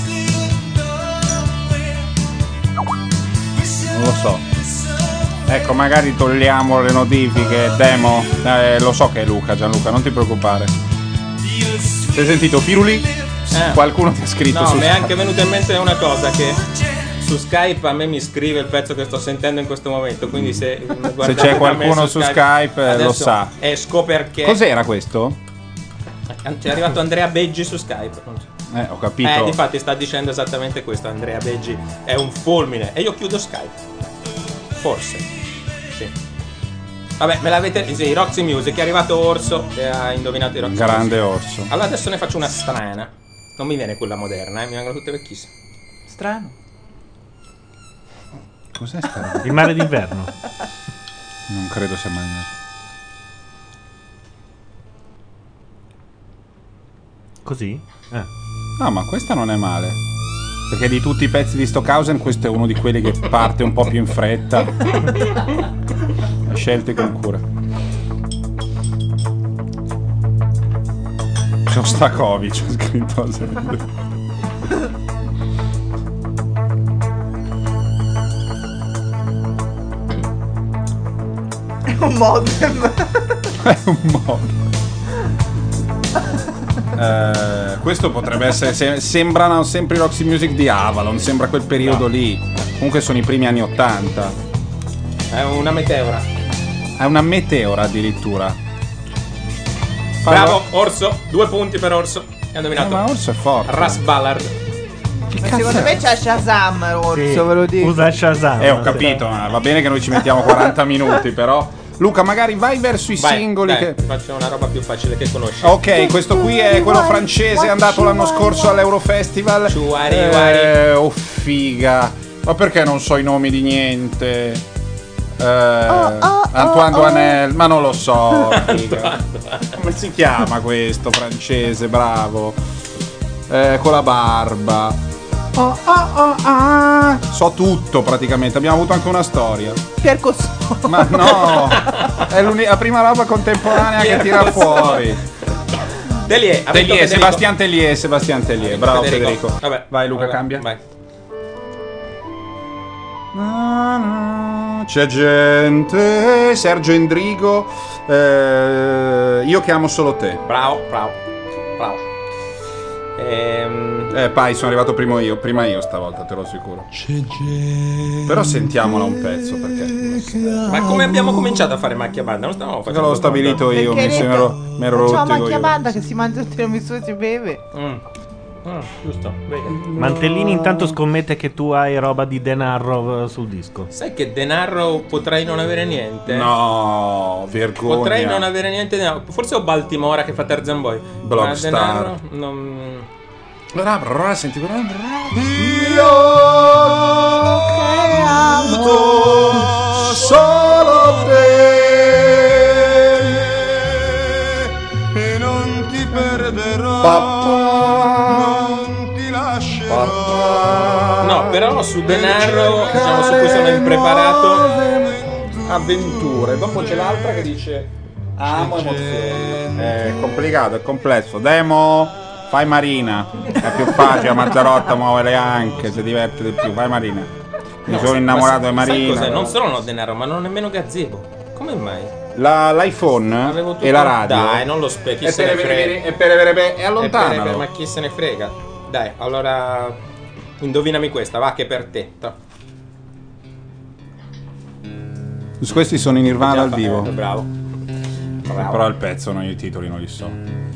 Non lo so. Ecco, magari togliamo le notifiche, demo. Eh, lo so che è Luca, Gianluca, non ti preoccupare. Si è sentito Piruli? Eh. Qualcuno ti ha scritto No, su mi è Skype. anche venuta in mente una cosa che su Skype a me mi scrive il pezzo che sto sentendo in questo momento, quindi se guardate c'è da qualcuno me su Skype, eh, lo adesso sa. Esco perché Cos'era questo? C'è arrivato Andrea Beggi su Skype. Non so. Eh, ho capito. Eh, difatti sta dicendo esattamente questo. Andrea Beggi è un fulmine. E io chiudo Skype. Forse. Sì. Vabbè, me l'avete. Sì, Roxy Music. È arrivato Orso che ha indovinato i Roxy Grande Music. Orso. Allora adesso ne faccio una strana. Non mi viene quella moderna, eh, mi vengono tutte vecchissime. Strano. Cos'è sta? Il mare d'inverno. Non credo sia mai. Così? Eh. No, ma questa non è male. Perché di tutti i pezzi di Stockhausen questo è uno di quelli che parte un po' più in fretta. Scelte con cura. Shostakovich ho scritto. È un modem. È un modem. Eh, questo potrebbe essere se- sembrano sempre i Roxy Music di Avalon, sembra quel periodo lì. Comunque sono i primi anni ottanta. È una meteora. È una meteora addirittura. Bravo, Orso. Due punti per Orso. Ha indovinato. Eh, ma Orso è forte. Ras Ballard. Ma secondo me c'è Shazam, Orso, Sì, ve lo dico. usa Shazam. Eh, ho capito, ma va bene che noi ci mettiamo quaranta minuti, però. Luca, magari vai verso i Vai, singoli dai, che. faccio una roba più facile che conosci. Ok, questo qui è quello francese, è andato l'anno scorso all'Eurofestival. Ciuari, Eh, oh figa. Ma perché non so i nomi di niente? Eh, Antoine Douanel, ma non lo so. figa. Come si chiama questo francese? Bravo. Eh, con la barba. Oh, oh, oh, ah. So tutto praticamente. Abbiamo avuto anche una storia. Pier Cossoni. Ma no, è l'uni- la prima roba contemporanea che tira fuori. Delie, ha vinto Tellier, Federico. Sebastian Tellier, Sebastian Tellier. Bravo Federico. Federico. Vabbè, vai Luca, vai, cambia. Vai. C'è gente. Sergio Endrigo. eh, io che amo solo te. Bravo, bravo, bravo. Ehm, Eh, Pai, sono arrivato prima io, prima io stavolta, te lo assicuro. Però sentiamola un pezzo perché. ma come abbiamo cominciato a fare macchia banda? Non stavamo Perché facendo. l'ho stabilito io, mi Perché sembra. Mi ero Facciamo rotto macchia io. banda che si mangia il tiramisù e si beve. Mm. Ah, giusto, vedi. Mantellini intanto scommette che tu hai roba di denaro sul disco. Sai che denaro potrei non avere niente? No, vergogna. Potrei non avere niente denaro. Forse ho Baltimora che fa Tarzan Boy. Blockstar. Ma denaro non... Brava, brava, senti, brava, brava. Io che amo solo te e non ti perderò, non ti lascerò. No, però su denaro, diciamo, su cui sono impreparato. Avventure. Dopo c'è l'altra che dice amo emozioni. È complicato, è complesso. Demo, fai Marina. È più facile, a Mazzarotta muovere anche, si diverte di più. Fai Marina. Mi No, sono sai- innamorato ma di sai Marina. cos'è? Non solo non ho denaro, ma non ho nemmeno gazebo. Come mai? La- l'iPhone Avevo tutto- e la radio. Dai, non lo spiego. Chi E se ne per- frega? e per- e per- e allontanalo. E per- e per- Ma chi se ne frega? Dai, allora indovinami questa, va che è per te. To. Su questi sono in Nirvana Già dal fa- vivo. eh, bravo. Bravo. Però il pezzo, non i titoli, non li so.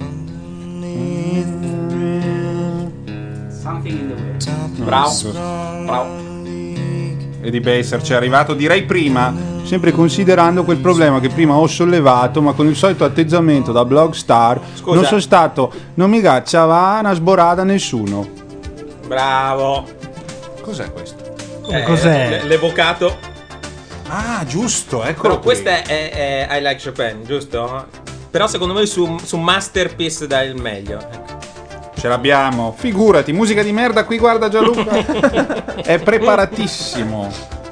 Something in the way. Bravo. So. Bravo. Eddie Baser ci è arrivato, direi prima, sempre considerando quel problema che prima ho sollevato, ma con il solito atteggiamento da Blogstar Scusa. non sono stato, non mi cacciava una sborata a nessuno. Bravo. Cos'è questo? Eh, cos'è? l- L'evocato. Ah, giusto, ecco. Però questa è, è I Like Chopin, giusto? Però secondo me su, su Masterpiece dà il meglio. Ecco. Ce l'abbiamo, figurati, musica di merda qui, guarda Gianluca. È preparatissimo.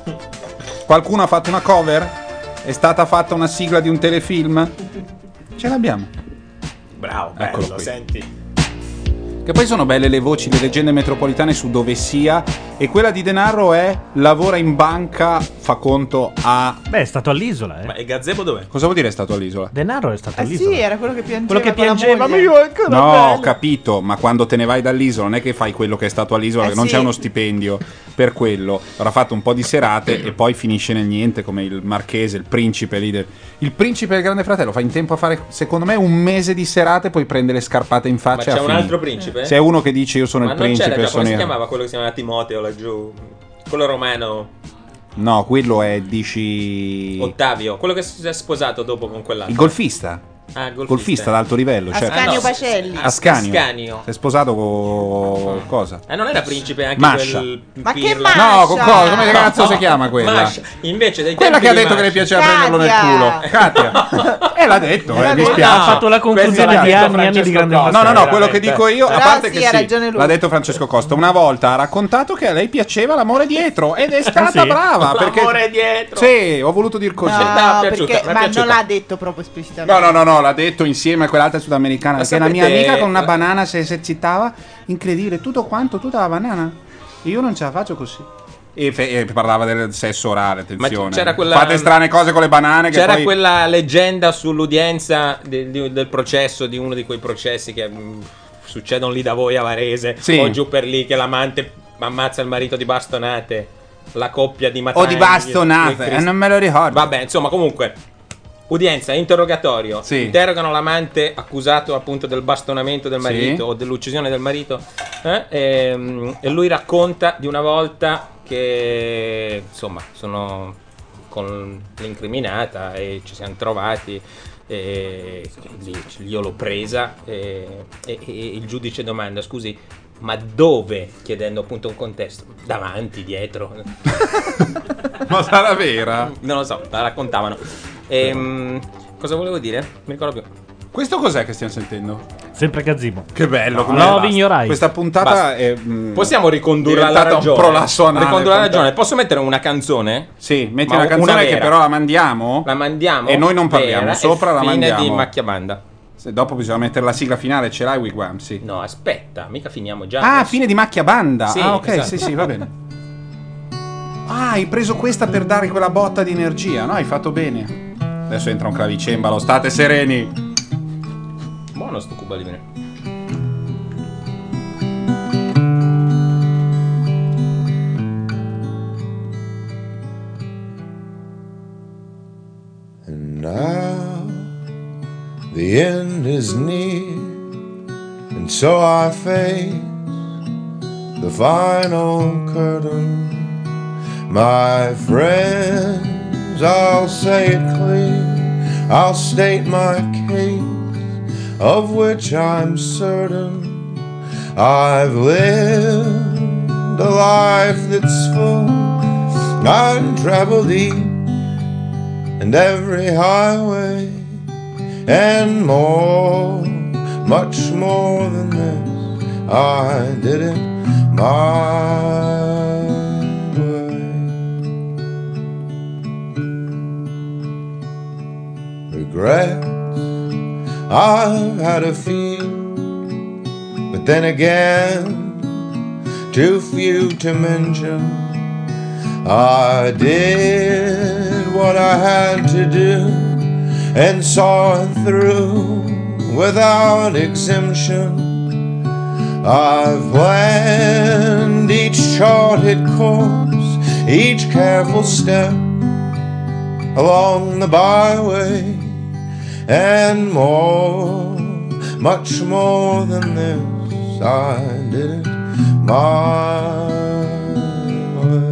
Qualcuno ha fatto una cover? È stata fatta una sigla di un telefilm? Ce l'abbiamo. Bravo, Eccolo bello, qui. senti. Che poi sono belle le voci, le leggende metropolitane su Dove sia. E quella di Denaro è lavora in banca, fa conto a... Beh, è stato all'isola, eh. Ma il gazebo dov'è? Cosa vuol dire è stato all'isola? Denaro è stato Eh all'isola. sì, era quello che piangeva. Quello che con la piangeva, moglie. ma io ancora No, bello. ho capito, ma quando te ne vai dall'isola non è che fai quello che è stato all'isola, Eh che non sì. c'è uno stipendio per quello. Avrà fatto un po' di serate e poi finisce nel niente come il marchese, il principe lì. del- Il principe del Grande Fratello fa in tempo a fare, secondo me, un mese di serate, poi prende le scarpate in Ma faccia. e c'è ha un finito. altro principe? C'è uno che dice io sono Ma il non principe, c'era già, sono come si io. chiamava quello che si chiamava Timoteo laggiù? Quello romano. No, quello è, dici... Ottavio, quello che si è sposato dopo con quell'altro. Il golfista. Ah, il golfista. Golfista d'alto livello, certo. Ascanio Ah, no. Pacelli. Ascanio. Ascanio. Si è sposato con cosa? Eh, non era principe anche Mascia. quel Ma che pirla? Mascia? No, con cosa? Come cazzo No, si chiama quella? Mascia. Invece dei Quella tempi che ha di detto che le Mascia. piaceva prenderlo nel culo. Katia. E l'ha detto, eh, mi Ha spiace. fatto la conclusione l'ha di detto anni e anni di Francesco grande Costa. No, no, no, veramente. quello che dico io, a Però parte sì, che ha sì, ragione lui. l'ha detto Francesco Costa, una volta ha raccontato che a lei piaceva l'amore dietro ed è stata sì? brava. Perché... L'amore dietro. Sì, ho voluto dir così. No, Mi è piaciuta, perché, mi è ma piaciuta. non l'ha detto proprio esplicitamente. No, no, no, no, l'ha detto insieme a quell'altra sudamericana. Ma Perché la mia sapete- amica con una banana si esercitava, incredibile, tutto quanto, tutta la banana. Io non ce la faccio così. E, fe- e parlava del sesso orale, attenzione. Ma c'era quella- Fate strane cose con le banane che C'era poi... quella leggenda sull'udienza de- di- del processo, di uno di quei processi che mh, succedono lì da voi a Varese Sì. o giù per lì, che l'amante ammazza il marito di bastonate, la coppia di Matanghi. O di bastonate, eh, non me lo ricordo. Vabbè, insomma, comunque, udienza, interrogatorio. Sì. Interrogano l'amante accusato appunto del bastonamento del Sì. marito o dell'uccisione del marito. eh, e, e lui racconta di una volta che, insomma, sono con l'incriminata e ci siamo trovati. E lì- io l'ho presa e, e- e il giudice domanda: scusi, ma dove? Chiedendo appunto un contesto. Davanti, dietro. Ma sarà vera? Non lo so, la raccontavano. Ehm, cosa volevo dire? Mi ricordo più. Questo cos'è che stiamo sentendo? Sempre Gazzibo. Che bello. No, come- no, basta. ignorai. Questa puntata Basta. è... mm, Possiamo ricondurla alla diventata un ragione. prolasso anale, Ricondurla alla fantastico. ragione. Posso mettere una canzone? Sì, metti Ma una canzone che vera. però la mandiamo. La mandiamo. E noi non parliamo, vera, sopra e la fine mandiamo. di Macchiabanda. Se dopo bisogna mettere la sigla finale, ce l'hai Wigwam, sì. No, aspetta, mica finiamo già. Ah, adesso. fine di Macchia Banda. Sì, ah, ok, esatto. sì, sì, va bene. Ah, hai preso questa per dare quella botta di energia, no? Hai fatto bene. Adesso entra un clavicembalo, state sereni. Buono sto Cuba Libre. And now the end is near, and so I face the final curtain. My friends, I'll say it clear, I'll state my case, of which I'm certain. I've lived a life that's full, I've traveled each and every highway, and more, much more than this, I did it my way. Regrets, I've had a few, but then again, too few to mention. I did what I had to do and saw it through without exemption. I've planned each charted course, each careful step along the byway, and more, much more than this, I did it my way.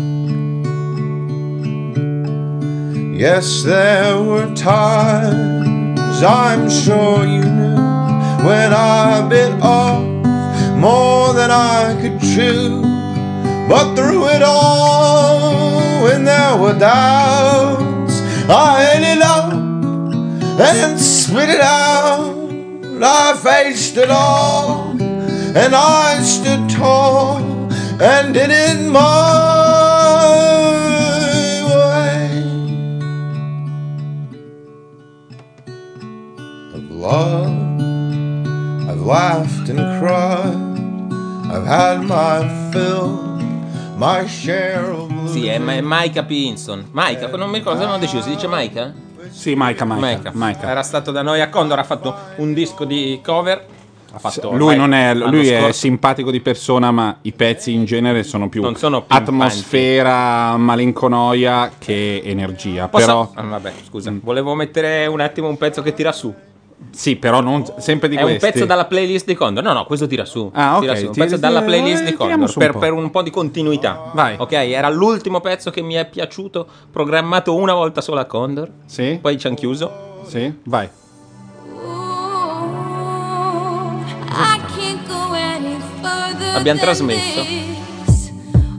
Yes, there were times, I'm sure you knew, when I bit off more than I could chew. But through it all, when there were doubts, I ate it up and spit it out. I faced it all, and I stood tall and did it my way. I've loved, I've laughed and cried, I've had my fill, my share of blue. Sì, è, è Micah Pinson. Micah, non mi ricordo, non ho deciso, si dice Micah? Sì, Micah, Micah, Micah. Micah. Era stato da noi a Condor, ha fatto un disco di cover. Ha fatto Lui non è, l'anno lui è scorso. simpatico di persona, ma i pezzi in genere sono più, Non sono più atmosfera, malinconoia che energia. Posso- Però Ah, vabbè, scusa, volevo mettere un attimo un pezzo che tira su. sì, però non sempre di È questi. un pezzo dalla playlist di Condor. No, no, questo tira su. Ah, ok, Tira su. Un ti- pezzo ti- dalla playlist eh, di tiriamo Condor su un per, po'. per un po' di continuità. Vai. Ok, era l'ultimo pezzo che mi è piaciuto, programmato una volta sola a Condor. Sì. Poi ci hanno chiuso. Sì, vai. I can't go any further. Abbiamo than trasmesso. this.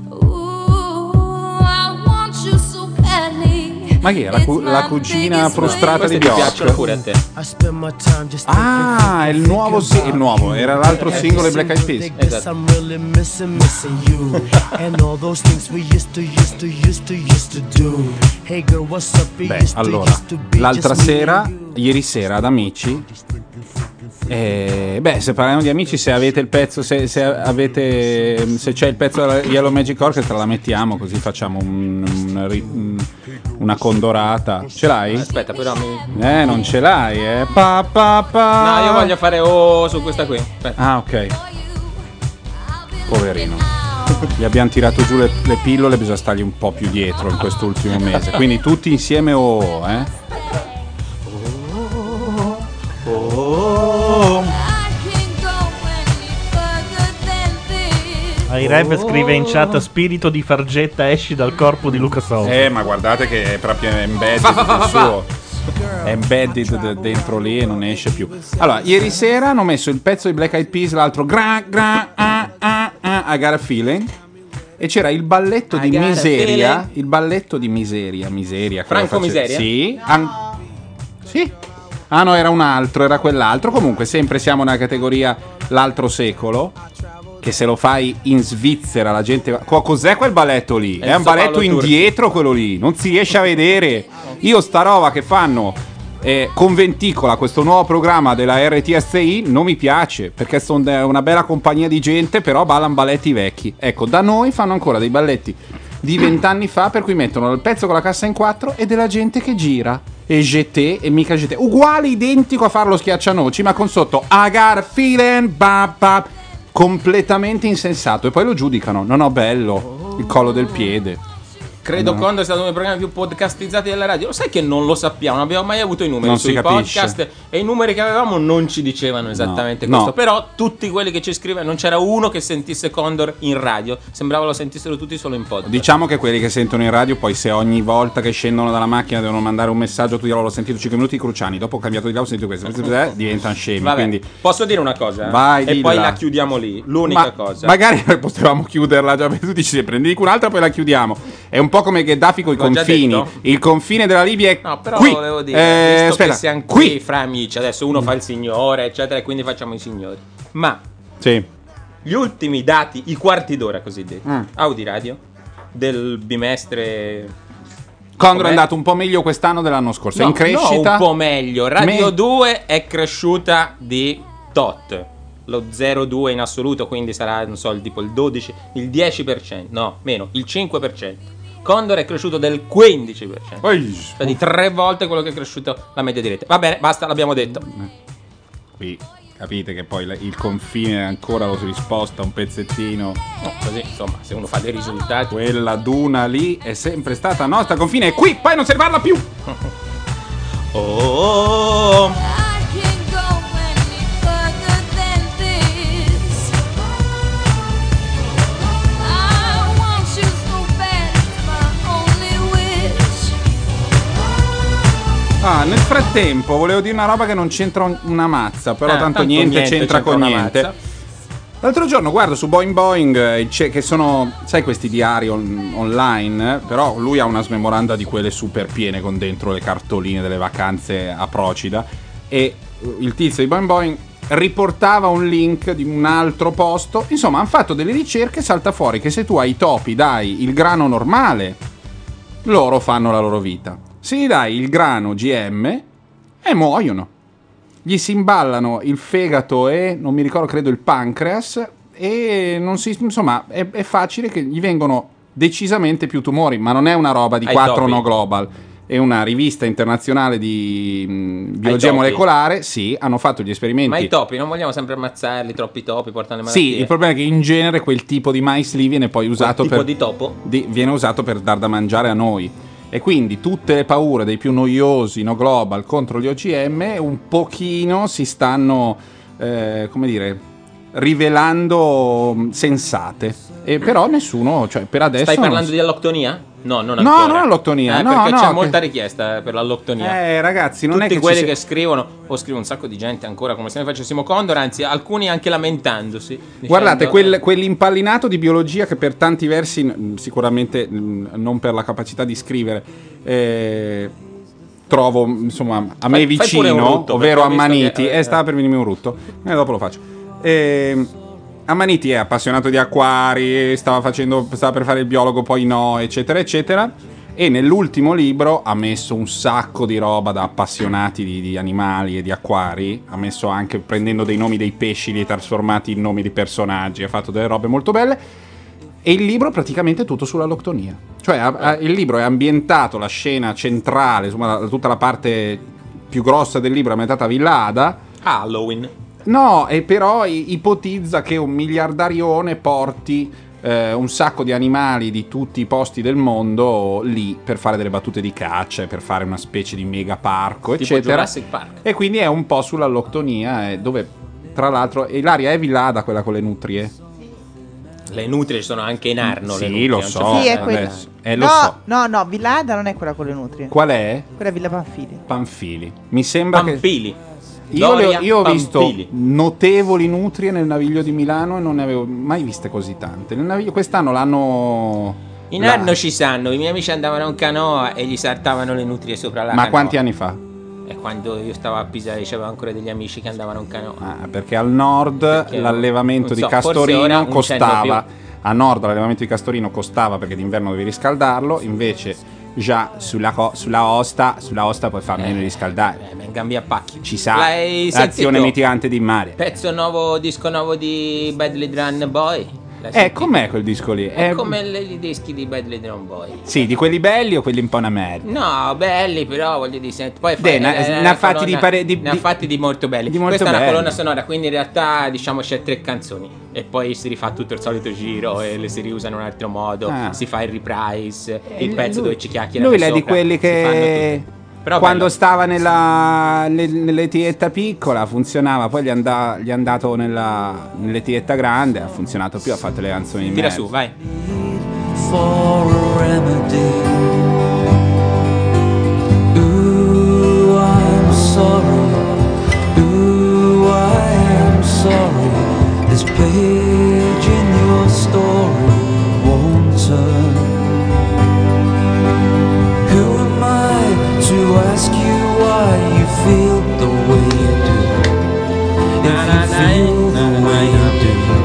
Ooh, I want you so badly. Ma chi è? La, cu- la cugina frustrata di Queste ti piacciono Bjork? pure a te. Ah, è il nuovo, sì, il nuovo, era l'altro singolo di Black Eyed Peas. Esatto. I'm really missing, missing you. And all those things we used to, used to, used to, used to do. Hey girl, what's up? We Beh, used to, allora, used to be l'altra just me sera, and you. ieri sera ad Amici, eh, beh, se parliamo di Amici, se avete il pezzo, se, se avete, se c'è il pezzo della Yellow Magic Orchestra, la mettiamo così facciamo un, un ri- un- una condorata. Ce l'hai? Aspetta, però mi... Eh, non ce l'hai, eh. Pa, pa, pa. No, io voglio fare oh su questa qui. Aspetta. Ah, ok. Poverino. Gli abbiamo tirato giù le, le pillole, bisogna stargli un po' più dietro in quest'ultimo mese. Quindi tutti insieme oh, eh. Irev scrive in chat: spirito di Fargetta, esci dal corpo di Luca Sousa. Eh, ma guardate che è proprio embedded Fa, fa, fa, il fa, suo. È embedded d- dentro lì e non esce più. Allora, ieri sera hanno messo il pezzo di Black Eyed Peas, l'altro gra gra ah, ah, ah, I Got a Feeling. E c'era il balletto I di got a miseria. feeling. Il balletto di miseria, miseria. quello Franco face- Miseria? Sì. an- sì. Ah no, era un altro, era quell'altro. Comunque, sempre siamo nella categoria l'altro secolo. Che se lo fai in Svizzera la gente va... Co- Cos'è quel balletto lì? È un Enzo balletto Paolo Turchi. indietro quello lì. Non si riesce a vedere. Io sta roba che fanno eh, Conventicola, questo nuovo programma della R T S I, non mi piace. Perché sono una bella compagnia di gente, però ballano balletti vecchi. Ecco, da noi fanno ancora dei balletti di vent'anni fa, per cui mettono il pezzo con la cassa in quattro e della gente che gira. E G T e mica G T. Uguale, identico a farlo schiaccianoci, ma con sotto I got a feeling, ba, ba, completamente insensato. E poi lo giudicano. No, no, bello. Il collo del piede. Credo No. Condor è stato uno dei programmi più podcastizzati della radio. Lo sai che non lo sappiamo, non abbiamo mai avuto i numeri Non si sui capisce. podcast e i numeri che avevamo non ci dicevano esattamente No. questo. No. Però tutti quelli che ci scrivono, non c'era uno che sentisse Condor in radio, sembrava lo sentissero tutti solo in podcast. Diciamo che quelli che sentono in radio, poi se ogni volta che scendono dalla macchina devono mandare un messaggio, tu dirò l'ho sentito cinque minuti Cruciani, dopo ho cambiato di là, ho sentito questo, eh, diventano scemi. Vabbè, Quindi posso dire una cosa? Vai, e dilla. poi la chiudiamo lì. L'unica Ma- cosa. magari potevamo chiuderla già, perché tu dici se prendi un'altra poi la chiudiamo. È un po' come Gheddafi con i L'ho già confini. detto? Il confine della Libia è No, però qui. volevo dire, Eh, visto aspetta, che siamo qui. qui fra amici, adesso uno fa il signore, eccetera, e quindi facciamo i signori. Ma Sì. gli ultimi dati, i quarti d'ora cosiddetti, Mm. Audi Radio del bimestre. Condor è com'è? andato un po' meglio quest'anno dell'anno scorso. È No, in crescita. no, un po' meglio. Radio Me- due è cresciuta di tot. Lo zero virgola due in assoluto, quindi sarà, non so, il tipo il dodici, il dieci per cento, no, meno, il cinque per cento. Condor è cresciuto del quindici per cento. Cioè di tre volte quello che è cresciuto la media di rete. Va bene, basta, l'abbiamo detto. Qui capite che poi la- il confine ancora lo si risposta un pezzettino. No, così, insomma, se uno fa dei risultati. Quella duna lì è sempre stata nostra, il confine è qui, poi non se ne parla più. Oh. Ah, nel frattempo volevo dire una roba che non c'entra un- una mazza, però Ah, tanto, tanto niente, niente c'entra c'entra con una niente. mazza. L'altro giorno guardo su Boing Boing, eh, c'è- che sono, sai, questi diari on- online, eh, però lui ha una smemoranda di quelle super piene con dentro le cartoline delle vacanze a Procida, e eh, il tizio di Boing Boing riportava un link di un altro posto. Insomma, hanno fatto delle ricerche, salta fuori che se tu ai topi dai il grano normale, loro fanno la loro vita. Se gli dai il grano G M e muoiono. Gli si imballano il fegato e non mi ricordo, credo il pancreas, e non si, insomma è, è facile che gli vengano decisamente più tumori, ma non è una roba di Ai quattro topi. no global. È una rivista internazionale di mh, biologia topi. molecolare. Sì, hanno fatto gli esperimenti. Ma i topi, non vogliamo sempre ammazzarli, troppi topi portano le malattie. Sì, il problema è che in genere quel tipo di mais lì viene poi usato tipo per di topo? di- viene usato per dar da mangiare a noi. E quindi tutte le paure dei più noiosi no global contro gli O G M un pochino si stanno, eh, come dire, rivelando mh, sensate. E però nessuno, cioè per adesso Stai non parlando si- di alloctonia? No, non No, ancora. non alloctonia, Eh, no, perché no, c'è che- molta richiesta per l'alloctonia. Eh, ragazzi, non Tutti è che ci quelli sia- che scrivono, o scrive un sacco di gente ancora come se ne facessimo Condor, anzi alcuni anche lamentandosi. dicendo- Guardate, quel- quell'impallinato di biologia che per tanti versi, mh, sicuramente mh, non per la capacità di scrivere, eh, trovo insomma a me Fai- fai pure un vicino, rutto, ovvero perché ho visto Ammaniti, che- eh, stava per venirmi un rutto, eh, dopo lo faccio. Eh, Ammaniti è appassionato di acquari, stava, facendo, stava per fare il biologo, poi no, eccetera, eccetera. E nell'ultimo libro ha messo un sacco di roba da appassionati di, di animali e di acquari. Ha messo anche, prendendo dei nomi dei pesci, li ha trasformati in nomi di personaggi. Ha fatto delle robe molto belle. E il libro è praticamente tutto sulla loctonia. Cioè ha- ha- il libro è ambientato, la scena centrale, insomma la- tutta la parte più grossa del libro è ambientata a Villa Ada. Halloween. No, e però i- ipotizza che un miliardarione porti eh, un sacco di animali di tutti i posti del mondo lì per fare delle battute di caccia, e per fare una specie di mega parco, Tipo eccetera. Jurassic Park. E quindi è un po' sull'alloctonia, eh, dove tra l'altro e l'aria è Villa Ada, quella con le nutrie. Le nutrie ci sono anche in Arno. Sì, le nutrie, lo non c'è so. problema. Sì, è quella. adesso. Eh, lo no, so. no, no, Villa Ada non è quella con le nutrie. Qual è? Quella è Villa Panfili. Panfili. Mi sembra Pampili. che io, le ho, Doria io ho visto Pampili. notevoli nutrie nel Naviglio di Milano e non ne avevo mai viste così tante. Nel Naviglio quest'anno l'hanno In la- Arno ci sanno, i miei amici andavano a un canoa e gli saltavano le nutrie sopra la Ma canoa. quanti anni fa? E quando io stavo a Pisa c'avevo ancora degli amici che andavano a un canoa. Ah, perché al nord Perché, l'allevamento non di so, forse ora Castorino un costava. cenno A nord l'allevamento di Castorino costava perché d'inverno devi riscaldarlo, invece già sulla, co- sulla Osta, sulla Osta puoi far meno riscaldare. Eh, ma in cambia pacchi. Ci sa, L'hai l'azione sentito? mitigante di mare. Pezzo nuovo, disco nuovo di Badly Run Boy. L'hai Eh, com'è quel disco lì? È È- come le- i dischi di Bad Lady Drum Boy. Sì, di quelli belli o quelli un po' una merda? No, belli però, voglio dire, senti, poi Beh, fai- ne- eh, ne ha la fatti di colonna- pare- di- ne ha di- fatti di molto belli. di molto Questa è una belli. colonna sonora, quindi in realtà diciamo c'è tre canzoni e poi si rifà tutto il solito giro e le si riusa in un altro modo, Ah. si fa il reprise, il lui- pezzo dove ci chiacchiera. Lui è di quelli che Però quando bello. stava nella, ne- nell'etietta piccola funzionava, poi gli, anda- gli è andato nella, nell'etietta grande, ha funzionato più, ha fatto le canzoni in Tira mezzo. su, vai. For a remedy. Ooh, I'm sorry. Ooh, I am sorry. This page in your story won't turn. Who am I to ask you why you feel the way you do? If you feel the way you do.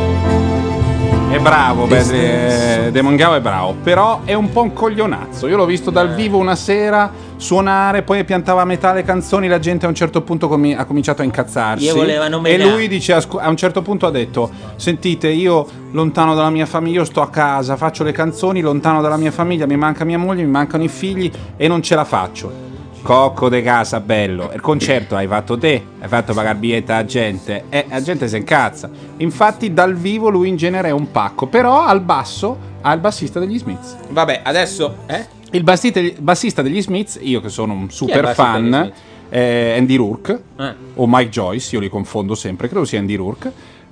È bravo, Bad- Damon Gao è bravo, però è un po' un coglionazzo. Io l'ho visto dal vivo una sera suonare, poi piantava a metà le canzoni, la gente a un certo punto comi- ha cominciato a incazzarsi. Gli volevano e menare. lui dice, a scu- a un certo punto ha detto: sentite, io lontano dalla mia famiglia, io sto a casa, faccio le canzoni, lontano dalla mia famiglia, mi manca mia moglie, mi mancano i figli e non ce la faccio. Cocco de casa, bello. Il concerto hai fatto te, hai fatto pagare biglietto alla gente. E la gente si incazza. Infatti, dal vivo lui in genere è un pacco. Però al basso ha il bassista degli Smiths. Vabbè, adesso, eh? Il bassista, il bassista degli Smiths, io che sono un il super bassista degli fan, Smiths? è Andy Rourke Eh. o Mike Joyce, io li confondo sempre, credo sia Andy Rourke.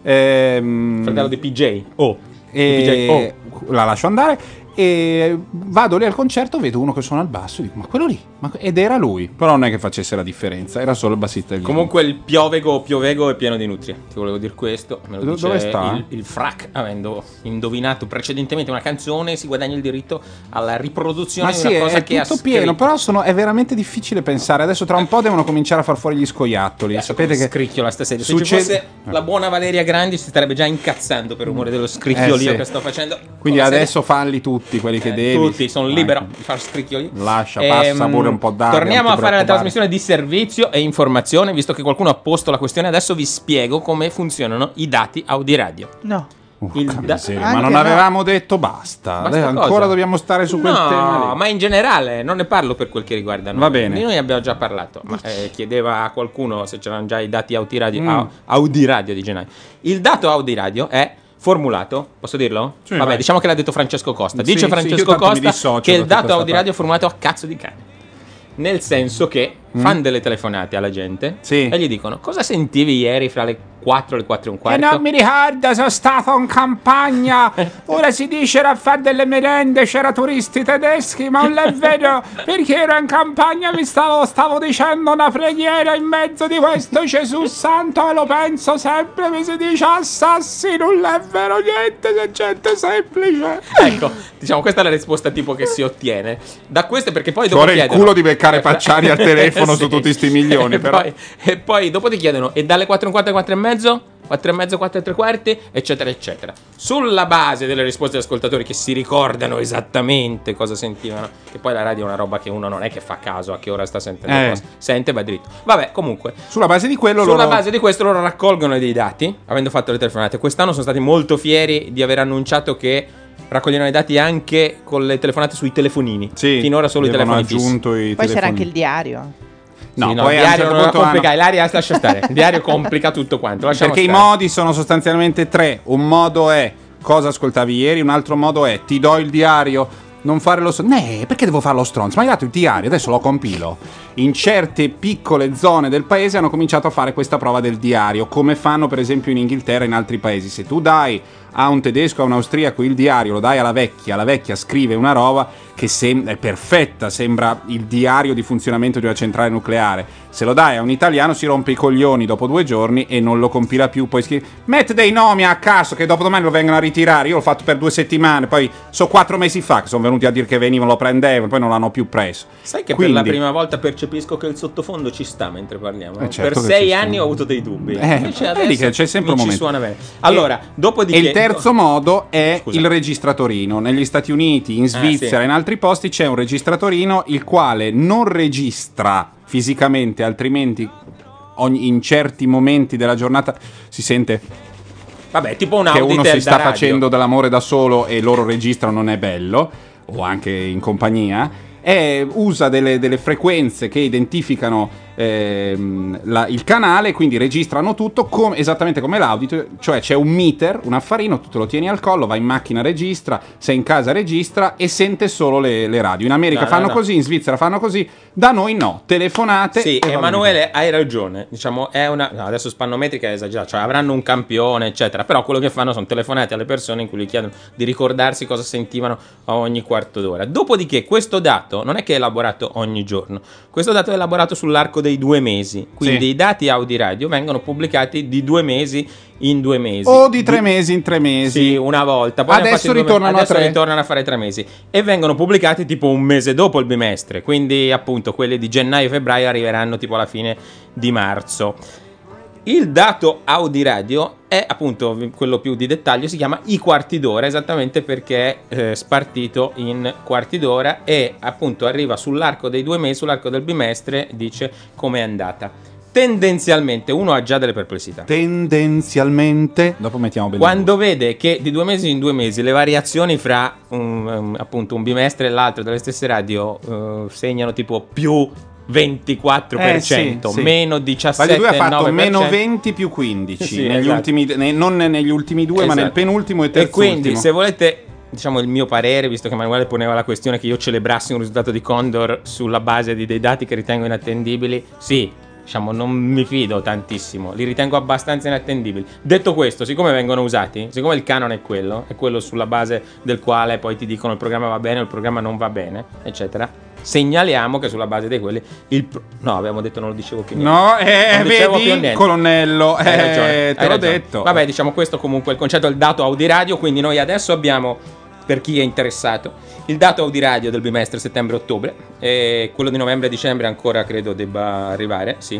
Ehm, Fratello di P J. Oh. e Di P J. Oh. la lascio andare e vado lì al concerto, vedo uno che suona al basso e dico: ma quello lì, ma... ed era lui, però non è che facesse la differenza, era solo il bassista del Comunque il piovego piovego è pieno di nutrie. Ti volevo dire questo. Me lo Do- dice dove sta? Il, il frac, avendo indovinato precedentemente una canzone, si guadagna il diritto alla riproduzione Ma di sì, una cosa è che ha tutto pieno, scritto. però sono, è veramente difficile pensare. Adesso tra un po' devono cominciare a far fuori gli scoiattoli. Sapete che scricchiola stasera. Se ci succede- fosse la buona Valeria Grandi si starebbe già incazzando per rumore dello scricchiolio Eh, sì. che sto facendo. Quindi Come se- adesso falli tutti quelli che Eh, devi. tutti, sono libero di fare scricchioli. Lascia, passa Ehm, pure un po' d'aria. Torniamo non a ti fare la preoccupare. trasmissione di servizio e informazione, visto che qualcuno ha posto la questione. Adesso vi spiego come funzionano i dati Audiradio. No. Il da- Miseria, ma Anche non no. avevamo detto basta. Basta Adesso cosa? ancora dobbiamo stare su quel no, tema lì. ma in generale non ne parlo per quel che riguarda noi. Va bene. Di noi abbiamo già parlato, ma eh, chiedeva a qualcuno se c'erano già i dati Audiradio, Mm. Au- Audiradio di gennaio. Il dato Audiradio è formulato, posso dirlo? Sì, Vabbè, vai. diciamo che l'ha detto Francesco Costa. Sì, Dice sì, Francesco io tanto mi Costa dissocio che da il tutta dato sta Audiradio è formato a cazzo di cane. Nel senso che Mm. fanno delle telefonate alla gente Sì. e gli dicono: cosa sentivi ieri fra le quattro e le quattro e un E quarto? non mi ricordo, sono stato in campagna. Ora si dice era a fare delle merende, c'era turisti tedeschi, ma non è vero, perché ero in campagna e mi stavo, stavo dicendo una preghiera in mezzo di questo Gesù Santo e lo penso sempre, mi si dice assassi, non è vero niente, c'è gente semplice. Ecco, diciamo, questa è la risposta tipo che si ottiene da queste, perché poi dopo Ora il chiedono- culo di beccare Pacciari al telefono Sì. su tutti sti milioni, e però. Poi, e poi dopo ti chiedono: e dalle quattro e un quarto alle quattro e mezzo? quattro e mezzo, quattro e tre quarti, eccetera, eccetera. Sulla base delle risposte degli ascoltatori che si ricordano esattamente cosa sentivano, che poi la radio è una roba che uno non è che fa caso a che ora sta sentendo Eh. cosa. Sente e va dritto. Vabbè, comunque, Sulla base di quello sulla loro... base di questo loro raccolgono dei dati, avendo fatto le telefonate. Quest'anno sono stati molto fieri di aver annunciato che raccogliono i dati anche con le telefonate sui telefonini. Sì, Finora solo i avevano telefoni fissi. aggiunto i Poi c'era telefoni. anche il diario. No, Sì, no, poi il a un diario certo non la punto complica, hanno- il diario lascia stare. Il diario complica tutto quanto. lasciamo Perché i stare. modi sono sostanzialmente tre. Un modo è cosa ascoltavi ieri, un altro modo è ti do il diario, non fare lo stronzo. Nee, perché devo fare lo stronzo? Ma hai dato il diario, adesso lo compilo. In certe piccole zone del paese hanno cominciato a fare questa prova del diario, come fanno per esempio in Inghilterra e in altri paesi. Se tu dai a un tedesco, a un austriaco il diario, lo dai alla vecchia, la vecchia scrive una roba che sem- è perfetta, sembra il diario di funzionamento di una centrale nucleare. Se lo dai a un italiano si rompe i coglioni dopo due giorni e non lo compila più, poi scrive mette dei nomi a caso che dopo domani lo vengono a ritirare. Io l'ho fatto per due settimane, poi so quattro mesi fa che sono venuti a dire che venivano, lo prendevano, poi non l'hanno più preso. Sai che Quindi- per la prima volta percepisco che il sottofondo ci sta mentre parliamo. Eh, certo per che sei ci sta. anni ho avuto dei dubbi. Eh, Invece vedi adesso che c'è sempre un mi ci momento. suona bene. Allora, E- dopodiché E il terzo modo è Scusa. il registratorino. Negli Stati Uniti, in Svizzera, sì. in altri posti c'è un registratorino il quale non registra fisicamente, altrimenti ogni- in certi momenti della giornata si sente Vabbè, tipo un che uno Auditel si sta da radio. facendo dell'amore da solo e loro registrano, non è bello, o anche in compagnia. E usa delle, delle frequenze che identificano ehm, la- il canale, quindi registrano tutto com- esattamente come l'audio, cioè c'è un meter, un affarino, tu te lo tieni al collo, vai in macchina, registra, sei in casa, registra e sente solo le, le radio. In America No, no, fanno no. così, in Svizzera fanno così, da noi no, telefonate. Sì, e va Emanuele, hai ragione. Diciamo, è una. No, adesso spannometrica è esagerato, cioè avranno un campione, eccetera. Però quello che fanno sono telefonate alle persone in cui gli chiedono di ricordarsi cosa sentivano a ogni quarto d'ora. Dopodiché, questo dato non è che è elaborato ogni giorno, questo dato è elaborato sull'arco dei due mesi. Quindi Sì. i dati Audi Radio vengono pubblicati di due mesi in due mesi. O di tre mesi in tre mesi. Sì, una volta. Poi ne hanno Adesso fatti due me- ritornano a adesso tre. ritornano a fare tre mesi. E vengono pubblicati tipo un mese dopo il bimestre. Quindi, appunto, quelli di gennaio e febbraio arriveranno tipo alla fine di marzo. Il dato Audi Radio è appunto quello più di dettaglio, si chiama i quarti d'ora, esattamente perché è eh, spartito in quarti d'ora e appunto arriva sull'arco dei due mesi, sull'arco del bimestre, dice com'è andata. Tendenzialmente uno ha già delle perplessità. Tendenzialmente, dopo mettiamo bene. Quando vede che di due mesi in due mesi le variazioni fra un, um, appunto un bimestre e l'altro delle stesse radio uh, segnano tipo più ventiquattro per cento, Eh, sì, sì. meno diciassette Vale due ha fatto nove per cento. meno venti più quindici Sì, negli esatto. ultimi, ne- non negli ultimi due, ma Esatto. nel penultimo e E terzultimo. quindi, se volete, diciamo il mio parere, visto che Emanuele poneva la questione che io celebrassi un risultato di Condor sulla base di dei dati che ritengo inattendibili, sì, diciamo non mi fido tantissimo, li ritengo abbastanza inattendibili. Detto questo, siccome vengono usati, siccome il canone è quello, è quello sulla base del quale poi ti dicono il programma va bene o il programma non va bene, eccetera, segnaliamo che sulla base di quelli il pro- no, abbiamo detto non lo dicevo più niente. No, eh, Non dicevo vedi, più niente. colonnello, Hai eh, ragione, te hai l'ho ragione. detto. Vabbè, diciamo questo comunque è il concetto del dato Audi Radio, quindi noi adesso abbiamo, per chi è interessato, il dato Audi Radio del bimestre settembre-ottobre, e quello di novembre-dicembre ancora credo debba arrivare, sì,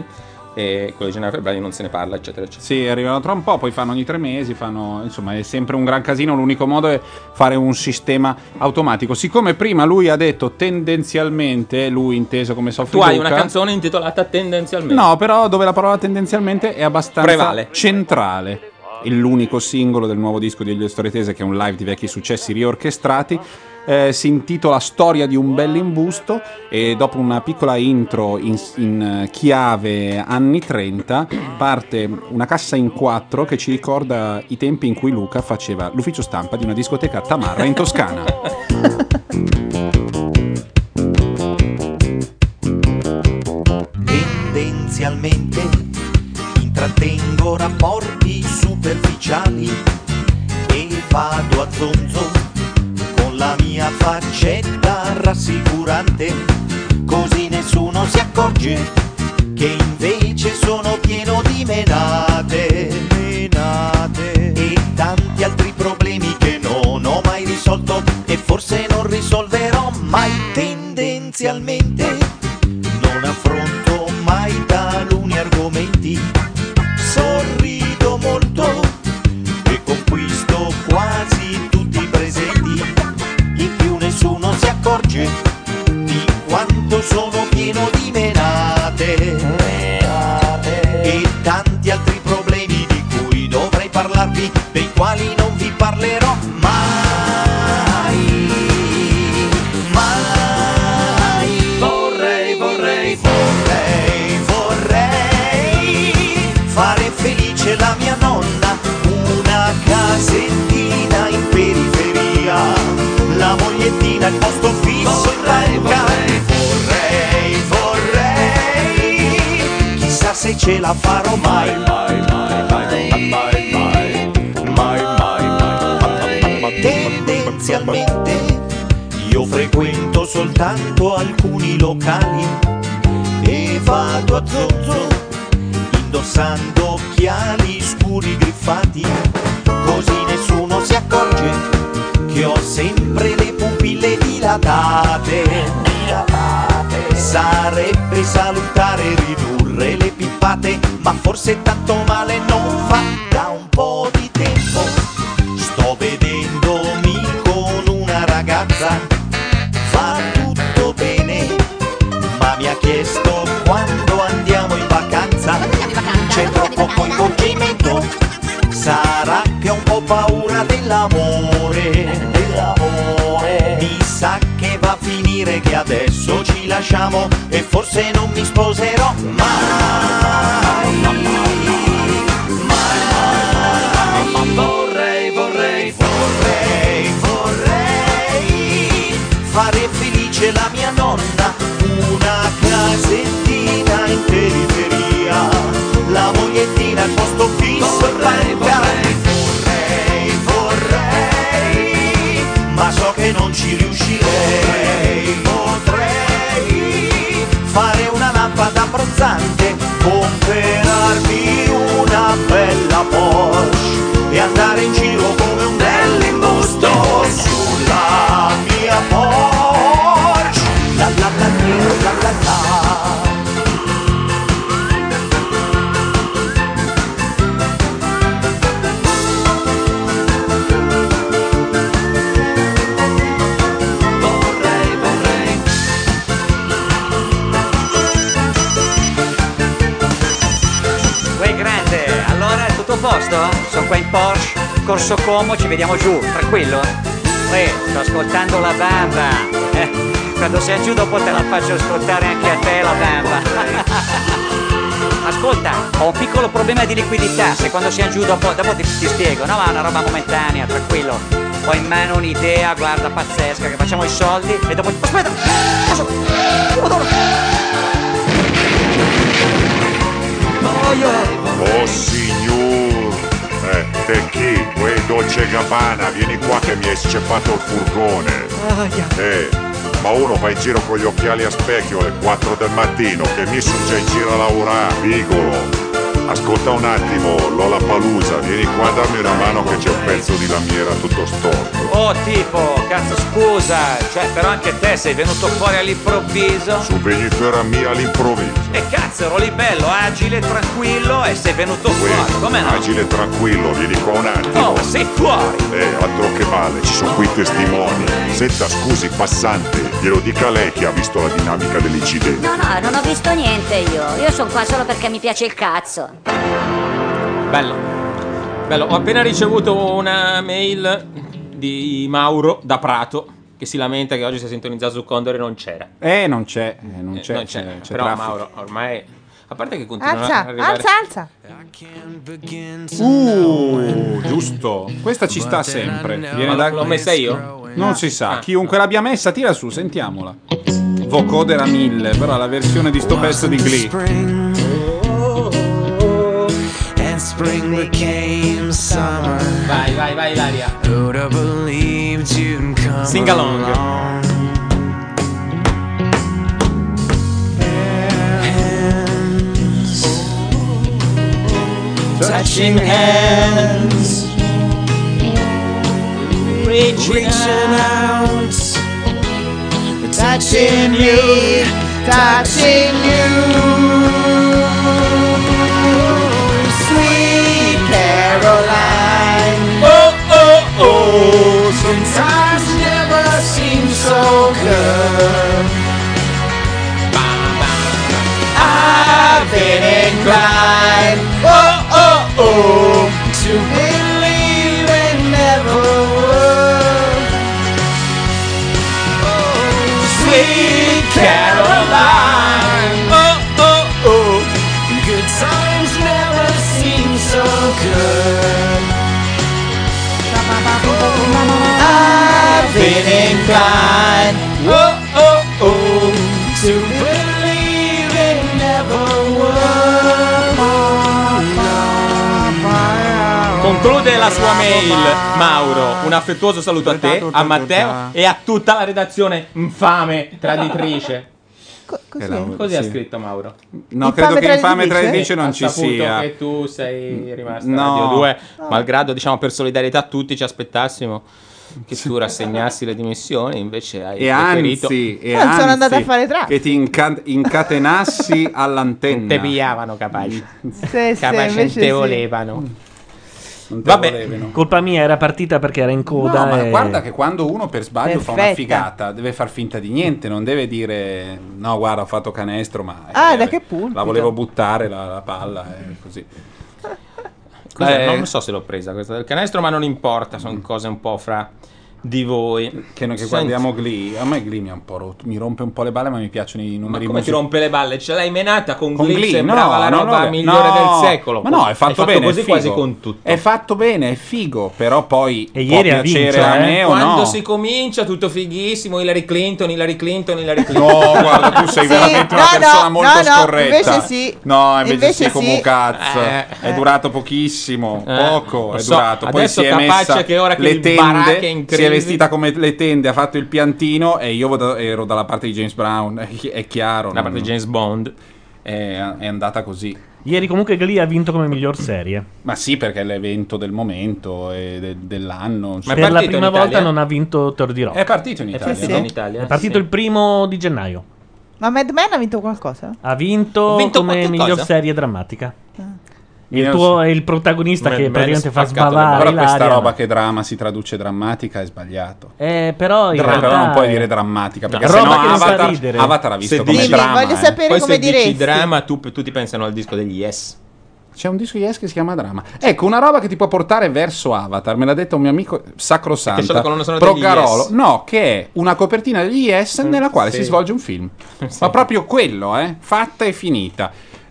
e quello di gennaio-febbraio non se ne parla, eccetera, eccetera. Sì, arrivano tra un po', poi fanno ogni tre mesi, fanno, insomma, è sempre un gran casino. L'unico modo è fare un sistema automatico. Siccome prima lui ha detto tendenzialmente, lui inteso come Sofri Tu hai Luca, una canzone intitolata Tendenzialmente. no, però dove la parola tendenzialmente è abbastanza Prevale. centrale. È l'unico singolo del nuovo disco di Elio Storetese, che è un live di vecchi successi riorchestrati. Eh, si intitola Storia di un bell'imbusto e dopo una piccola intro in, in chiave anni trenta parte una cassa in quattro che ci ricorda i tempi in cui Luca faceva l'ufficio stampa di una discoteca a Tamarra in Toscana. Tendenzialmente intrattengo rapporti superficiali e vado a zonzo con la mia faccetta rassicurante, così nessuno si accorge che invece sono pieno di menate, menate e tanti altri problemi che non ho mai risolto e forse non risolverò mai. Tendenzialmente non affronto mai taluni argomenti, sorrido molto e conquisto quasi tutti i presenti. In più nessuno si accorge di quanto sono pieno di menate, menate e tanti altri problemi di cui dovrei parlarvi, dei quali non vi parlerò mai. Mai vorrei, vorrei, vorrei, vorrei fare felice la mia nonna, una casettina in periferia, la mogliettina, il posto fisso in banca. Vorrei, vorrei, chissà se ce la farò mai. Mai, mai, mai, mai, mai, mai, mai, mai. Tendenzialmente io frequento soltanto alcuni locali e vado a zonzo indossando occhiali scuri griffati, così nessuno si accorge che ho sempre le pupille dilatate. Dilatate. Sarebbe salutare ridurre le pippate, ma forse tanto male non fa. Da un po' di tempo sto vedendomi con una ragazza, va tutto bene, ma mi ha chiesto quando andiamo in vacanza. C'è troppo coinvolgimento, sarà che ho paura dell'amore, dell'amore. Mi sa che va a finire che adesso ci lasciamo e forse non mi sposerò mai. Mai. Vorrei, vorrei, vorrei, vorrei fare felice la mia nonna, una casettina in periferia, la mogliettina al posto fisso. Vorrei, vorrei, vorrei, vorrei, ma so che non ci riuscirei. Potrei fare una lampada abbronzante, comperarmi una bella Porsche e andare in giro come un bell'imbusto sulla mia Porsche. La la la la la la. Tutto a posto? Sono qua in Porsche, Corso Como, ci vediamo giù, tranquillo? Uè, sto ascoltando la bamba. Eh, quando sei giù dopo te la faccio ascoltare anche a te la bamba. Ascolta, ho un piccolo problema di liquidità, se quando siamo giù dopo, dopo ti, ti spiego, no ma è una roba momentanea, tranquillo. Ho in mano un'idea, guarda, pazzesca, che facciamo i soldi e dopo... Aspetta! Posso? Oh signor, eh, te chi? Uè, Dolce Gabbana, vieni qua che mi hai sceppato il furgone. Eh, ma uno va in giro con gli occhiali a specchio alle quattro del mattino, che mi sono già in giro a lavorare, pigolo. Ascolta un attimo, Lollapalooza, vieni qua a darmi una mano che c'è un pezzo di lamiera tutto storto. Oh tipo, cazzo scusa, cioè però anche te sei venuto fuori all'improvviso. Sono venuto a me all'improvviso. E cazzo ero lì bello, agile, tranquillo e sei venuto fuori, come no? Agile e tranquillo, vieni qua un attimo. Oh, ma sei fuori! Eh, altro che male, ci sono qui testimoni. Senta, scusi, passante, glielo dica lei che ha visto la dinamica dell'incidente. No, no, non ho visto niente io. Io sono qua solo perché mi piace il cazzo. Bello. Bello, ho appena ricevuto una mail di Mauro da Prato che si lamenta che oggi si è sintonizzato su Condor e non c'era. Eh, non c'è, eh, non c'è, Eh, non c'è. c'è, c'è Però traffico. Mauro, ormai a parte che continua Alza, ad arrivare alza, alza. Uh, giusto. Questa ci sta sempre. Viene Ma da... l'ho messa io? Non si sa. Ah. Chiunque l'abbia messa, tira su, sentiamola. Vocoder a mille, però la versione di sto pezzo di Glee. And spring became summer. Vai, vai, vai, Ilaria. Who'd have believed you'd come Sing along. Hands, Touching hands, reaching out, Touching me, touching you. Sweet Caroline. Oh, oh, oh. Sometimes never seems so good. I've been inclined, oh, oh, oh, to believe it never would. Oh, sweet Caroline, oh, oh, oh, Good times never seem so good. I've been inclined, oh, oh, oh, to believe it never would. Conclude la sua mail, Mauro. Un affettuoso saluto a te, a Matteo e a tutta la redazione infame traditrice. Così, Così ha sì. scritto Mauro. No, credo che infame traditrice non Ha ci saputo sia. che tu sei rimasta No. a Radio due, malgrado diciamo per solidarietà a tutti ci aspettassimo che tu rassegnassi le dimissioni, invece hai E preferito. anzi, e Non sono anzi, andata a fare traffico. che ti inca- incatenassi all'antenna. Te pigliavano capaci. Sì, sì, Capaci invece te sì. volevano. Non te Vabbè, volevano. Colpa mia, era partita perché era in coda. No, ma e... guarda che quando uno per sbaglio fa una Perfetta. figata deve far finta di niente, non deve dire no guarda ho fatto canestro ma Ah, eh, da che pulpito? la volevo buttare la, la palla e così. Scusa, Eh, non so se l'ho presa questa del canestro, ma non importa, sono cose un po' fra di voi. Che noi che Senti, guardiamo Glee, a me Glee mi ha un po' rotto, mi rompe un po' le balle, ma mi piacciono i ma numeri come ti musicali. rompe le balle? Ce l'hai menata con, Con Glee, Glee, sembrava no, la no, roba no, migliore no. del secolo. Ma no, è fatto Hai fatto bene, così è figo. quasi con tutto. È fatto bene, è figo, però poi E può ieri ha piacere vinto, a eh. me o Quando no. si comincia tutto fighissimo, Hillary Clinton, Hillary Clinton, Hillary Clinton. No, guarda, tu sei Sì, veramente una no, persona no, molto no, no, scorretta. invece sì. No, invece, Invece sì, come sì. un cazzo. Eh, è durato pochissimo, Eh, poco, lo è so. durato. Poi Adesso si è capace messa che ora che le il Barack è tende, in si è crisi. vestita come le tende, ha fatto il piantino e io vado- ero dalla parte di James Brown, è, chi- è chiaro. Da parte di James Bond. È, è andata così. Ieri comunque Glee ha vinto come miglior serie. Ma sì, perché è l'evento del momento e de- dell'anno. Ma per la prima volta non ha vinto Third Rock. È partito in Italia, sì, no? in Italia, È partito sì. il primo di gennaio. Ma Mad Men ha vinto qualcosa? Ha vinto, Ha vinto come qualche miglior cosa? serie drammatica. Il Io tuo so- è il protagonista Mad che Men praticamente fa spaccato le sbavare balle. Però questa l'aria, roba ma- che dramma si traduce drammatica è sbagliato. Eh, però in Però realtà non puoi è- dire drammatica, perché No, sennò roba che non fa Avatar, ridere. Avatar ha visto Se come dici- dramma. voglio eh. sapere Poi come se dici diresti. dramma, tu, tutti pensano al disco degli Yes. C'è un disco Yes che si chiama Drama. Ecco, una roba che ti può portare verso Avatar, me l'ha detto un mio amico Che c'è sacrosanta, la colonna sonora degli Progarolo. Yes. No, che è una copertina degli Yes nella quale sì. si svolge un film. Ma proprio quello, eh, fatta e finita.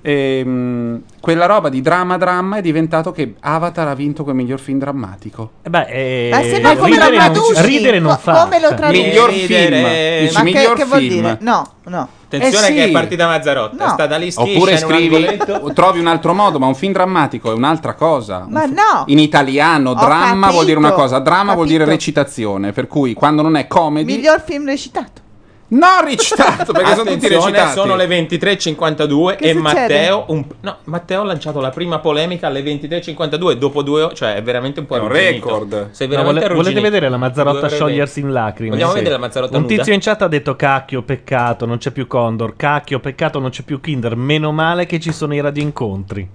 Ehm, quella roba di dramma dramma è diventato che Avatar ha vinto come miglior film drammatico. Eh beh, eh, Ma se no come ridere lo non- traduci? ridere non Co- fa. Come lo Cioè, traduci? Miglior Ridere. film. Dici Ma che, miglior che vuol film. dire? No, no. Attenzione Eh sì. che è partita Mazzarotta. No. Sta da lì schiscia Oppure in un scrivi, angoletto. trovi un altro modo, ma un film drammatico è un'altra cosa. Ma Un fi- no. In italiano, Ho dramma capito, vuol dire una cosa, ho dramma vuol dire capito. recitazione. Per cui quando non è comedy, Miglior film recitato. no, recitato perché sono tutti Attenzione, recitati. sono le ventitré e cinquantadue Che e succede? Matteo un- no, Matteo ha lanciato la prima polemica alle ventitré e cinquantadue dopo due ore, cioè è veramente un po' È un arrugginito. record. Sei No, veramente vole- volete arrugginito. vedere la Due Mazzarotta ore e sciogliersi venti. in lacrime? Vogliamo Sì. vedere la Mazzarotta Un nuda? tizio in chat ha detto cacchio, peccato, non c'è più Condor. Cacchio, peccato, non c'è più Kinder. Meno male che ci sono i radioincontri.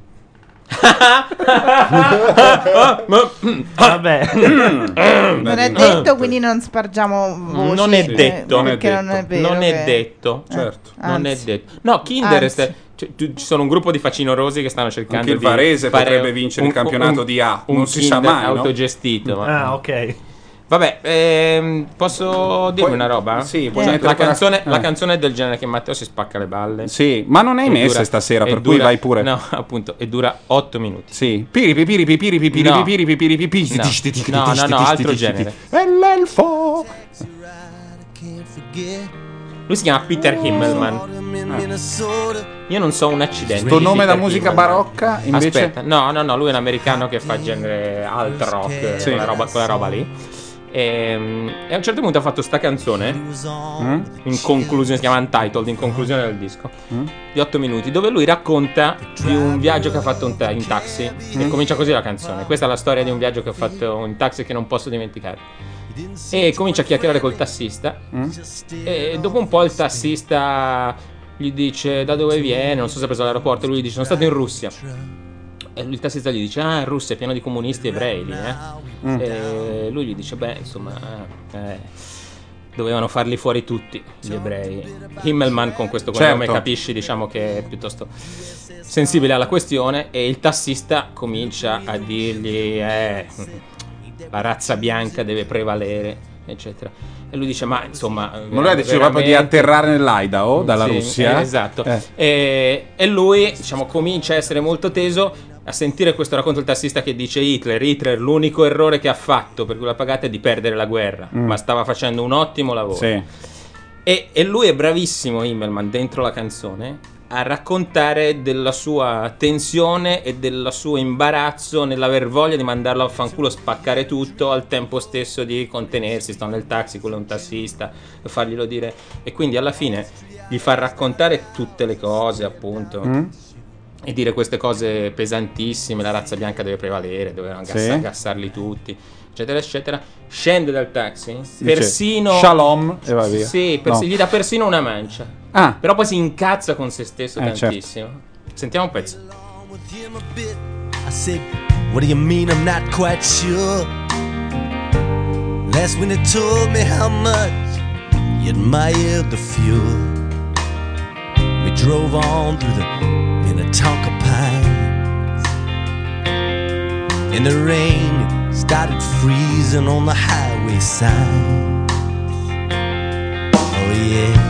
Vabbè. Non è detto, quindi non spargiamo voci. Non è eh, detto. perché non è vero. Non è che- detto. Eh, Certo. Non è anzi. detto. No, Kinder Anzi. sta- cioè, tu- ci sono un gruppo di facinorosi che stanno cercando Anche il di Varese fare potrebbe vincere il campionato di A, un non si sa Kinder mai, no? autogestito. ma- Ah, ok. Vabbè, ehm, posso dirvi una roba? sì, puoi Cioè, mettere la, quella- canzone, eh. la canzone è del genere che Matteo si spacca le balle. Sì, ma non hai E messe dura- stasera, e per cui dura- vai pure. No, appunto, e dura otto minuti. Sì. Piripi, piripi, piripi, piripi, No. piripi, piripi, piripi, No. tisti, tisti, No, tisti, no, no, tisti, altro tisti, genere. tisti. È l'elfo. Lui si chiama Peter Himmelman. Io non so un accidente. Sto di nome da Peter musica Himmelman. barocca, invece- Aspetta, no, no, no, lui è un americano che fa genere alt rock, Sì. quella, roba, quella roba lì. E, e a un certo punto ha fatto sta canzone Mm? in conclusione, si chiama Untitled, in conclusione del disco, Mm? di otto minuti, dove lui racconta di un viaggio che ha fatto in, ta- in taxi. E Mm. comincia così la canzone. Questa è la storia di un viaggio che ho fatto in taxi che non posso dimenticare. E comincia a chiacchierare col tassista. Mm? E dopo un po' il tassista gli dice da dove viene, non so se ha preso l'aeroporto, e lui gli dice sono stato in Russia. E il tassista gli dice ah, in Russia è pieno di comunisti ebrei lì, eh? Mm. E lui gli dice beh, insomma, eh, dovevano farli fuori tutti gli ebrei. Himmelman con questo cognome Certo. capisci, diciamo che è piuttosto sensibile alla questione, e il tassista comincia a dirgli eh, la razza bianca deve prevalere, eccetera. E lui dice ma insomma, Ma lui ha deciso proprio di veramente- atterrare nell'Idaho dalla Sì, Russia. eh, esatto. Eh. E, e lui, diciamo, comincia a essere molto teso a sentire questo racconto del tassista che dice Hitler, Hitler l'unico errore che ha fatto per cui l'ha pagata è di perdere la guerra, Mm. ma stava facendo un ottimo lavoro. Sì. E, e lui è bravissimo, Himmelman, dentro la canzone, a raccontare della sua tensione e del suo imbarazzo nell'aver voglia di mandarlo a fanculo, spaccare tutto, al tempo stesso di contenersi. Sto nel taxi, quello è un tassista, e farglielo dire. E quindi alla fine gli fa raccontare tutte le cose, appunto. Mm? E dire queste cose pesantissime, la razza bianca deve prevalere, dovevano Sì. aggassar- aggassarli tutti, eccetera, eccetera. Scende dal taxi, Dice, persino... Shalom e va via. Sì, persi- No. gli dà persino una mancia. Ah. Però poi si incazza con se stesso Eh, certo. tantissimo. Sentiamo un pezzo. I said, what do you mean I'm not quite sure? That's when he told me how much you admired the fuel. We drove on through the Minnetonka Pines. and the rain started freezing on the highway sign. Oh yeah.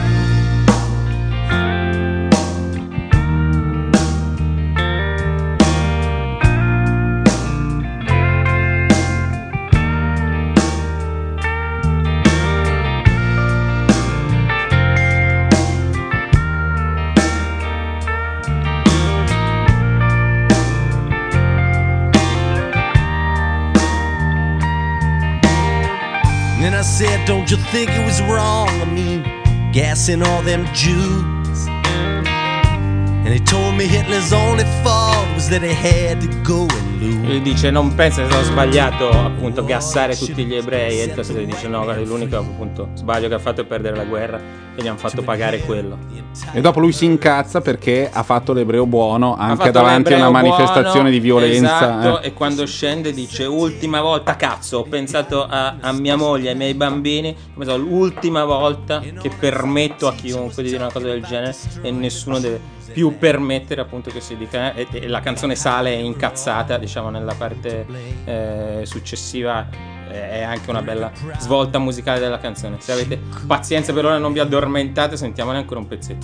And I said, don't you think it was wrong? I mean, gassing all them Jews. And he told me Hitler's only fault was that he had to go and lose. Lui dice non pensa che sia sbagliato appunto gassare tutti gli ebrei, e il testo dice no, guarda, l'unico appunto sbaglio che ha fatto è perdere la guerra e gli hanno fatto pagare quello. E dopo lui si incazza perché ha fatto l'ebreo buono Ha anche fatto davanti a una l'ebreo manifestazione buono, di violenza. esatto, eh. e quando scende dice ultima volta, cazzo, ho pensato a, a mia moglie, ai miei bambini, ho pensato l'ultima volta che permetto a chiunque di dire una cosa del genere e nessuno deve più permettere appunto che si dica, e, e la canzone sale incazzata, diciamo, nella parte eh, successiva. È anche una bella svolta musicale della canzone. Se avete pazienza per ora, non vi addormentate, sentiamone ancora un pezzetto.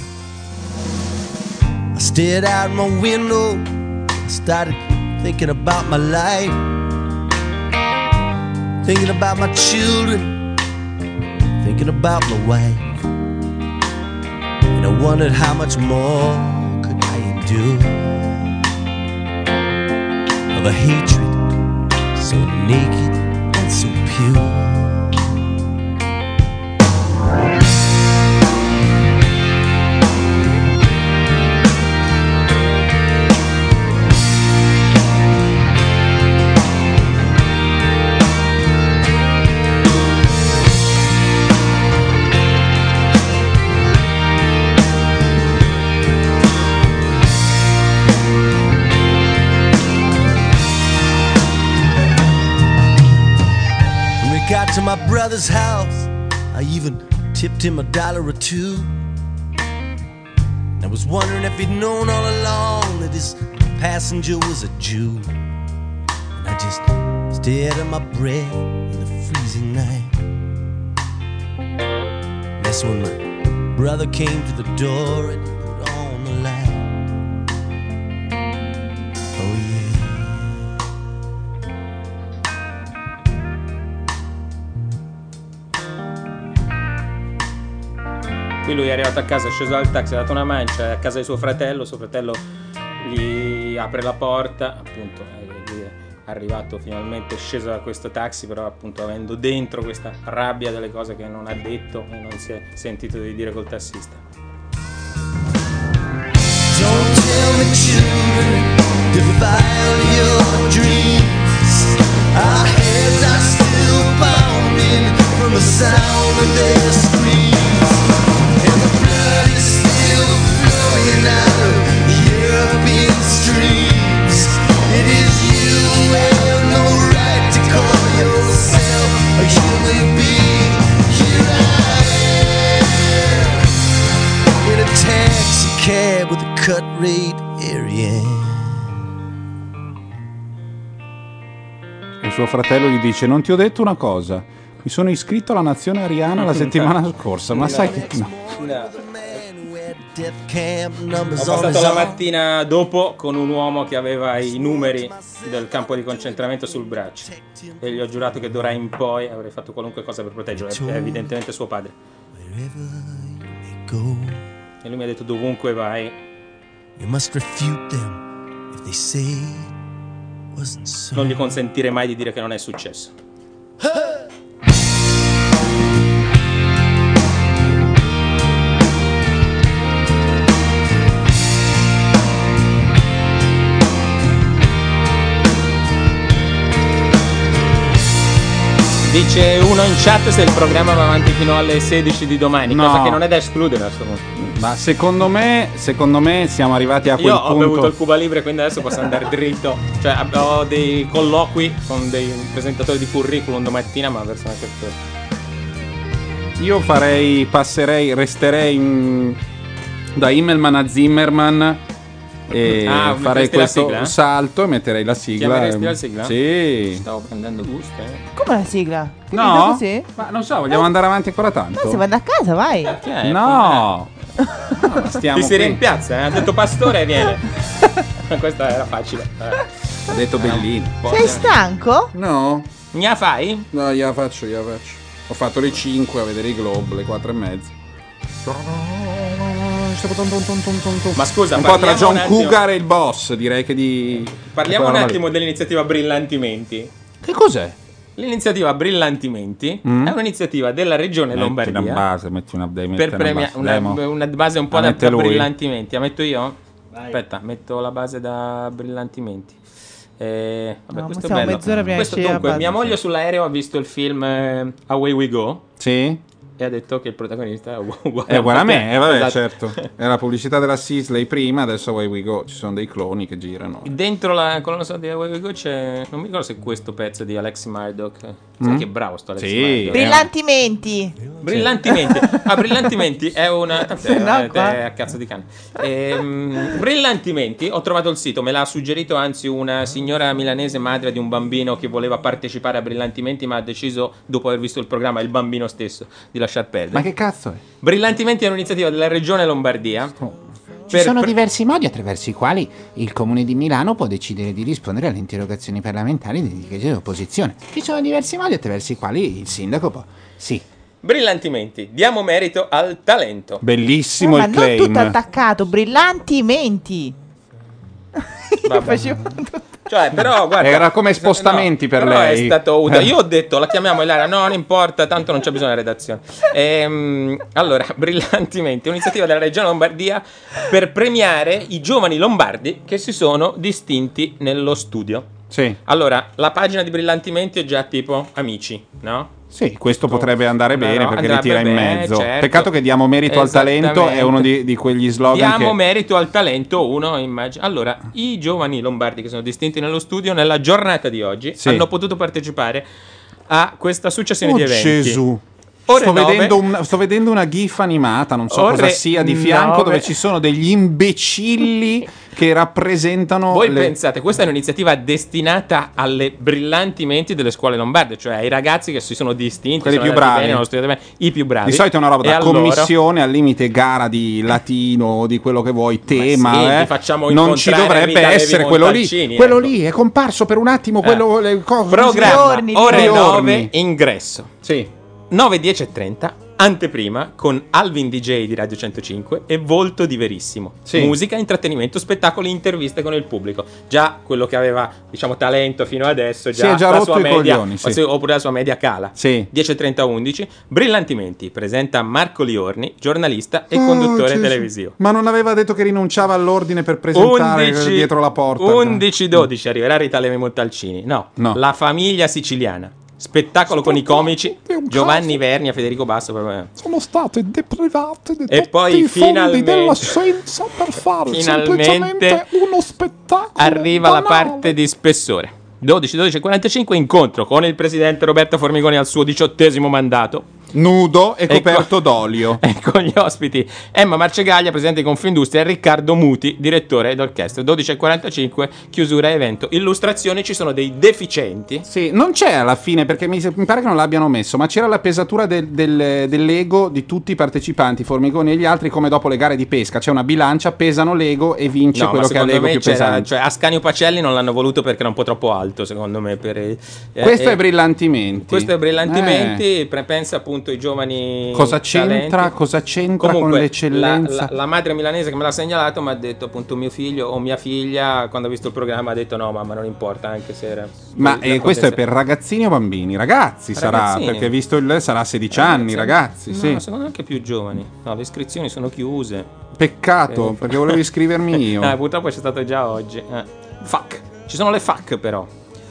I stared out my window, I started thinking about my life, thinking about my children, thinking about my wife. And I wondered how much more could I endure of a hatred so naked and so pure. Got to my brother's house, I even tipped him a dollar or two. I was wondering if he'd known all along that his passenger was a Jew. And I just stared at my breath in the freezing night. That's when my brother came to the door and put on the light. Oh yeah. Qui lui è arrivato a casa, è sceso dal taxi, ha dato una mancia, è a casa di suo fratello, suo fratello gli apre la porta, appunto, e lui è arrivato finalmente, sceso da questo taxi, però appunto avendo dentro questa rabbia delle cose che non ha detto e non si è sentito di dire col tassista. Don't tell me children, defile your dreams. Our heads are still pounding from the sound of their screams. And the blood is still flowing out of European streams. It is you who have no right to call yourself a human being. Here I am in a taxi cab with a cut rate Ariane. E suo fratello gli dice: non ti ho detto una cosa, mi sono iscritto alla nazione ariana la settimana scorsa, ma sai che no. Ho passato la mattina dopo con un uomo che aveva i numeri del campo di concentramento sul braccio e gli ho giurato che d'ora in poi avrei fatto qualunque cosa per proteggerlo. È evidentemente suo padre. E lui mi ha detto: dovunque vai, you must refute them if they say it wasn't so. Non gli consentire mai di dire che non è successo. Dice uno in chat se il programma va avanti fino alle sedici di domani, No. cosa che non è da escludere a questo punto. Ma secondo me, secondo me siamo arrivati a quel Io punto. ho bevuto il Cuba Libre, quindi adesso posso andare dritto. Cioè ho dei colloqui con dei presentatori di curriculum domattina, ma verso una certa. Io farei, passerei, resterei in- da Himmelman a Zimmerman e Ah, farei metteresti la questo sigla? salto e metterei la sigla. Chiameresti la sigla? Sì. Stavo prendendo gusto. Eh. Come la sigla? Quindi No? così? Ma non so, vogliamo andare avanti ancora tanto? No, se vado a casa, vai. Perché? No. No, stiamo Ti si qui. rimpiazza, eh? Ha detto Pastore e viene. Questa era facile. Eh. Ha detto Bellini. Sei stanco? No. Ne fai? No, gliela faccio, gliela faccio. Ho fatto le cinque a vedere i Globe, le quattro e mezza. Ma scusa, un po' tra parliamo John un attimo- Cougar e il boss, direi che di... Parliamo un quella roba attimo dell'iniziativa Brillantimenti. Che cos'è? L'iniziativa Brillantimenti Mm? è un'iniziativa della regione Metti Lombardia una base, metti una, devi per mettere premiare una base. una, Demo. una base un po' La da, mette da lui? Brillantimenti. La metto io? Aspetta, metto la base da Brillantimenti. Eh, vabbè, No, questo è siamo bello. mezz'ora prima Questo, che ci dunque, abbassi. mia moglie sull'aereo ha visto il film eh, Away We Go Sì? e ha detto che il protagonista è ugu- uguale È uguale a me, eh, vabbè, Esatto. certo. È la pubblicità della Sisley prima, adesso Away We Go. Ci sono dei cloni che girano. Dentro la colonna sonora di Away We Go c'è. Non mi ricordo se questo pezzo di Alex Murdoch. Sai Mm? che bravo sto Alex Sì. Murdoch. Brillantimenti. Brillantimenti. Ah, Brillantimenti è una. Tanto è, No, è- qua. è a cazzo di cane. Ehm, Brillantimenti, ho trovato il sito, me l'ha suggerito anzi una signora milanese, madre di un bambino che voleva partecipare a Brillantimenti, ma ha deciso, dopo aver visto il programma, il bambino stesso, di lasciar perdere. Ma che cazzo è? Brillantimenti è un'iniziativa della regione Lombardia. Ci per sono pre- diversi modi attraverso i quali il Comune di Milano può decidere di rispondere alle interrogazioni parlamentari dei dirigenti dell'opposizione. Ci sono diversi modi attraverso i quali il sindaco può... Sì. Brillantimenti, diamo merito al talento. Bellissimo Eh, ma il non claim. tutto attaccato, brillantimenti. Io facevo Cioè, però, guarda, Era come spostamenti per però lei. è stato utile. Eh. Io ho detto, la chiamiamo Ilaria, no, non importa, tanto non c'è bisogno della redazione. Ehm, allora, Brillantimenti, un'iniziativa della Regione Lombardia per premiare i giovani lombardi che si sono distinti nello studio. Sì. Allora, la pagina di Brillantimenti è già tipo amici, no? Sì, questo potrebbe andare No, bene no, perché li andrebbe tira in bene, mezzo. certo. Peccato che diamo merito al talento, è Esattamente. uno di, di quegli slogan Diamo che... merito al talento, uno immagino. Allora, i giovani lombardi che sono distinti nello studio, nella giornata di oggi, Sì. hanno potuto partecipare a questa successione Oh di eventi. Gesù. Ore Sto nove. vedendo, un- sto vedendo una gif animata, non so Ore cosa sia, di fianco nove. dove ci sono degli imbecilli che rappresentano Voi le... pensate, questa è un'iniziativa destinata alle brillanti menti delle scuole lombarde, cioè ai ragazzi che si sono distinti, Quelli sono più andati bravi. bene, hanno studiato bene, i più bravi. Di solito è una roba E da a loro- commissione, al limite gara di latino, di quello che vuoi, tema, sì, eh. ti facciamo non ci incontrare dovrebbe Rita Levi essere quello lì. Montalcini, Quello ecco. lì è comparso per un attimo, quello le cose. Programma, Giorni, ore giorni. nove, ingresso. Sì. nove, dieci e trenta, anteprima con Alvin D J di Radio centocinque e Volto di Verissimo. Sì. Musica, intrattenimento, spettacoli, interviste con il pubblico. Già quello che aveva, diciamo, talento fino adesso, Si già, è già la rotto sua i media, coglioni, sì. o se- oppure la sua media cala. Sì. dieci e trenta, undici. Brillantimenti, presenta Marco Liorni, giornalista e Oh, conduttore Gesù. televisivo. Ma non aveva detto che rinunciava all'ordine per presentare dietro la porta? undici dodici arriverà Rita Levi Montalcini. No, No. La famiglia siciliana. Spettacolo con i comici Giovanni Vernia, Federico Basso. proprio- Sono state deprivate di E tutti poi i fondi finalmente- della scienza per fare Finalmente semplicemente uno spettacolo Arriva la banale. parte di spessore. dodici, dodici e quarantacinque, incontro con il presidente Roberto Formigoni al suo diciottesimo mandato. Nudo e E coperto d'olio. E con gli ospiti Emma Marcegaglia, presidente di Confindustria, e Riccardo Muti, direttore d'orchestra. dodici e quarantacinque, chiusura evento. Illustrazioni, ci sono dei deficienti. Sì, non c'è alla fine perché mi, mi pare che non l'abbiano messo, ma c'era la pesatura del, del- dell'ego di tutti i partecipanti, Formigoni e gli altri, come dopo le gare di pesca. C'è una bilancia, pesano l'ego e vince No, quello ma che ha secondo l'ego me più c'era, pesante. cioè, Ascanio Pacelli non l'hanno voluto perché era un po' troppo alto, secondo me. Per, eh, Questo eh, è Brillantimenti. Questo è Brillantimenti, pre- pensa appunto ai giovani Cosa c'entra, talenti. cosa c'entra Comunque, con l'eccellenza? La, la- la madre milanese che me l'ha segnalato mi ha detto appunto mio figlio o mia figlia, quando ha visto il programma ha detto no mamma non importa anche se era... Ma la eh, questo è potenza- per ragazzini o bambini? Ragazzi sarà, Ragazzini. perché visto il sarà sedici anni, ragazzi, No, sì. secondo me anche più giovani. No, le iscrizioni sono chiuse. Peccato, Eh, perché volevo iscrivermi io. Eh, purtroppo c'è stato già oggi. Eh. Fuck. Ci sono le fuck però.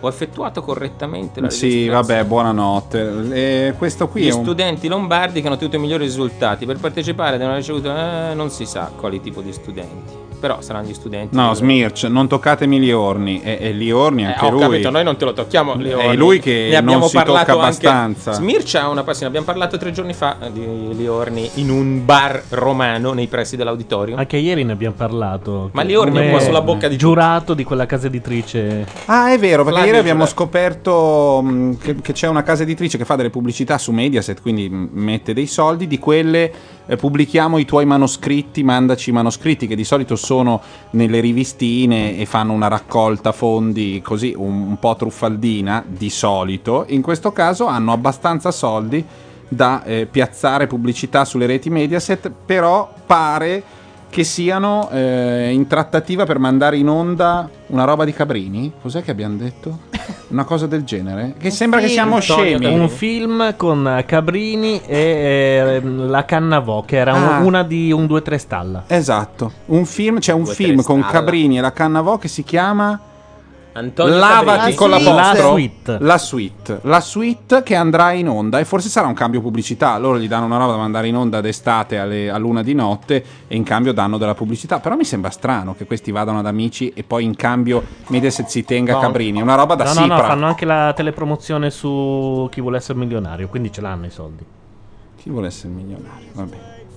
Ho effettuato correttamente la Sì, registrazione. vabbè, buonanotte. E questo qui Gli è un... studenti lombardi che hanno ottenuto i migliori risultati per partecipare devono aver ricevuto eh, non si sa quali tipo di studenti, però saranno gli studenti. No, del- Smirch, non toccatemi Liorni. E, e Liorni Eh, anche ho lui. capito, noi non te lo tocchiamo. Liorni. È lui che Ne abbiamo non si parlato tocca anche- abbastanza. Smirch ha una passione. Abbiamo parlato tre giorni fa di Liorni in un bar romano nei pressi dell'auditorium. Anche ieri ne abbiamo parlato. Ma Liorni è un po' sulla bocca di giurato di quella casa editrice. Ah, è vero, perché Flavio ieri abbiamo Giuliano. scoperto mh, che, che c'è una casa editrice che fa delle pubblicità su Mediaset, quindi mh, mette dei soldi. Di quelle eh, pubblichiamo i tuoi manoscritti, mandaci i manoscritti, che di solito sono nelle rivistine e fanno una raccolta fondi così un, un po' truffaldina, di solito. In questo caso hanno abbastanza soldi da eh, piazzare pubblicità sulle reti Mediaset, però pare che siano eh, in trattativa per mandare in onda una roba di Cabrini. Cos'è che abbiamo detto? Una cosa del genere? Che sembra che siamo scemi. Un film con Cabrini e eh, la Cannavò, che era un- Ah. una di un due tre stalla. Esatto, un film, c'è un Due, film tre con stalla. Cabrini e la Cannavò che si chiama Antonio Lavati Cabrini. con la La vostra Suite. La suite La suite che andrà in onda, e forse sarà un cambio pubblicità. Loro gli danno una roba da mandare in onda d'estate alle, a luna di notte e in cambio danno della pubblicità. Però mi sembra strano che questi vadano ad amici e poi in cambio Mediaset si tenga No. Cabrini. È una roba da no, no, Sipra. no, fanno anche la telepromozione su Chi vuole essere milionario, quindi ce l'hanno i soldi. Chi vuole essere milionario? Vabbè.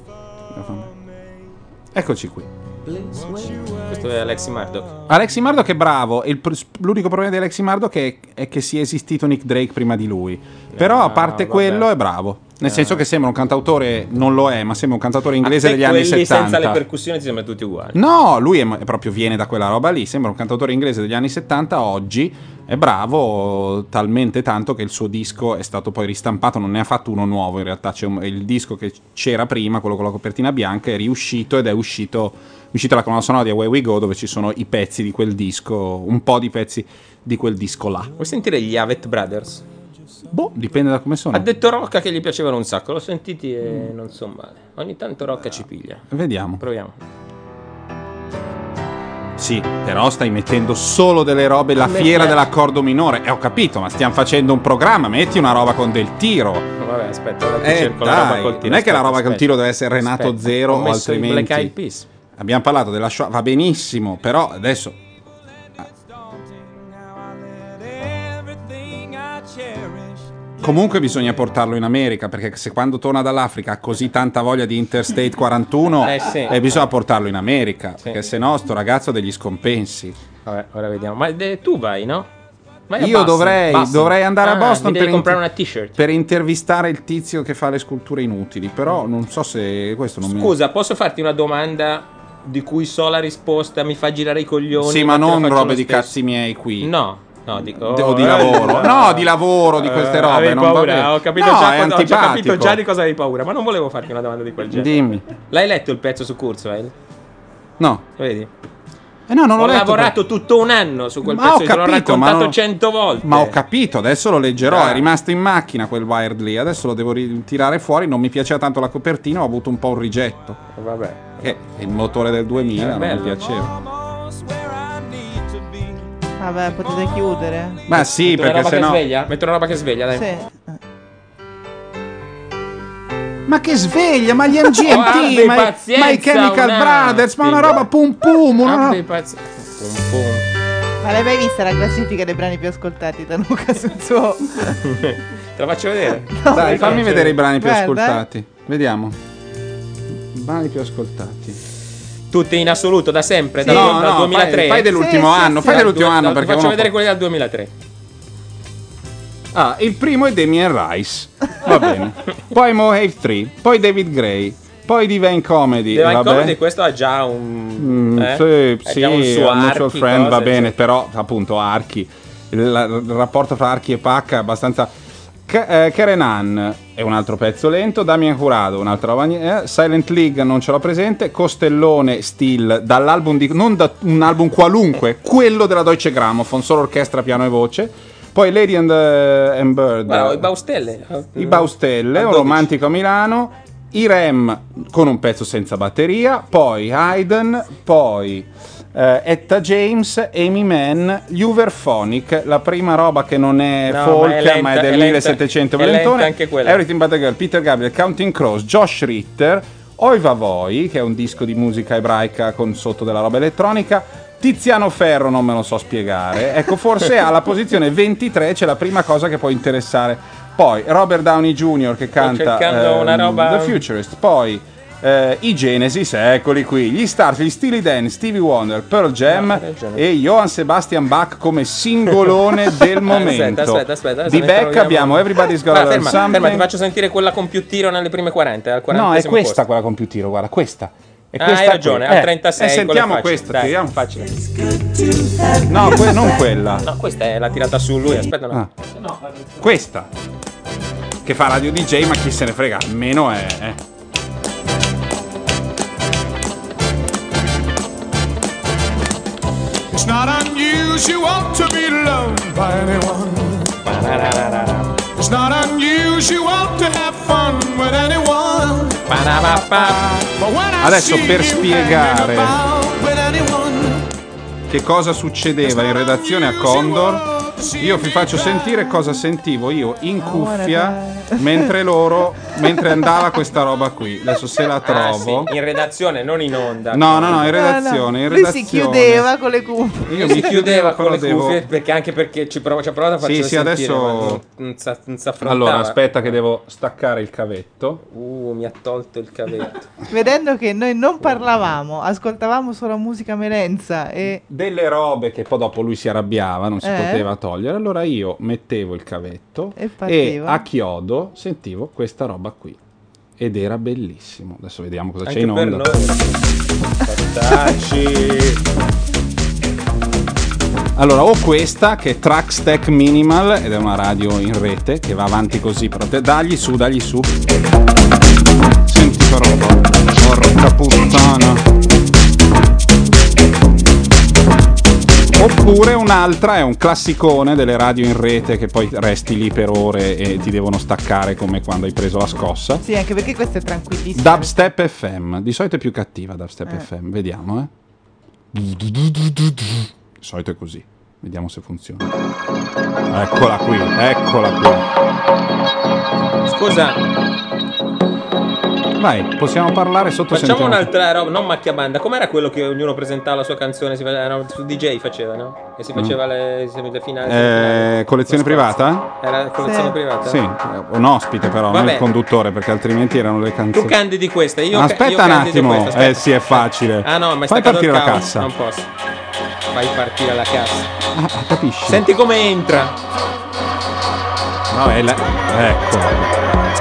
Eccoci qui. Questo è Alexi Murdoch. Alexi Murdoch è bravo. E il pr- l'unico problema di Alexi Murdoch è, è che sia esistito Nick Drake prima di lui. Però a parte vabbè. quello è bravo. Nel senso che sembra un cantautore, non lo è, ma sembra un cantautore inglese A te degli anni quelli senza le settanta. percussioni ti sembrano tutti uguali. No, lui è, è proprio viene da quella roba lì. Sembra un cantautore inglese degli anni settanta. Oggi è bravo talmente tanto che il suo disco è stato poi ristampato. Non ne ha fatto uno nuovo, in realtà. C'è un- il disco che c'era prima, quello con la copertina bianca, è riuscito ed è uscito, è uscita la colonna sonora di Away We Go, dove ci sono i pezzi di quel disco, un po' di pezzi di quel disco là. Vuoi sentire gli Avett Brothers? Boh, dipende da come sono. Ha detto Rocca che gli piacevano un sacco. L'ho sentiti e non so male. Ogni tanto Rocca ci piglia. Vediamo. Proviamo. Sì, però stai mettendo solo delle robe, la A me fiera piace. dell'accordo minore. Eh, ho capito, ma stiamo facendo un programma, metti una roba con del tiro. No, vabbè, aspetta, ora ti Eh, cerco la roba dai, col tiro. non è che la Aspetta, roba col aspetta. tiro deve essere Renato Aspetta, Zero ho o messo i altrimenti. Black Eyed Peas. Abbiamo parlato della Shoah, va benissimo, però adesso comunque bisogna portarlo in America, perché se quando torna dall'Africa ha così tanta voglia di Interstate quarantuno, Eh, sì. eh, bisogna portarlo in America, perché se no sto ragazzo ha degli scompensi. Vabbè, ora vediamo. Ma eh, tu vai, no? Vai a Io Boston. dovrei, Boston. dovrei andare a Ah, Boston mi devi per, comprare inter- una t-shirt. per intervistare il tizio che fa le sculture inutili, però non so se questo non mi... Scusa, posso farti una domanda di cui so la risposta? Mi fa girare i coglioni. Sì, ma te la non faccio robe lo di stesso. cazzi miei qui. No, no, dico. O di eh, lavoro. eh, No, di lavoro, di queste eh, robe, avevi non va paura, bene. ho capito, No, già, è cosa- ho già capito antipatico. già di cosa avevi paura, ma non volevo farti una domanda di quel genere. Dimmi. L'hai letto il pezzo su Kurzweil? No. Vedi? Eh no, non l'ho ho letto, lavorato tutto un anno su quel Ma pezzo, ho te l'ho capito, ma raccontato non- cento volte. Ma ho capito, adesso lo leggerò. Dai. È rimasto in macchina quel Wired lì. Adesso lo devo tirare fuori. Non mi piaceva tanto la copertina, ho avuto un po' un rigetto. Vabbè. Che il motore del duemila È non mi bello. piaceva. Vabbè, potete chiudere. Ma sì, Metto una perché roba se che no. sveglia? Metto una roba che sveglia, dai. Sì. Ma che sveglia, ma gli M G Oh, M T, abbi ma, i- pazienza ma i Chemical un Brothers, ma una attimo. roba pum pum. Una Abbi roba... pazzi- Pum pum. Ma l'hai mai vista la classifica dei brani più ascoltati da Luca sul suo... Te la faccio vedere? Dai, fammi vedere i brani più Guarda. ascoltati. Vediamo. Brani più ascoltati. Tutti in assoluto, da sempre, Sì. dal, No, dal no, duemilatré. fai- fai dell'ultimo Sì, sì, anno, sì. fai Dal dell'ultimo due- anno, dal- perché Ti faccio uno vedere può- quelli dal duemilatré. Ah, il primo è Damien Rice. Va bene. Poi Mohave tre, poi David Gray, poi Divine Comedy. Divine vabbè. Comedy, questo ha già un... Mm, eh? sì, Ha sì, già un suo a Mutual archi, Friend cose, va bene, sì. però appunto Archi. Il, il rapporto fra Archi e Pacca è abbastanza. K- eh, Karen Ann è un altro pezzo lento. Damien Jurado, un'altra roba. eh, Silent League non ce l'ho presente. Costellone Still, dall'album di. Non da un album qualunque, quello della Deutsche Grammophon, solo orchestra, piano e voce. Poi Lady and, eh, and Bird. Guarda, i Baustelle. I Baustelle, un romantico a Milano. I Rem con un pezzo senza batteria. Poi Haydn. Poi eh, Etta James, Amy Mann, gli Uberphonic, la prima roba che non è No, folk ma è lenta, ma è del è lenta, millesettecento è lenta Valentone, anche quella. Everything But a Girl, Peter Gabriel, Counting Crows, Josh Ritter, Oi Vavoi, che è un disco di musica ebraica con sotto della roba elettronica, Tiziano Ferro non me lo so spiegare, ecco forse alla posizione ventitré c'è la prima cosa che può interessare, poi Robert Downey junior che canta cercando ehm, una roba- The Futurist, poi eh, i Genesis, eccoli qui, gli Stars, gli Steely Dan, Stevie Wonder, Pearl Jam No, ragione. e Johann Sebastian Bach come singolone del momento. Aspetta, aspetta, aspetta. Di adesso ne Beck troviamo- abbiamo Everybody's Got a Guarda, Little ferma, Something. ferma, ti faccio sentire quella con più tiro nelle prime quaranta, al No, è quarantesimo questa posto. quella con più tiro, guarda, questa. È Ah, questa hai ragione, qui. al Eh, trentasei. eh, sentiamo quella questa, facile. tiriamo. Dai, facile. No, que- non quella. No, questa è la tirata su lui, aspetta no. Ah. Questa. Che fa radio D J, ma chi se ne frega, almeno è... eh. It's not unusual to be loved by anyone. It's not unusual to have fun with anyone. But when I Adesso see per you spiegare hanging about with anyone, che cosa succedeva in redazione a Condor, io vi faccio sentire cosa sentivo io in cuffia mentre loro, mentre andava questa roba qui. Adesso se la Ah, trovo. sì, in redazione, non in onda. No, no, no, in redazione, in Lui redazione. si chiudeva con le cuffie. Io si mi chiudeva con le però devo- cuffie perché anche perché ci, provo, ci ha provato a farci Sì, sì, sentire, adesso- ma non, non, sa, non si affrontava. Allora, aspetta che devo staccare il cavetto. Uh, mi ha tolto il cavetto. Vedendo che noi non parlavamo, ascoltavamo solo musica melenza e Delle robe che poi dopo lui si arrabbiava, non si Eh? poteva togliere. Allora io mettevo il cavetto E e partiva. a chiodo sentivo questa roba qui. Ed era bellissimo. Adesso vediamo cosa c'è Anche in per onda. noi. Fattacci. Allora, ho questa che è Trackstack Minimal ed è una radio in rete che va avanti così. Però te- dagli su, dagli su. Senti che roba. Porca puttana. Oppure un'altra è un classicone delle radio in rete che poi resti lì per ore e ti devono staccare come quando hai preso la scossa. sì, anche perché questo è tranquillissimo. Dubstep F M, di solito è più cattiva Dubstep Eh. F M, vediamo eh. Di solito è così, vediamo se funziona. Eccola qui, eccola qui. Scusa, Vai, possiamo parlare sotto facciamo sentiamo. un'altra roba, non macchiabanda. Com'era quello che ognuno presentava la sua canzone? Si faceva, era su D J faceva, no? E si faceva le, si- le finali. Eh, collezione privata? Era collezione Sì. privata? Sì, un ospite però, non Vabbè. il conduttore, perché altrimenti erano le Tu canzoni. candidi questa, io Aspetta io un candido attimo, questa, aspetta. eh sì, è facile. Ah no, ma è Fai staccato il partire la cavo. cassa. Non posso. Fai partire la cassa. Ah, capisci? Senti come entra. Vabbè, la- ecco.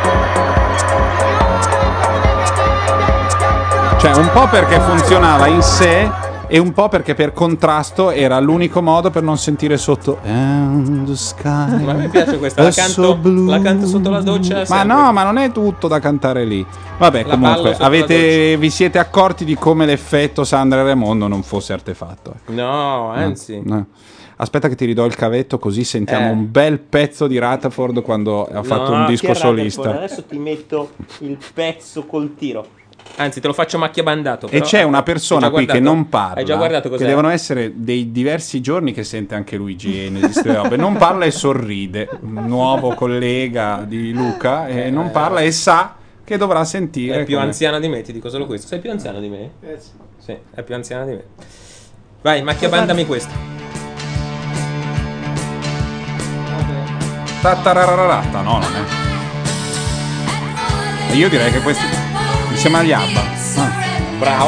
Cioè, un po' perché funzionava in sé e un po' perché per contrasto era l'unico modo per non sentire sotto And the sky. Ma a me piace questa, la è so canto, blue. la canto sotto la doccia. Ma sempre. no, ma non è tutto da cantare lì. Vabbè, La ballo comunque, sotto la avete, vi siete accorti di come l'effetto Sandra e Raimondo non fosse artefatto. ecco. No, anzi. No. Aspetta che ti ridò il cavetto così sentiamo Eh. un bel pezzo di Rutherford quando ha fatto No, un che disco Rutherford, solista. Adesso ti metto il pezzo col tiro. Anzi, te lo faccio macchiabandato. E però- c'è una Hai persona già qui che guardato? non parla, Hai già guardato cos'è? che devono essere dei diversi giorni che sente anche Luigi Genesis, queste robe. Non parla e sorride, un nuovo collega di Luca, e non parla e sa che dovrà sentire. È più come- anziana di me, ti dico solo questo. Sei più anziano di me? Eh sì. Sì, è più anziana di me. Vai, macchiabandami questa. Tattarararata, no, non è. E io direi che questo insieme agli ABBA. Ah. Bravo.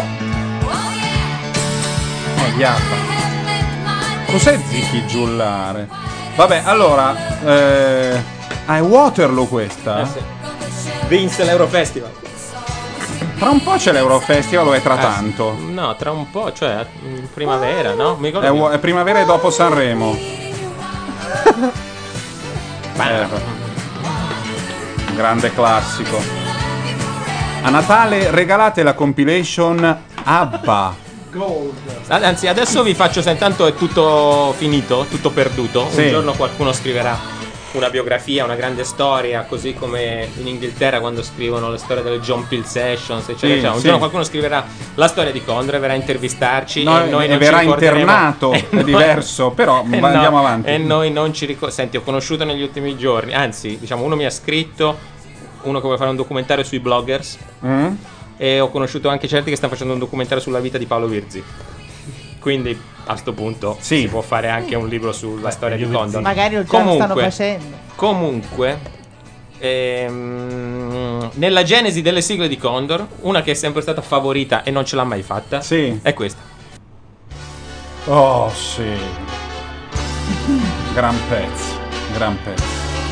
Eh, gli ABBA. Cos'è Zicchi Giullare? Vabbè, allora, eh, ah, è Waterloo questa? Eh sì. Vinse l'Eurofestival. Tra un po' c'è l'Eurofestival o è tra Eh, tanto? No, tra un po', cioè in primavera, no? Mi ricordo È, che- wa- è primavera e dopo Sanremo. Eh, grande classico. A Natale regalate la compilation ABBA. Anzi, adesso vi faccio, se intanto è tutto finito, tutto perduto. Sì. Un giorno qualcuno scriverà una biografia, una grande storia, così come in Inghilterra quando scrivono le storie delle John Peel Sessions, eccetera, Sì, eccetera. Un sì. giorno qualcuno scriverà la storia di Condor e verrà a intervistarci No, e noi e non verrà ci ricorderemo- internato, e è noi- diverso, però e va- no, andiamo avanti. E noi non ci ricordiamo. Senti, ho conosciuto negli ultimi giorni, anzi, diciamo, uno mi ha scritto, uno che vuole fare un documentario sui bloggers, Mm? e ho conosciuto anche certi che stanno facendo un documentario sulla vita di Paolo Virzi. Quindi a sto punto si può fare anche un libro sulla storia di Condor. Magari lo già Comunque- stanno facendo. Comunque, ehm, nella genesi delle sigle di Condor, una che è sempre stata favorita e non ce l'ha mai fatta è questa. Oh sì. Gran pezzo, gran pezzo.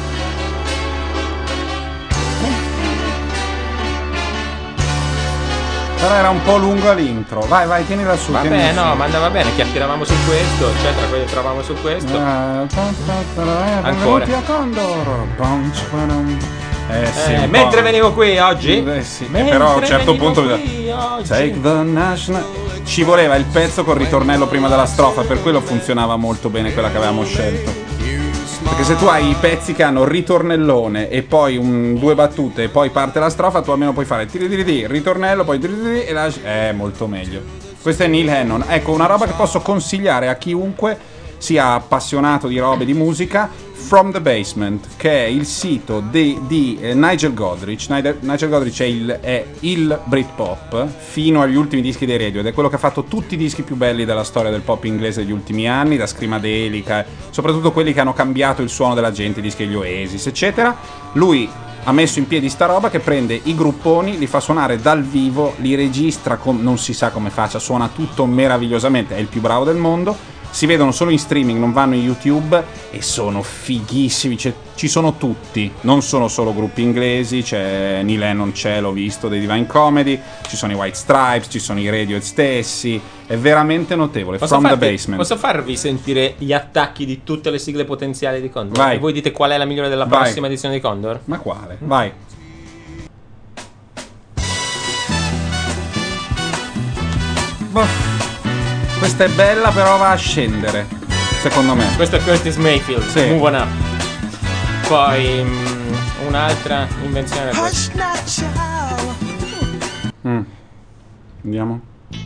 Però era un po' lunga l'intro. Vai, vai, tienila su. Vabbè, tienila no, su. ma andava bene, chiacchieravamo su questo, eccetera, poi trovavamo su questo. Ah, Ancora. benvenuti a Condor. Eh sì, Eh, un po'. mentre venivo qui oggi, Eh sì, eh, mentre però a un certo venivo punto qui oggi. Take the national. Ci voleva il pezzo col ritornello prima della strofa, per quello funzionava molto bene quella che avevamo scelto. Perché se tu hai i pezzi che hanno ritornellone e poi un, due battute e poi parte la strofa, tu almeno puoi fare tiri tiri tiri, ritornello, poi tiri tiri e lasci. È molto meglio. Questo è Neil Hannon. Ecco, una roba che posso consigliare a chiunque sia appassionato di robe di musica. From the Basement, che è il sito di, di eh, Nigel Godrich. Nigel, Nigel Godrich è il, è il Britpop fino agli ultimi dischi dei Radiohead. È quello che ha fatto tutti i dischi più belli della storia del pop inglese degli ultimi anni, da Scrimadelica, soprattutto quelli che hanno cambiato il suono della gente, i dischi degli Oasis, eccetera. Lui ha messo in piedi sta roba che prende i grupponi, li fa suonare dal vivo, li registra, com- non si sa come faccia, suona tutto meravigliosamente, è il più bravo del mondo. Si vedono solo in streaming, non vanno in YouTube e sono fighissimi, c'è- ci sono tutti, non sono solo gruppi inglesi, c'è Neil Hannon, c'è, l'ho visto, dei Divine Comedy, ci sono i White Stripes, ci sono i Radiohead stessi, è veramente notevole. Posso, From the farti- Basement. posso farvi sentire gli attacchi di tutte le sigle potenziali di Condor? Vai. E voi dite qual è la migliore della Vai. prossima edizione di Condor? Ma quale? Vai. Boh. Questa è bella, però va a scendere, secondo me. Questo è Curtis Mayfield, Sì. Move On Up. Poi mm, un'altra invenzione è questa. Mm. Andiamo.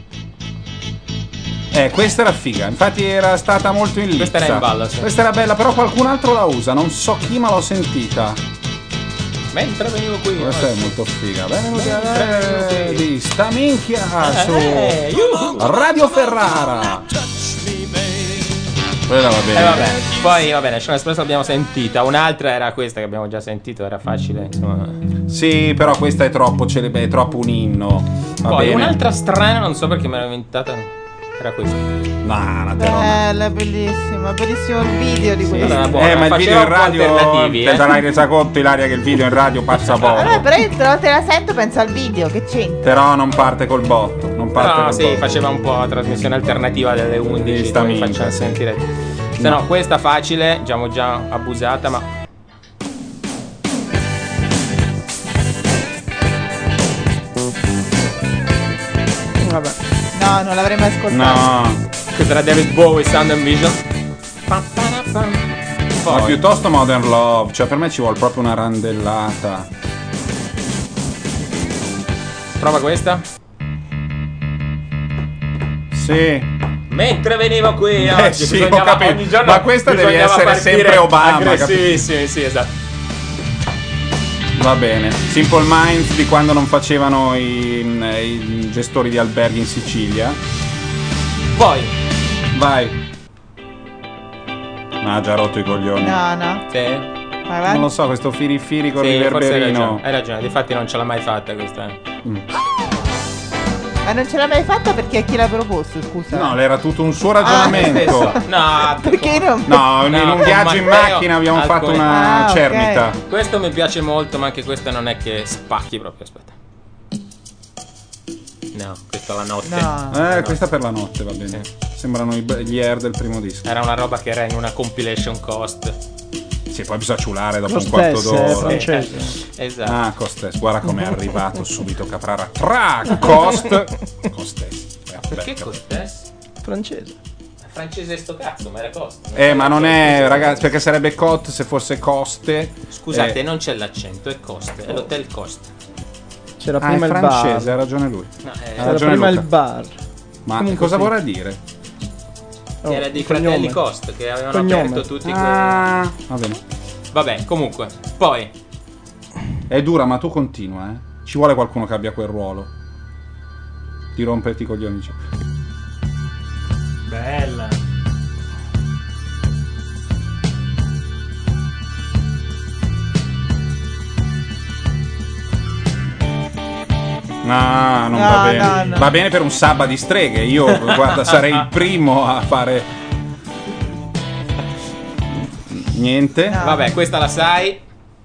Eh, questa era figa, infatti era stata molto in lizza. Questa era in ballo, sì. Questa era bella, però qualcun altro la usa, non so chi, ma l'ho sentita. Mentre venivo qui Questa oggi. è molto figa. Benvenuti Mentre a venivo qui. di sta minchia Eh, su eh, yuhu. Radio Ferrara. Quella va Eh, bene. vabbè. Poi va bene, National Express l'abbiamo sentita. Un'altra era questa che abbiamo già sentito, era facile, insomma. Sì, però questa è troppo celebre, è troppo un inno. Va Poi bene. un'altra strana, non so perché me l'ho inventata. Era questa. No, una Bella, bellissima, bellissimo il video di questo. era buona. Eh, ma il Faceva video in un po' radio alternativi, te eh. sarai resa conto, Ilaria, che il video in radio pazza poco. Vabbè, però io tutte le volte che la sento penso al video, che c'entra? Però non parte col botto. Non parte Però col sì, botto. faceva un po' la trasmissione alternativa delle undici. Sta Dove minchia, facciamo sì. sentire. Se no, questa facile, diciamo già abusata, ma. Vabbè. No, non l'avrei mai ascoltato. No. Questa era David Bowie, Sound and Vision. Ma Poi, piuttosto Modern Love, cioè per me ci vuole proprio una randellata. prova questa. Sì. Mentre venivo qui Eh, oggi, sì, bisognava- ho capito. ogni giorno Ma questa devi bisognava essere partire sempre Obama, aggressivissimi, sì, esatto. Va bene. Simple Minds di quando non facevano i, i gestori di alberghi in Sicilia. Poi. Vai. Ma ha già rotto i coglioni. No, no. Sì. Vai Non avanti. lo so, questo firi firi con Sì, il forse hai riverberino. ragione, hai ragione, difatti non ce l'ha mai fatta questa. Ma non ce l'ha mai fatta perché a chi l'ha proposto, scusa? No, era tutto un suo ragionamento. Ah, no, perché non... No, in No, un viaggio in Matteo, macchina abbiamo fatto alcuni- una Ah, ok. cernita. Questo mi piace molto, ma anche questa non è che spacchi proprio, aspetta. No, questa è la notte. No. Eh, questa per la notte va bene. Sembrano i- gli air del primo disco. Era una roba che era in una compilation cost. Sì, poi bisogna ciulare dopo Lo un quarto stesso, è d'ora. francese. Esatto. Ah, Costes, guarda com'è arrivato subito Caprara. Tra Cost. Costes. Perché Costes? Francese. È francese sto cazzo, ma era Coste. Eh, ma non è, ragazzi, perché sarebbe Cot se fosse Coste. Scusate, eh. non c'è l'accento, è Coste, è l'hotel Coste. C'era Ah, prima è il francese, bar. ha ragione lui. No, eh, Ha C'era ragione prima Luca. il bar. Ma Comunque cosa sì. vorrà dire? Oh, Che era dei cognome. fratelli Coste che avevano Cognome. aperto tutti Ah, va bene. quei... Vabbè, comunque, poi È dura, ma tu continua, eh. Ci vuole qualcuno che abbia quel ruolo. Di romperti i coglioni. cioè. Bella. No, non No, va bene. no, no. Va bene per un sabato di streghe. Io, guarda, sarei il primo a fare. Niente. vabbè, questa la sai.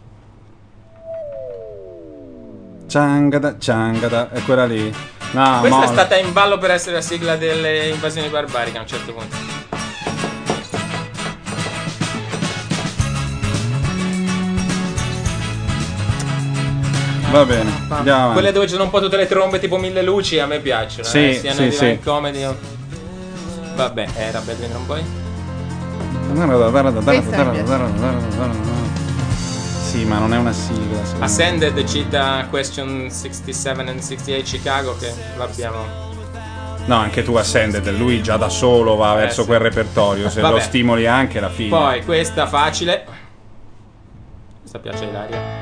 Ciangada, ciangada, è quella lì. No, Questa mo- è stata in ballo per essere la sigla delle invasioni barbariche a un certo punto. Va bene, andiamo avanti. Quelle dove ci sono un po' tutte le trombe tipo mille luci a me piacciono. Sì, eh, siano sì, di sì. Divine Comedy o- Vabbè, era Bedroom Boy. Sì, ma non è una sigla. secondo me. Ascended cita Question sessantasette and sessantotto Chicago che l'abbiamo. No, anche tu Ascended, lui già da solo va verso sì. quel repertorio. Se Vabbè. lo stimoli anche la fine. Poi questa facile. Questa piace Ilaria.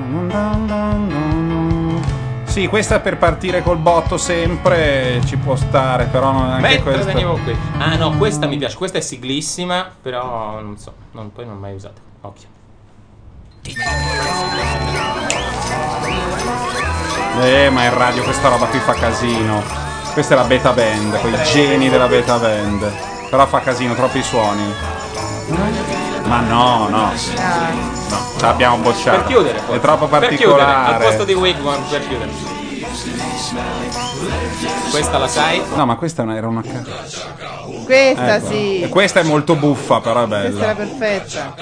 Sì, questa per partire col botto sempre ci può stare, però non anche Mentre questa. venivo qui. Ah no, questa mi piace, questa è siglissima, però non so, non, poi non mai usata. Occhio. Eh, ma in radio questa roba qui fa casino. Questa è la beta band, quei geni della beta band. Però fa casino, troppi suoni. Ma no, no. No, ce l'abbiamo bocciata. Per chiudere, poi. È troppo Per chiudere, particolare. al posto di Wigwam, per chiudere. Questa la sai? No, ma questa era una ca- Questa Ecco. sì. E questa è molto buffa, però è Questa era bella. perfetta.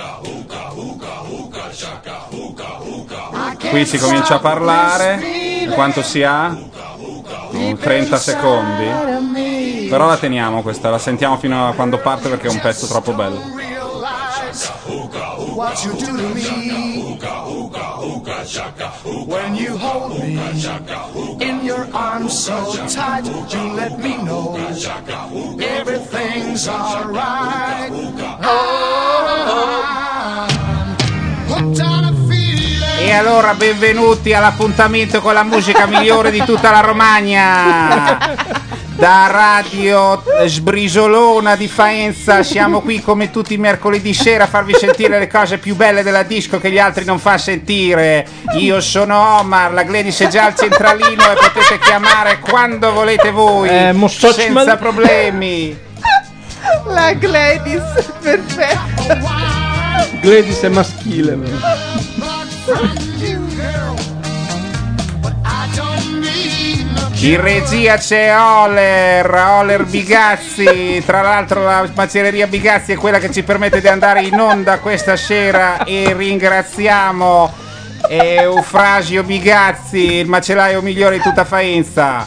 Qui si comincia a parlare. E quanto si ha? Oh, trenta secondi. Però la teniamo questa, la sentiamo fino a quando parte perché è un pezzo troppo bello. What you do to me when you hold me in your arms so tight, you let me know everything's alright. Oh, hooked on a feeling. E allora benvenuti all'appuntamento con la musica migliore di tutta la Romagna. Da Radio Sbrisolona di Faenza siamo qui come tutti i mercoledì sera a farvi sentire le cose più belle della disco che gli altri non fa sentire. Io sono Omar, la Gladys è già al centralino e potete chiamare quando volete voi, Eh, senza problemi. La Gladys, perfetta. Gladys è maschile. In regia c'è Oler, Oler Bigazzi, tra l'altro la macelleria Bigazzi è quella che ci permette di andare in onda questa sera e ringraziamo Eufrasio Bigazzi, il macellaio migliore di tutta Faenza.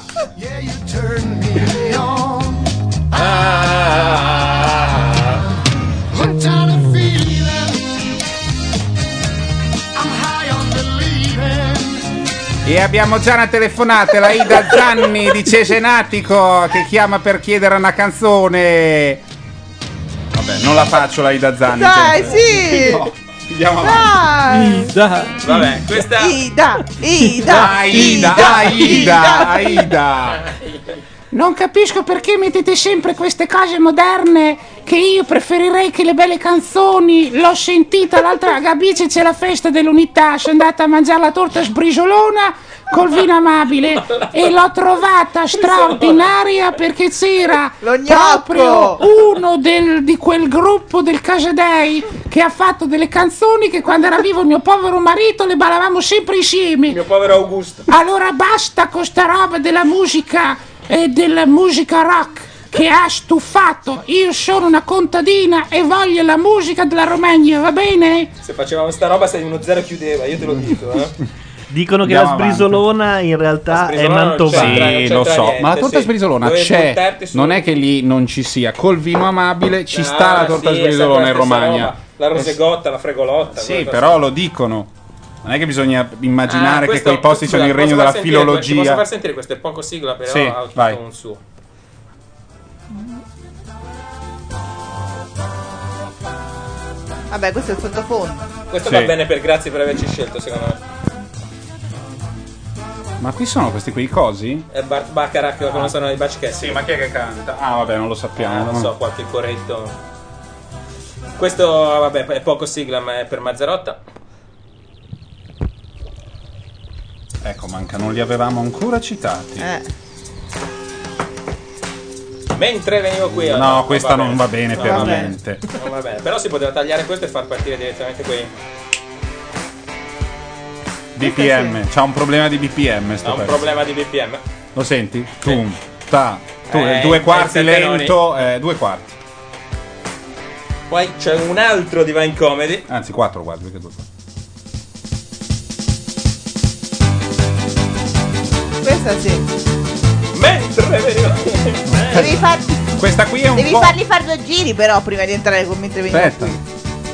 Hooked on a feeling. I'm high on believing. E abbiamo già una telefonata, la Ida Zanni di Cesenatico che chiama per chiedere una canzone. Vabbè, non la faccio la Ida Zanni. Dai, gente. sì. No, andiamo avanti. Dai. Ida. Vabbè, questa. Ida, Ida, Aida, Aida, Aida. Non capisco perché mettete sempre queste cose moderne che io preferirei che le belle canzoni. L'ho sentita l'altra a Gabice, c'è la festa dell'unità, sono andata a mangiare la torta sbrisolona col vino amabile e l'ho trovata straordinaria perché c'era Lo gnocco. proprio uno del- di quel gruppo del Casadei che ha fatto delle canzoni che quando era vivo il mio povero marito le ballavamo sempre insieme. Mio povero Augusto. Allora basta con sta roba della musica e della musica rock che ha stufato. Io sono una contadina e voglio la musica della Romagna, va bene? Se facevamo sta roba sei uno zero chiudeva, io te lo dico, eh. Dicono che Andiamo la sbrisolona in realtà è Sì, mantovana. lo so, ma la torta sbrisolona c'è, non è che lì non ci sia. Col vino amabile ci sta la torta sì, sbrisolona è in sempre la stessa Romagna. roba. La rosegotta, la fregolotta. Sì, quelle però lo dicono. Non è che bisogna immaginare Ah, che questo- quei posti scusa, sono il regno posso della far sentire- Ti posso filologia. far sentire questo è poco sigla, però Sì, ha tutto vai. un suo. Vabbè, questo è il sottofondo. Questo Sì. va bene per grazie per averci scelto, secondo me. Ma qui sono questi quei cosi? È Bart Bacharach, come sono i Butch Cassidy. Sì, ma chi è che canta? Ah, vabbè, non lo sappiamo. Ah, non so, qualche corretto. Questo, vabbè, è poco sigla, ma è per Mazzarotta. Ecco, manca, non li avevamo ancora citati. Eh. Mentre venivo qui... No, no, questa va non va bene Non per va bene. niente. Non va bene. Però si poteva tagliare questo e far partire direttamente qui. B P M, c'ha un problema di B P M sto Ha un pezzo. problema di B P M. Lo senti? Tum, ta, tu, Eh, due quarti il sette lento, eh, due quarti. Poi c'è un altro Divine Comedy. Anzi, quattro quarti, perché due quarti. Questa sì. Mentre venivo... Devi, far... Questa qui è un Devi po'... fargli fare due giri però prima di entrare con mentre venivo Aspetta. qui.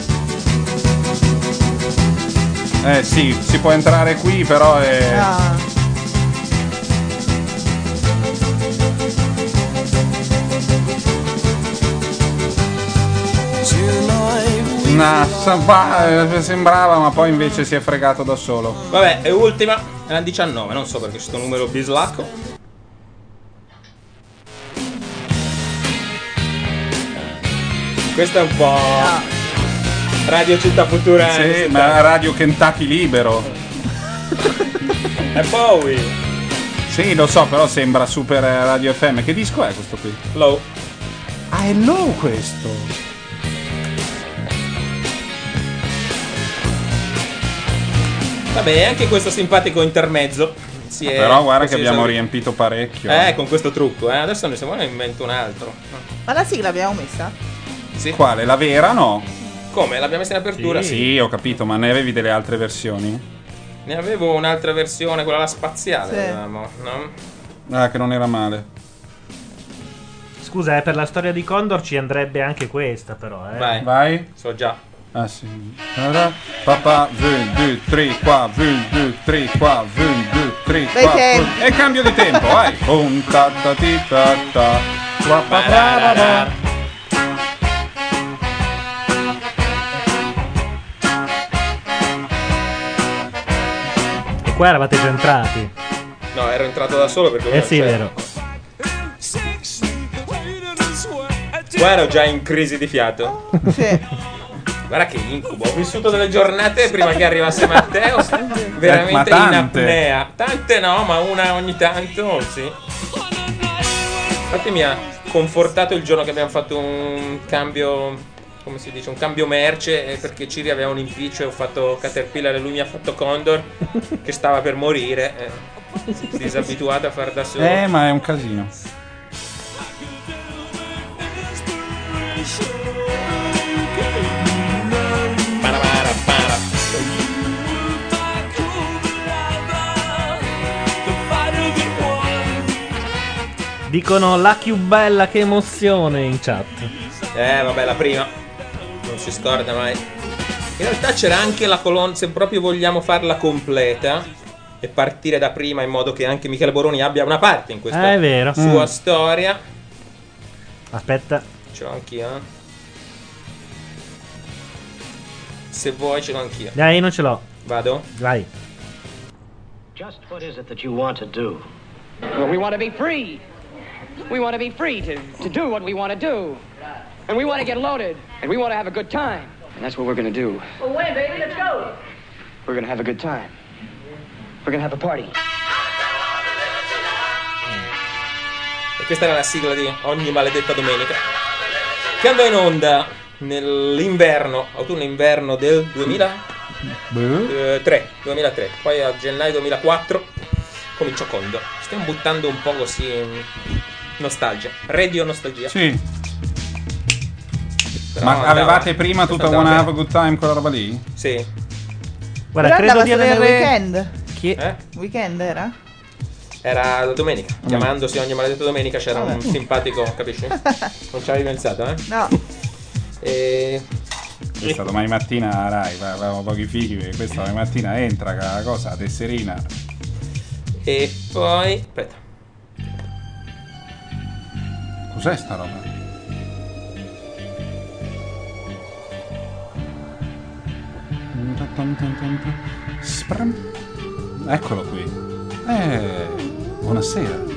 Eh sì, si può entrare qui, però è... Ah. Una, sa- eh, sembrava, ma poi invece si è fregato da solo. Vabbè, e ultima, è la diciannove, non so perché c'è sto numero bislacco. Questo è un po' Radio Città Futura. Sì, ma Radio Kentucky Libero. È Bowie. Sì, lo so, però sembra super Radio F M. Che disco è questo qui? Low. Ah, è low questo. Vabbè, anche questo simpatico intermezzo. Si è- Però guarda si che è abbiamo esaurito. riempito parecchio. Eh, con questo trucco, eh. Adesso ne siamo ne invento un altro. Ma la sigla l'abbiamo messa? Sì. Quale? La vera? No. Come? L'abbiamo messa in apertura? Sì, ho capito, ma ne avevi delle altre versioni? Ne avevo un'altra versione, quella là spaziale, Sì. avevamo, no? Ah, che non era male. Scusa, eh, per la storia di Condor ci andrebbe anche questa, però. Eh. Vai. Vai. So già. Ah sì. Allora, papà, un, due, tre, qua, un, due, tre, qua, un, due, tre, Bei qua. tempi. un- E cambio di tempo, vai. Un ta ta ti ta ta. Qua, pa, pa, pa, pa. E qua eravate già entrati. No, ero entrato da solo perché... Eh sì, c'era. vero. Qua ero già in crisi di fiato. Sì. Guarda che incubo. Ho vissuto delle giornate prima che arrivasse Matteo. Veramente Eh, ma in tante. apnea. Tante no, ma una ogni tanto, sì. Infatti mi ha confortato il giorno che abbiamo fatto un cambio... Come si dice? Un cambio merce, eh, perché Ciri aveva un impiccio e ho fatto Caterpillar e lui mi ha fatto Condor, che stava per morire. Eh. Disabituato a far da solo. Eh, ma è un casino. Para, para. Dicono la più bella, che emozione in chat. Eh, vabbè, la prima. Non si scorda mai. In realtà c'era anche la colonna, se proprio vogliamo farla completa e partire da prima in modo che anche Michele Boroni abbia una parte in questa Eh, è vero. sua Mm. storia. Aspetta. Ce l'ho anch'io, eh. Se vuoi ce l'ho anch'io. Dai, non ce l'ho. Vado? Vai. Just what is it that you want to do? Well, we want to be free. We want to be free to, to do what we want to do. And we want to get loaded. And we want to have a good time. And that's what we're gonna do. Well, wait, baby, let's go. We're gonna have a good time. We're gonna have a party. E questa era la sigla di Ogni maledetta domenica, che andò in onda nell'inverno, autunno-inverno del duemilatré. duemilatré. Poi a gennaio duemilaquattro cominciò Condor. Stiamo buttando un po' così in nostalgia. Radio nostalgia. Sì. Però Ma andava- avevate prima questo tutta andava Wanna bene. Have a Good Time, quella roba lì? Sì. Guarda, Però credo andava di solo nel avere weekend. Chi- Eh? Weekend era? Era la domenica. Mm. Chiamandosi ogni maledetta domenica c'era Vabbè. un simpatico, capisci? Non ci avevi pensato, eh? No. E... Questa domani mattina, Rai, avevamo pochi fighi, perché questa domani mattina entra la cosa, la tesserina. E poi... Aspetta. Cos'è sta roba? Spram. Eccolo qui. Eh, buonasera.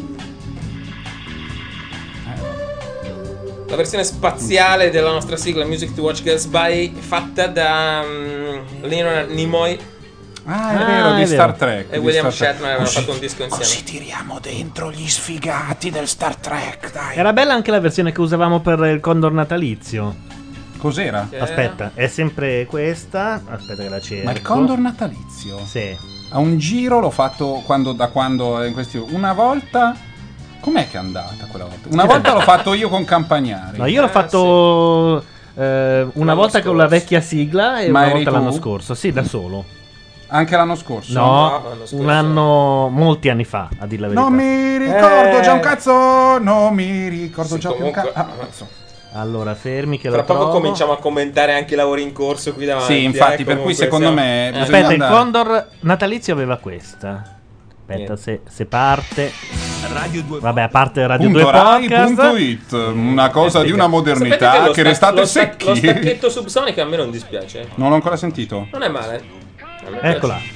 La versione spaziale della nostra sigla Music to Watch Girls By, fatta da um, Leonard Nimoy. Ah, è vero, di Star Trek. E di William Star Trek. Shatner avevano Così- fatto un disco insieme. Così tiriamo dentro gli sfigati del Star Trek, dai. Era bella anche la versione che usavamo per il Condor natalizio. Cos'era? Aspetta, è sempre questa. Aspetta che la cerco. Ma il Condor natalizio? Sì. A un giro l'ho fatto quando, da quando in questi una volta. Com'è che è andata quella volta? Una volta l'ho fatto io con Campagnari. No, io l'ho fatto eh, una L'anno volta con la vecchia sigla e Ma una eri volta tu? l'anno scorso. Sì, da solo. Anche l'anno scorso? No, un anno, molti anni fa, a dire la verità. Non mi ricordo Eh. già un cazzo. Non mi ricordo Sì, già più un comunque- cazzo. Allora, fermi che Tra lo poco trovo. cominciamo a commentare anche i lavori in corso qui davanti. Sì, infatti, eh, per cui comunque secondo siamo- me eh. bisogna Aspetta, il andare. Condor natalizio aveva questa. Aspetta, se, se parte. Radio due. Vabbè, a parte Radio Punto due Rai Podcast. punto it, una cosa di una Sapete modernità lo che sta- restate lo sta- secchi. Lo stacchetto subsonico a me non dispiace. Non l'ho ancora sentito. Non è male. A me piace. Eccola.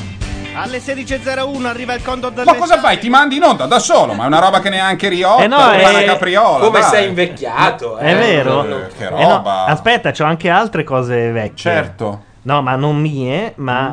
Alle sedici e zero uno arriva il Condor del Ma cosa fai? Ti mandi in onda da solo? Ma è una roba che neanche Riotta, Eh no, come è- una capriola. Come dai. sei invecchiato, eh. È vero? Eh, che Eh no, roba. aspetta, c'ho anche altre cose vecchie. Certo. No, ma non mie, ma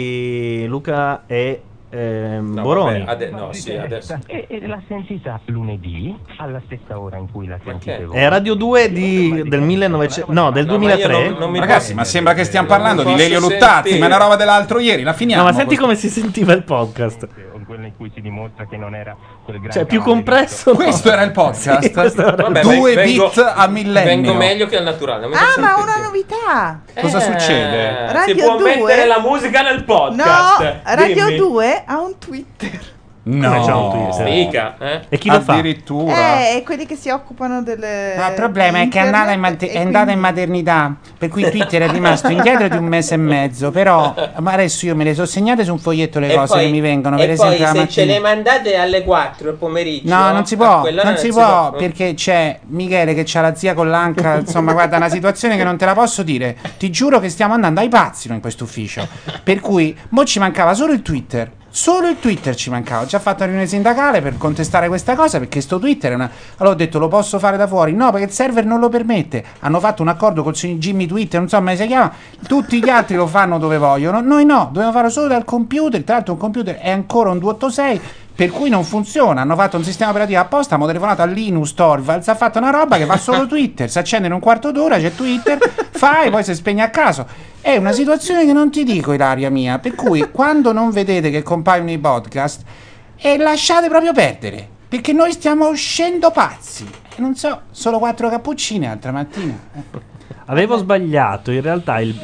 di Luca e ehm, No, Boroni. vabbè, ade- no, sì, adesso. E, e l'ha sentita lunedì alla stessa ora in cui la sentite voi. È Radio due di, del millenovecento, no, del No, ma io duemilatré. non- non mi Ragazzi, ma sembra che stiamo parlando di posso Lelio Luttazzi, sentire. ma è una roba dell'altro ieri, la finiamo. No, ma senti questa- come si sentiva il podcast. O di quella in cui si dimostra che non era quel grande Cioè, più cavallo compresso. no? Questo era il podcast? Sì, questo era il Vabbè, Due vengo- bit a millennio. Vengo meglio che al naturale. non mi Ah, faccio ma sentire. una novità. Cosa Eh, succede? Si Radio può due? mettere la musica nel No, podcast. Radio Dimmi. due ha un Twitter. Come c'ha un Twitter? Stica, eh? E chi lo fa? Addirittura. Eh, quelli che si occupano delle. Ma il problema è che è internet andata in, mate- e è andata in quindi- maternità, per cui Twitter è rimasto indietro di un mese e mezzo. Però ma adesso io me le sono segnate su un foglietto le E cose poi- che mi vengono. e Per poi esempio, la se ce mattina. le mandate alle quattro il pomeriggio. No, non si a può, quella non si può, perché c'è Michele che c'ha la zia con l'anca, insomma, guarda, una situazione che non te la posso dire. Ti giuro che stiamo andando ai pazzi noi in questo ufficio. Per cui, mo ci mancava solo il Twitter. Solo il Twitter ci mancava. Ho già fatto una riunione sindacale per contestare questa cosa, perché sto Twitter è una. Allora ho detto, lo posso fare da fuori? No, perché il server non lo permette. Hanno fatto un accordo col signor Jimmy Twitter, non so come si chiama. Tutti gli altri lo fanno dove vogliono. Noi no, dobbiamo farlo solo dal computer. Tra l'altro un computer è ancora un duecentottantasei, per cui non funziona. Hanno fatto un sistema operativo apposta, hanno telefonato a Linus Torvalds, ha fatto una roba che va solo Twitter, si accende in un quarto d'ora, c'è Twitter, fai, poi si spegne a caso. È una situazione che non ti dico, Ilaria mia, per cui quando non vedete che compaiono i podcast, eh, lasciate proprio perdere, perché noi stiamo uscendo pazzi. E non so, solo quattro cappuccine l'altra mattina. eh. Avevo sbagliato, in realtà il-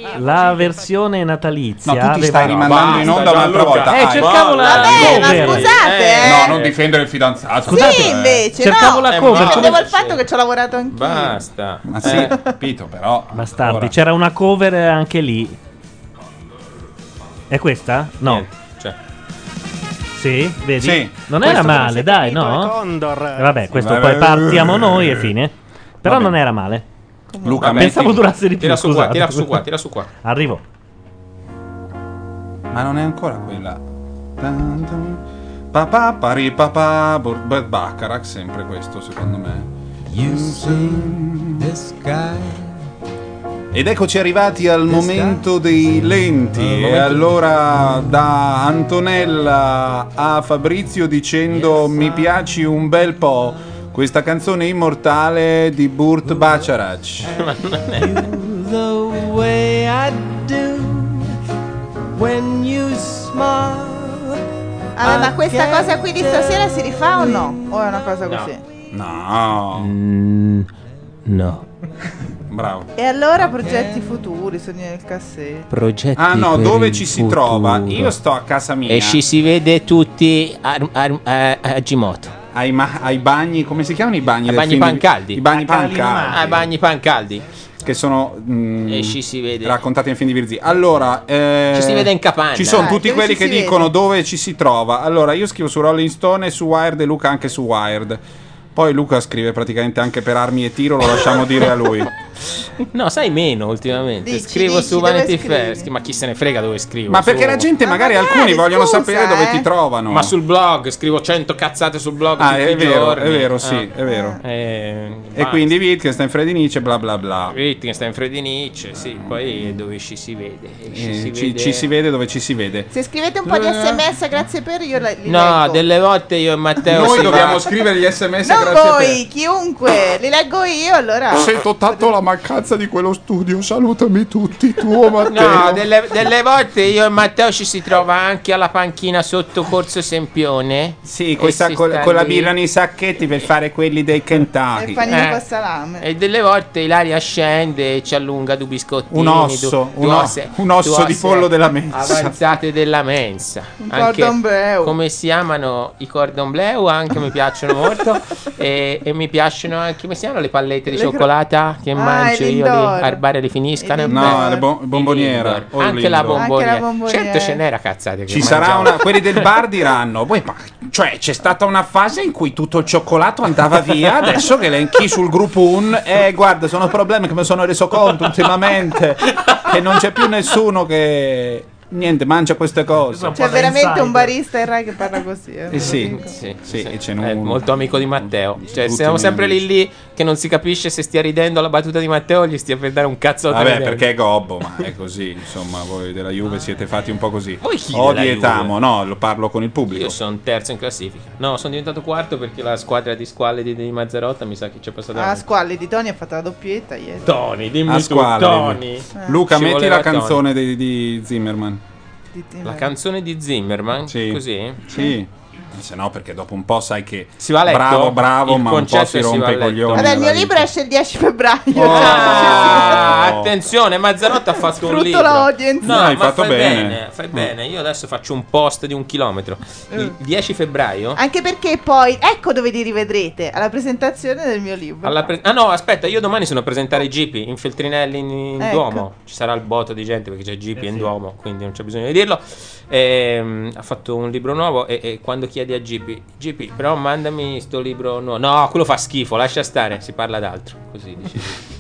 la versione natalizia. No, tu ti aveva- stai rimandando in onda Basta, un'altra Gianluca. volta. Eh, Ah, cercavo la Vabbè, ma cover. scusate, eh. No, non difendere il fidanzato. Scusate, Sì, invece, cercavo no. la Eh, cover. ma- come- Vedevo il fatto che ci ho lavorato anch'io. Basta. Ma sì, Eh. capito, però. Bastardi, ora- c'era una cover anche lì. È questa? No. Niente, cioè. Sì, vedi? Sì. Non Questo era come male, si è dai, capito, no? è Condor. Eh, vabbè, questo va poi bene. partiamo noi e fine. Però Va non bene. era male. Luca, Vabbè, Pensavo tira- durasse di più. Tira su qua, scusate. tira su qua, tira su qua. Arrivo. Ma non è ancora quella. Tan tan. Papà pari papà Bur- Burt Bacharach, sempre questo secondo me. You see the sky. Ed eccoci arrivati al momento dei lenti. E allora da Antonella a Fabrizio dicendo mi piaci un bel po'. Questa canzone immortale di Burt Bacharach. The way I do when you smile. Allora, ma questa cosa qui di stasera si rifà o no? O è una cosa così? No. Mm, no. bravo. E allora progetti futuri, sogni nel cassetto. Progetti Ah no, per dove il ci si futuro. trova? Io sto a casa mia. E ci si vede tutti a, a, a, a Gimoto. Ai, ma- ai bagni, come si chiamano i bagni? Ai del bagni film di- Pancaldi. I bagni A Carlino Pancaldi. Magno. Ai bagni Pancaldi. Che sono mm, E ci si vede. raccontati in film di Virzì. Allora, eh, Ci si vede in capanna. Ci sono Dai, tutti dove quelli ci che si vede? dicono dove ci si trova. Allora, io scrivo su Rolling Stone e su Wired e Luca anche su Wired. Poi Luca scrive praticamente anche per armi e tiro, lo lasciamo dire a lui. No, sai meno ultimamente. Dici, Scrivo dici, su dove Vanity scrivi? Fair. Ma chi se ne frega dove scrivo? Ma perché Su- la gente, magari, magari, alcuni vogliono scusa, sapere dove eh. ti trovano. Ma sul blog scrivo cento cazzate sul blog Ah, tutti è i vero, giorni. è vero, sì, Ah. è vero. Eh, E quindi Wittgenstein, Freddy Nietzsche, bla bla bla. Wittgenstein, Freddy Nietzsche, sì, poi dove ci si vede. E Ci, Eh, si, ci, vede... ci si vede dove ci si vede. Se scrivete un po' di sms, grazie per io li No, leggo. delle volte io e Matteo Noi si dobbiamo va- scrivere gli sms Non grazie a te. voi, chiunque, li leggo io, allora. Sento tanto la mancanza di quello studio. Salutami tutti, tu o Matteo. No, delle, delle volte io e Matteo ci si trova anche alla panchina sotto Corso Sempione. Sì, E questa si con, sta con la lì. birra nei sacchetti per fare quelli dei E Kentucky. il panino Eh. con salame. E delle volte Ilaria scende e ci allunga due biscottini. Un osso, due- un due o- osse- un osso due di osse pollo della mensa. Avanzate della mensa. Un Anche cordon bleu. come si chiamano i cordon bleu, anche mi piacciono molto. e, e mi piacciono anche, come si chiamano le pallette di Le cro- cioccolata che Ah, mangio i io lì, Lindor. al bar di Finiscano. I No, Lindor. le bo- bomboniera. Lindor. o Anche la Lindor. bomboniera. Anche la bomboniera. Certo ce n'era cazzate che Ci sarà mangiavo. una. Quelli del bar diranno: "Poi, ma- cioè, c'è stata una fase in cui tutto il cioccolato andava via. Adesso che l'enchi sul gruppo un, eh, guarda, sono problemi che mi sono reso conto ultimamente. Che non c'è più nessuno che. Niente, mangia queste cose. C'è veramente un barista in Rai che parla così. Eh, Eh sì, Sì, sì, sì. e ce È n'è uno. molto amico di Matteo. Cioè, Tutti siamo i miei sempre lì amici. lì che non si capisce se stia ridendo alla battuta di Matteo o gli stia per dare un cazzo a Vabbè, perché è gobbo, ma è così. Insomma, voi della Juve siete fatti un po' così. Voi chi Odi della e tamo, Juve? no, lo parlo con il pubblico. Io sono terzo in classifica. No, sono diventato quarto perché la squadra di squallidi di Mazzarotta mi sa che ci è passata. Ah, squalli di Tony ha fatto la doppietta ieri. Tony, dimmi A tu, squadra, Tony. Luca, Ci metti voleva la Tony. canzone di, di Zimmerman. Di- di- La canzone di Zimmerman? Sì. Così? Sì. Se no, perché dopo un po' sai che Si va a letto? bravo, bravo, Il ma un po' concetto si è si va rompe a i letto. coglioni. Vabbè, il mio nella libro vita. esce il dieci febbraio. Ah, attenzione, Mazzarotta ha fatto un Sfrutto libro. l'audience. No, No, hai ma fatto fai bene. bene. Fai bene. Io adesso faccio un post di un chilometro. Il dieci febbraio. Anche perché poi, ecco dove li rivedrete, alla presentazione del mio libro. alla pre- ah no, aspetta, io domani sono a presentare i G P in Feltrinelli in, in Ecco. Duomo. Ci sarà il botto di gente perché c'è G P in Duomo, quindi non c'è bisogno di dirlo. Ehm, ha fatto un libro nuovo e, e quando chiedi a G P, G P, però mandami sto libro nuovo. No, quello fa schifo, lascia stare, si parla d'altro. Così dici.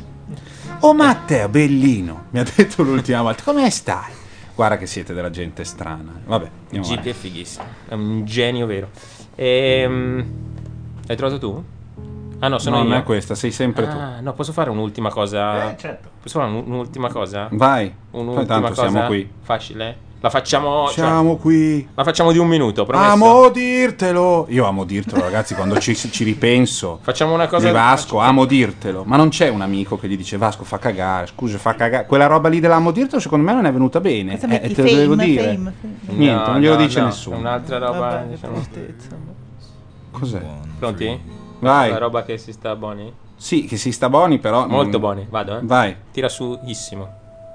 Oh Matteo, bellino, mi ha detto l'ultima volta, come stai? Guarda che siete della gente strana. Vabbè, andiamo G P avanti. è fighissimo, è un genio vero. Ehm, hai trovato tu? Ah no, sono No, io. non è questa, sei sempre tu. Ah, no, posso fare un'ultima cosa? Eh, certo. Posso fare un- un'ultima cosa? Vai, Un'ultima poi tanto cosa siamo qui. facile? La facciamo, cioè, Siamo qui. la facciamo di un minuto, promesso. Amo dirtelo. Io amo dirtelo, ragazzi, quando ci, ci ripenso. Facciamo una cosa Di Vasco, amo dirtelo. Ma non c'è un amico che gli dice Vasco fa cagare, scusa fa cagare. Quella roba lì dell'amo dirtelo secondo me non è venuta bene. Cosa Eh, metti? te lo devo Fame, dire. fame, fame. Niente, No, non glielo no, dice no, nessuno. È un'altra roba, Vabbè, che diciamo. tristezza. Cos'è? Pronti? Vai. La roba che si sta buoni? Sì, che si sta buoni, però. Molto non- buoni, vado, eh. Vai. Tira su issimo.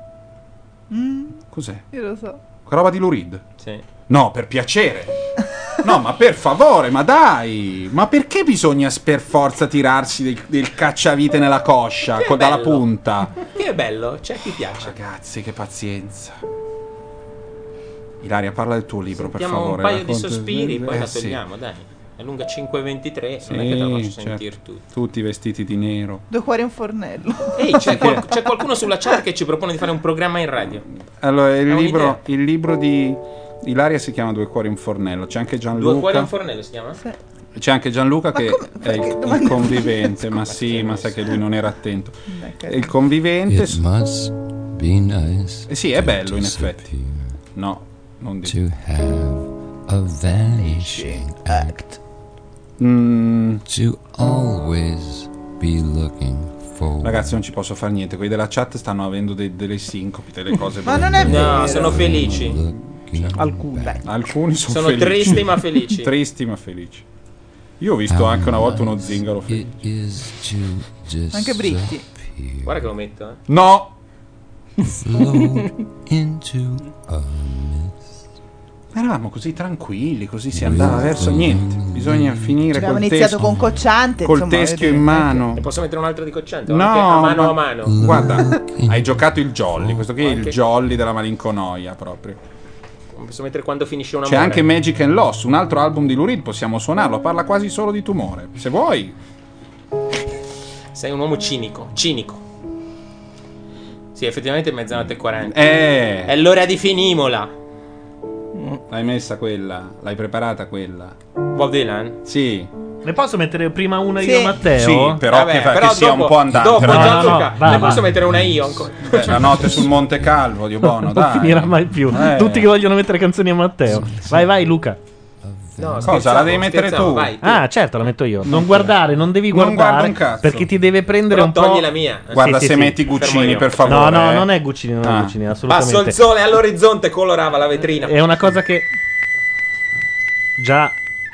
Mm, Cos'è? io lo so. Roba di Lurid? Sì. No, per piacere. No, ma per favore, ma dai. Ma perché bisogna per forza tirarsi del, del cacciavite nella coscia Che co- dalla bello. punta? Che è bello, c'è chi piace. Ragazzi, che pazienza. Ilaria, parla del tuo libro, per Diamo favore. un paio di racconta- sospiri, poi Eh, la sì. togliamo, dai. È lunga cinque e ventitré, Sì, non è che te la faccio certo. sentire tutto. Tutti vestiti di nero. Due cuori e un fornello. Ehi, c'è, qual- c'è qualcuno sulla chat che ci propone di fare un programma in radio. Allora, il È libro, un'idea. il libro di Ilaria si chiama Due cuori in fornello. C'è anche Gianluca. Due cuori e un fornello si chiama? C'è anche Gianluca che come- è il, il domanda- convivente, ma sì, ma sai che lui non era attento. È il convivente. It must be nice Eh sì, è bello in to effetti. No, non to dico. have a vanishing act, Mm, to always be looking forward. ragazzi, non ci posso fare niente. Quelli della chat stanno avendo dei- delle sincopi, delle cose. Ma non è brutte. vero. No, sono felici. Alcuni. Alcuni sono, Sono felici. tristi ma felici. Tristi ma felici. Io ho visto anche una volta uno zingaro It felice. is to just Anche Britti. Guarda che lo metto, eh. No. Float into a Eravamo così tranquilli, così si andava verso niente. Bisogna finire Abbiamo col iniziato teschio, con Cocciante. col insomma, teschio vedete. in mano. Ne posso mettere un altro di Cocciante? O No, anche a mano ma- a mano. Guarda, hai giocato il jolly. Questo qui è il Anche- jolly della malinconia proprio. Posso mettere quando finisce un C'è amore. anche Magic and Loss, un altro album di Lou Reed, possiamo suonarlo. Parla quasi solo di tumore. Se vuoi. Sei un uomo cinico, cinico. Sì, effettivamente è mezzanotte e quaranta. Eh. È l'ora di Finimola. L'hai messa quella? L'hai preparata quella? Bob Dylan? Sì. Ne posso mettere prima una Sì. io, Matteo? Sì, però che fa- che sia dopo, un po' andante. Dopo, No, no, Gianluca, no, va, ne va. posso mettere una io ancora. Eh, la notte sul Monte Calvo, Dio buono, non dai. finirà mai più. Eh. Tutti che vogliono mettere canzoni a Matteo. Vai, vai, Luca. No, Cosa? scherzavo, La devi mettere scherzavo, tu? vai, tu. Ah, certo, la metto io. Non guardare, non devi Non guardo guardare un cazzo. perché ti deve prendere Però un po'. togli la mia. Guarda, Sì, se sì, metti sì. Guccini, Fermo io. per favore. No, no, eh. non è Guccini, non è Ah. Guccini, Basso assolutamente. il sole all'orizzonte colorava la vetrina. È una cosa che già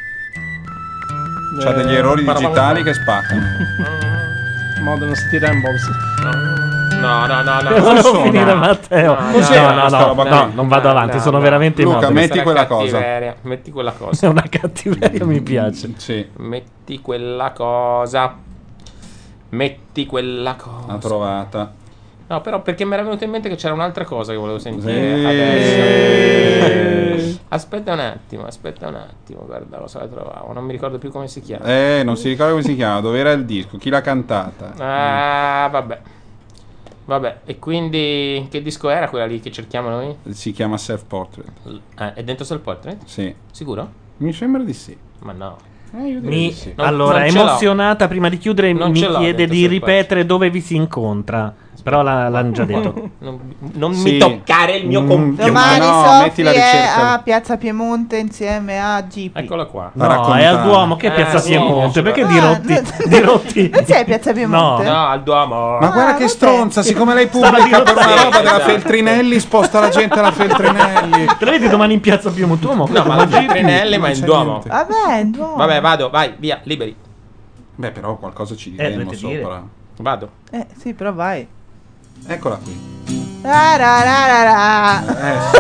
C'ha degli errori digitali che spaccano. Modern City Rambles. No, no, no, no. Devono sono? finire Matteo. No, No, cos'è no, questa no, roba no, qui? non vado No, avanti, no, sono no. veramente Luca, immobile. metti Questa è quella una cosa. cattiveria. Metti quella È cosa. una cattiveria, mi piace. Sì, Metti quella cosa. Metti quella cosa. l'ha trovata. No, però perché mi era venuto in mente che c'era un'altra cosa che volevo sentire Sì. adesso. Aspetta un attimo, aspetta un attimo, guarda cosa la trovavo, non mi ricordo più come si chiama. Eh, non si ricorda come si chiama, dove era il disco, chi l'ha cantata. Ah, vabbè. Vabbè, e quindi che disco era quella lì che cerchiamo noi? Si chiama Self Portrait. Ah, è dentro Self Portrait? Sì. Sicuro? Mi sembra di sì. Ma no. Eh, io direi Mi- di sì. Non- allora, non ce l'ho. emozionata, prima di chiudere, Non mi ce l'ho chiede dentro di sul ripetere dove vi si incontra. Però la- l'hanno già detto. Non, non Sì. mi toccare il mio Mm, computer. Domani no, Sofì metti la è ricerca. a Piazza Piemonte insieme a G P. Eccola qua. No, raccontare. è al Duomo, che è Ah, Piazza sì, Piemonte? sì. Perché Ah, dirotti? no- dirotti? Non sei a Piazza Piemonte? No, al Duomo. Ma guarda Ah, che vabbè. stronza, siccome lei Stava pubblica per dirottando. una roba della Esatto. Feltrinelli, sposta la gente alla Feltrinelli. Te la vedi domani in Piazza Piemonte? Duomo? No, ma la Feltrinelli, ma non il c'è Duomo. niente. Vabbè, no. Vabbè, vado, vai, via, liberi. Beh, però qualcosa ci Eh, diremo dovete dire. sopra. Vado. Eh, sì, però vai. Eccola qui. Ra, ra, ra, ra, ra. Eh, sì.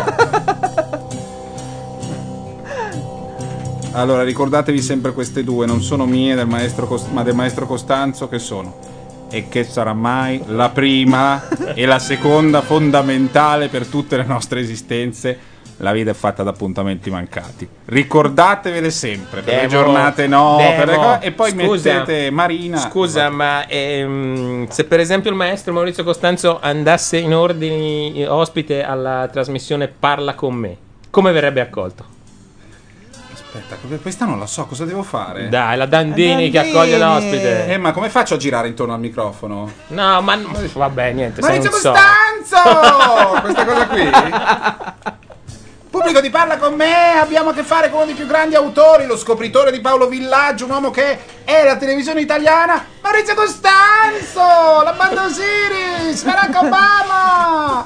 Allora, ricordatevi sempre queste due, non sono mie del maestro Cost- ma del maestro Costanzo, che sono e che sarà mai la prima e la seconda fondamentale per tutte le nostre esistenze. La vita è fatta da appuntamenti mancati. Ricordatevele sempre per le Devo- giornate no, per le devo- cose, e poi scusa, mettete Marina. Scusa, ma ehm, se per esempio il maestro Maurizio Costanzo andasse in ordine ospite alla trasmissione Parla con me, come verrebbe accolto? Aspetta, questa non la so, cosa devo fare? Dai, la Dandini che Dandini. accoglie l'ospite. Eh, ma come faccio a girare intorno al microfono? No, ma vabbè, niente, sei Maurizio un so. Costanzo! Questa cosa qui? Pubblico di Parla con me, abbiamo a che fare con uno dei più grandi autori, lo scopritore di Paolo Villaggio, un uomo che è la televisione italiana, Maurizio Costanzo, la banda Osiris, Barack Obama!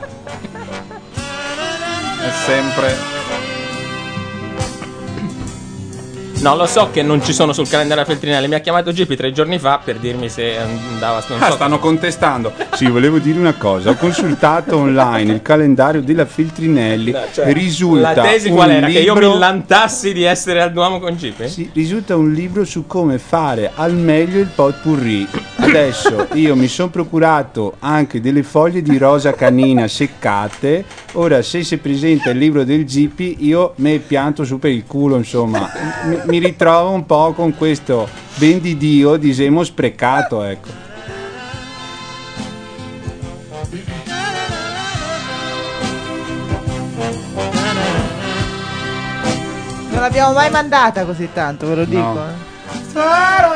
È sempre... No, lo so che non ci sono sul calendario Feltrinelli. Mi ha chiamato G P tre giorni fa per dirmi se andava. Non Ah, so. stanno contestando. Sì, volevo dire una cosa. Ho consultato online il calendario della Feltrinelli. No, cioè, risulta la tesi un qual era? libro... Che io mi lantassi di essere al Duomo con G P? Sì, risulta un libro su come fare al meglio il potpourri. Adesso io mi sono procurato anche delle foglie di rosa canina seccate. Ora, se si presenta il libro del G P, io me pianto su per il culo, insomma. Mi, mi ritrovo un po' con questo ben di Dio disemo sprecato, ecco. Non l'abbiamo mai mandata così tanto, ve lo dico. No. eh.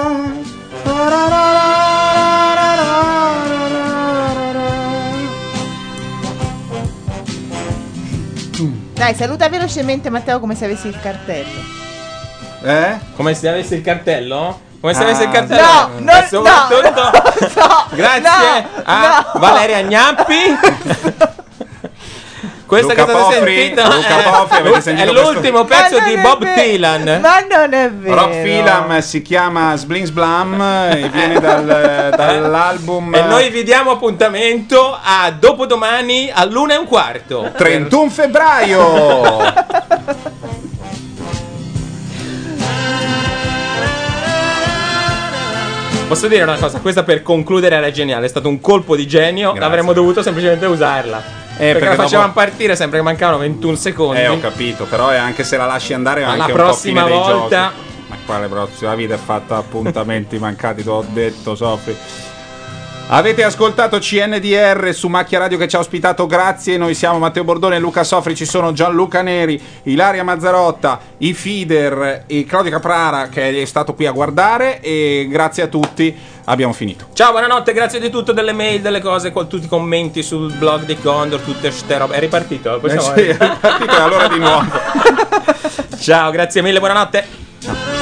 Dai, saluta velocemente Matteo come se avessi il cartello. Eh? Come se avesse il cartello? Come se Ah, avesse il cartello? no, no, E soprattutto, no, grazie no, a no. Valeria Gnappi. Questa Luca che state Poffri, sentendo Luca è- Poffri, avete è sentito l'ultimo questo? pezzo Ma di non Bob è vero. Dylan. Ma non è vero. Rock Film si chiama Sbling Sblam e viene dal- dall'album E noi vi diamo appuntamento a dopodomani all'una e un quarto. trentuno febbraio. Posso dire una cosa? Questa per concludere era geniale. È stato un colpo di genio. Grazie. Avremmo dovuto semplicemente usarla. perché, perché la dopo- facevamo partire sempre che mancavano ventuno secondi. Eh, ho capito, però è anche se la lasci andare è Ma anche la un po' prossima fine dei volta- giochi. Ma quale prossima? La vita è fatta appuntamenti mancati, te l'ho detto, Sofri. Avete ascoltato C N D R su Macchia Radio che ci ha ospitato, grazie. Noi siamo Matteo Bordone e Luca Sofri, ci sono Gianluca Neri, Ilaria Mazzarotta, i Feeder e Claudio Caprara che è stato qui a guardare, e grazie a tutti, abbiamo finito. Ciao, buonanotte, grazie di tutto, delle mail, delle cose, con tutti i commenti sul blog di Condor, tutte ste robe. È ripartito? Possiamo- Eh sì, è ripartito, e allora di nuovo. Ciao, grazie mille, buonanotte.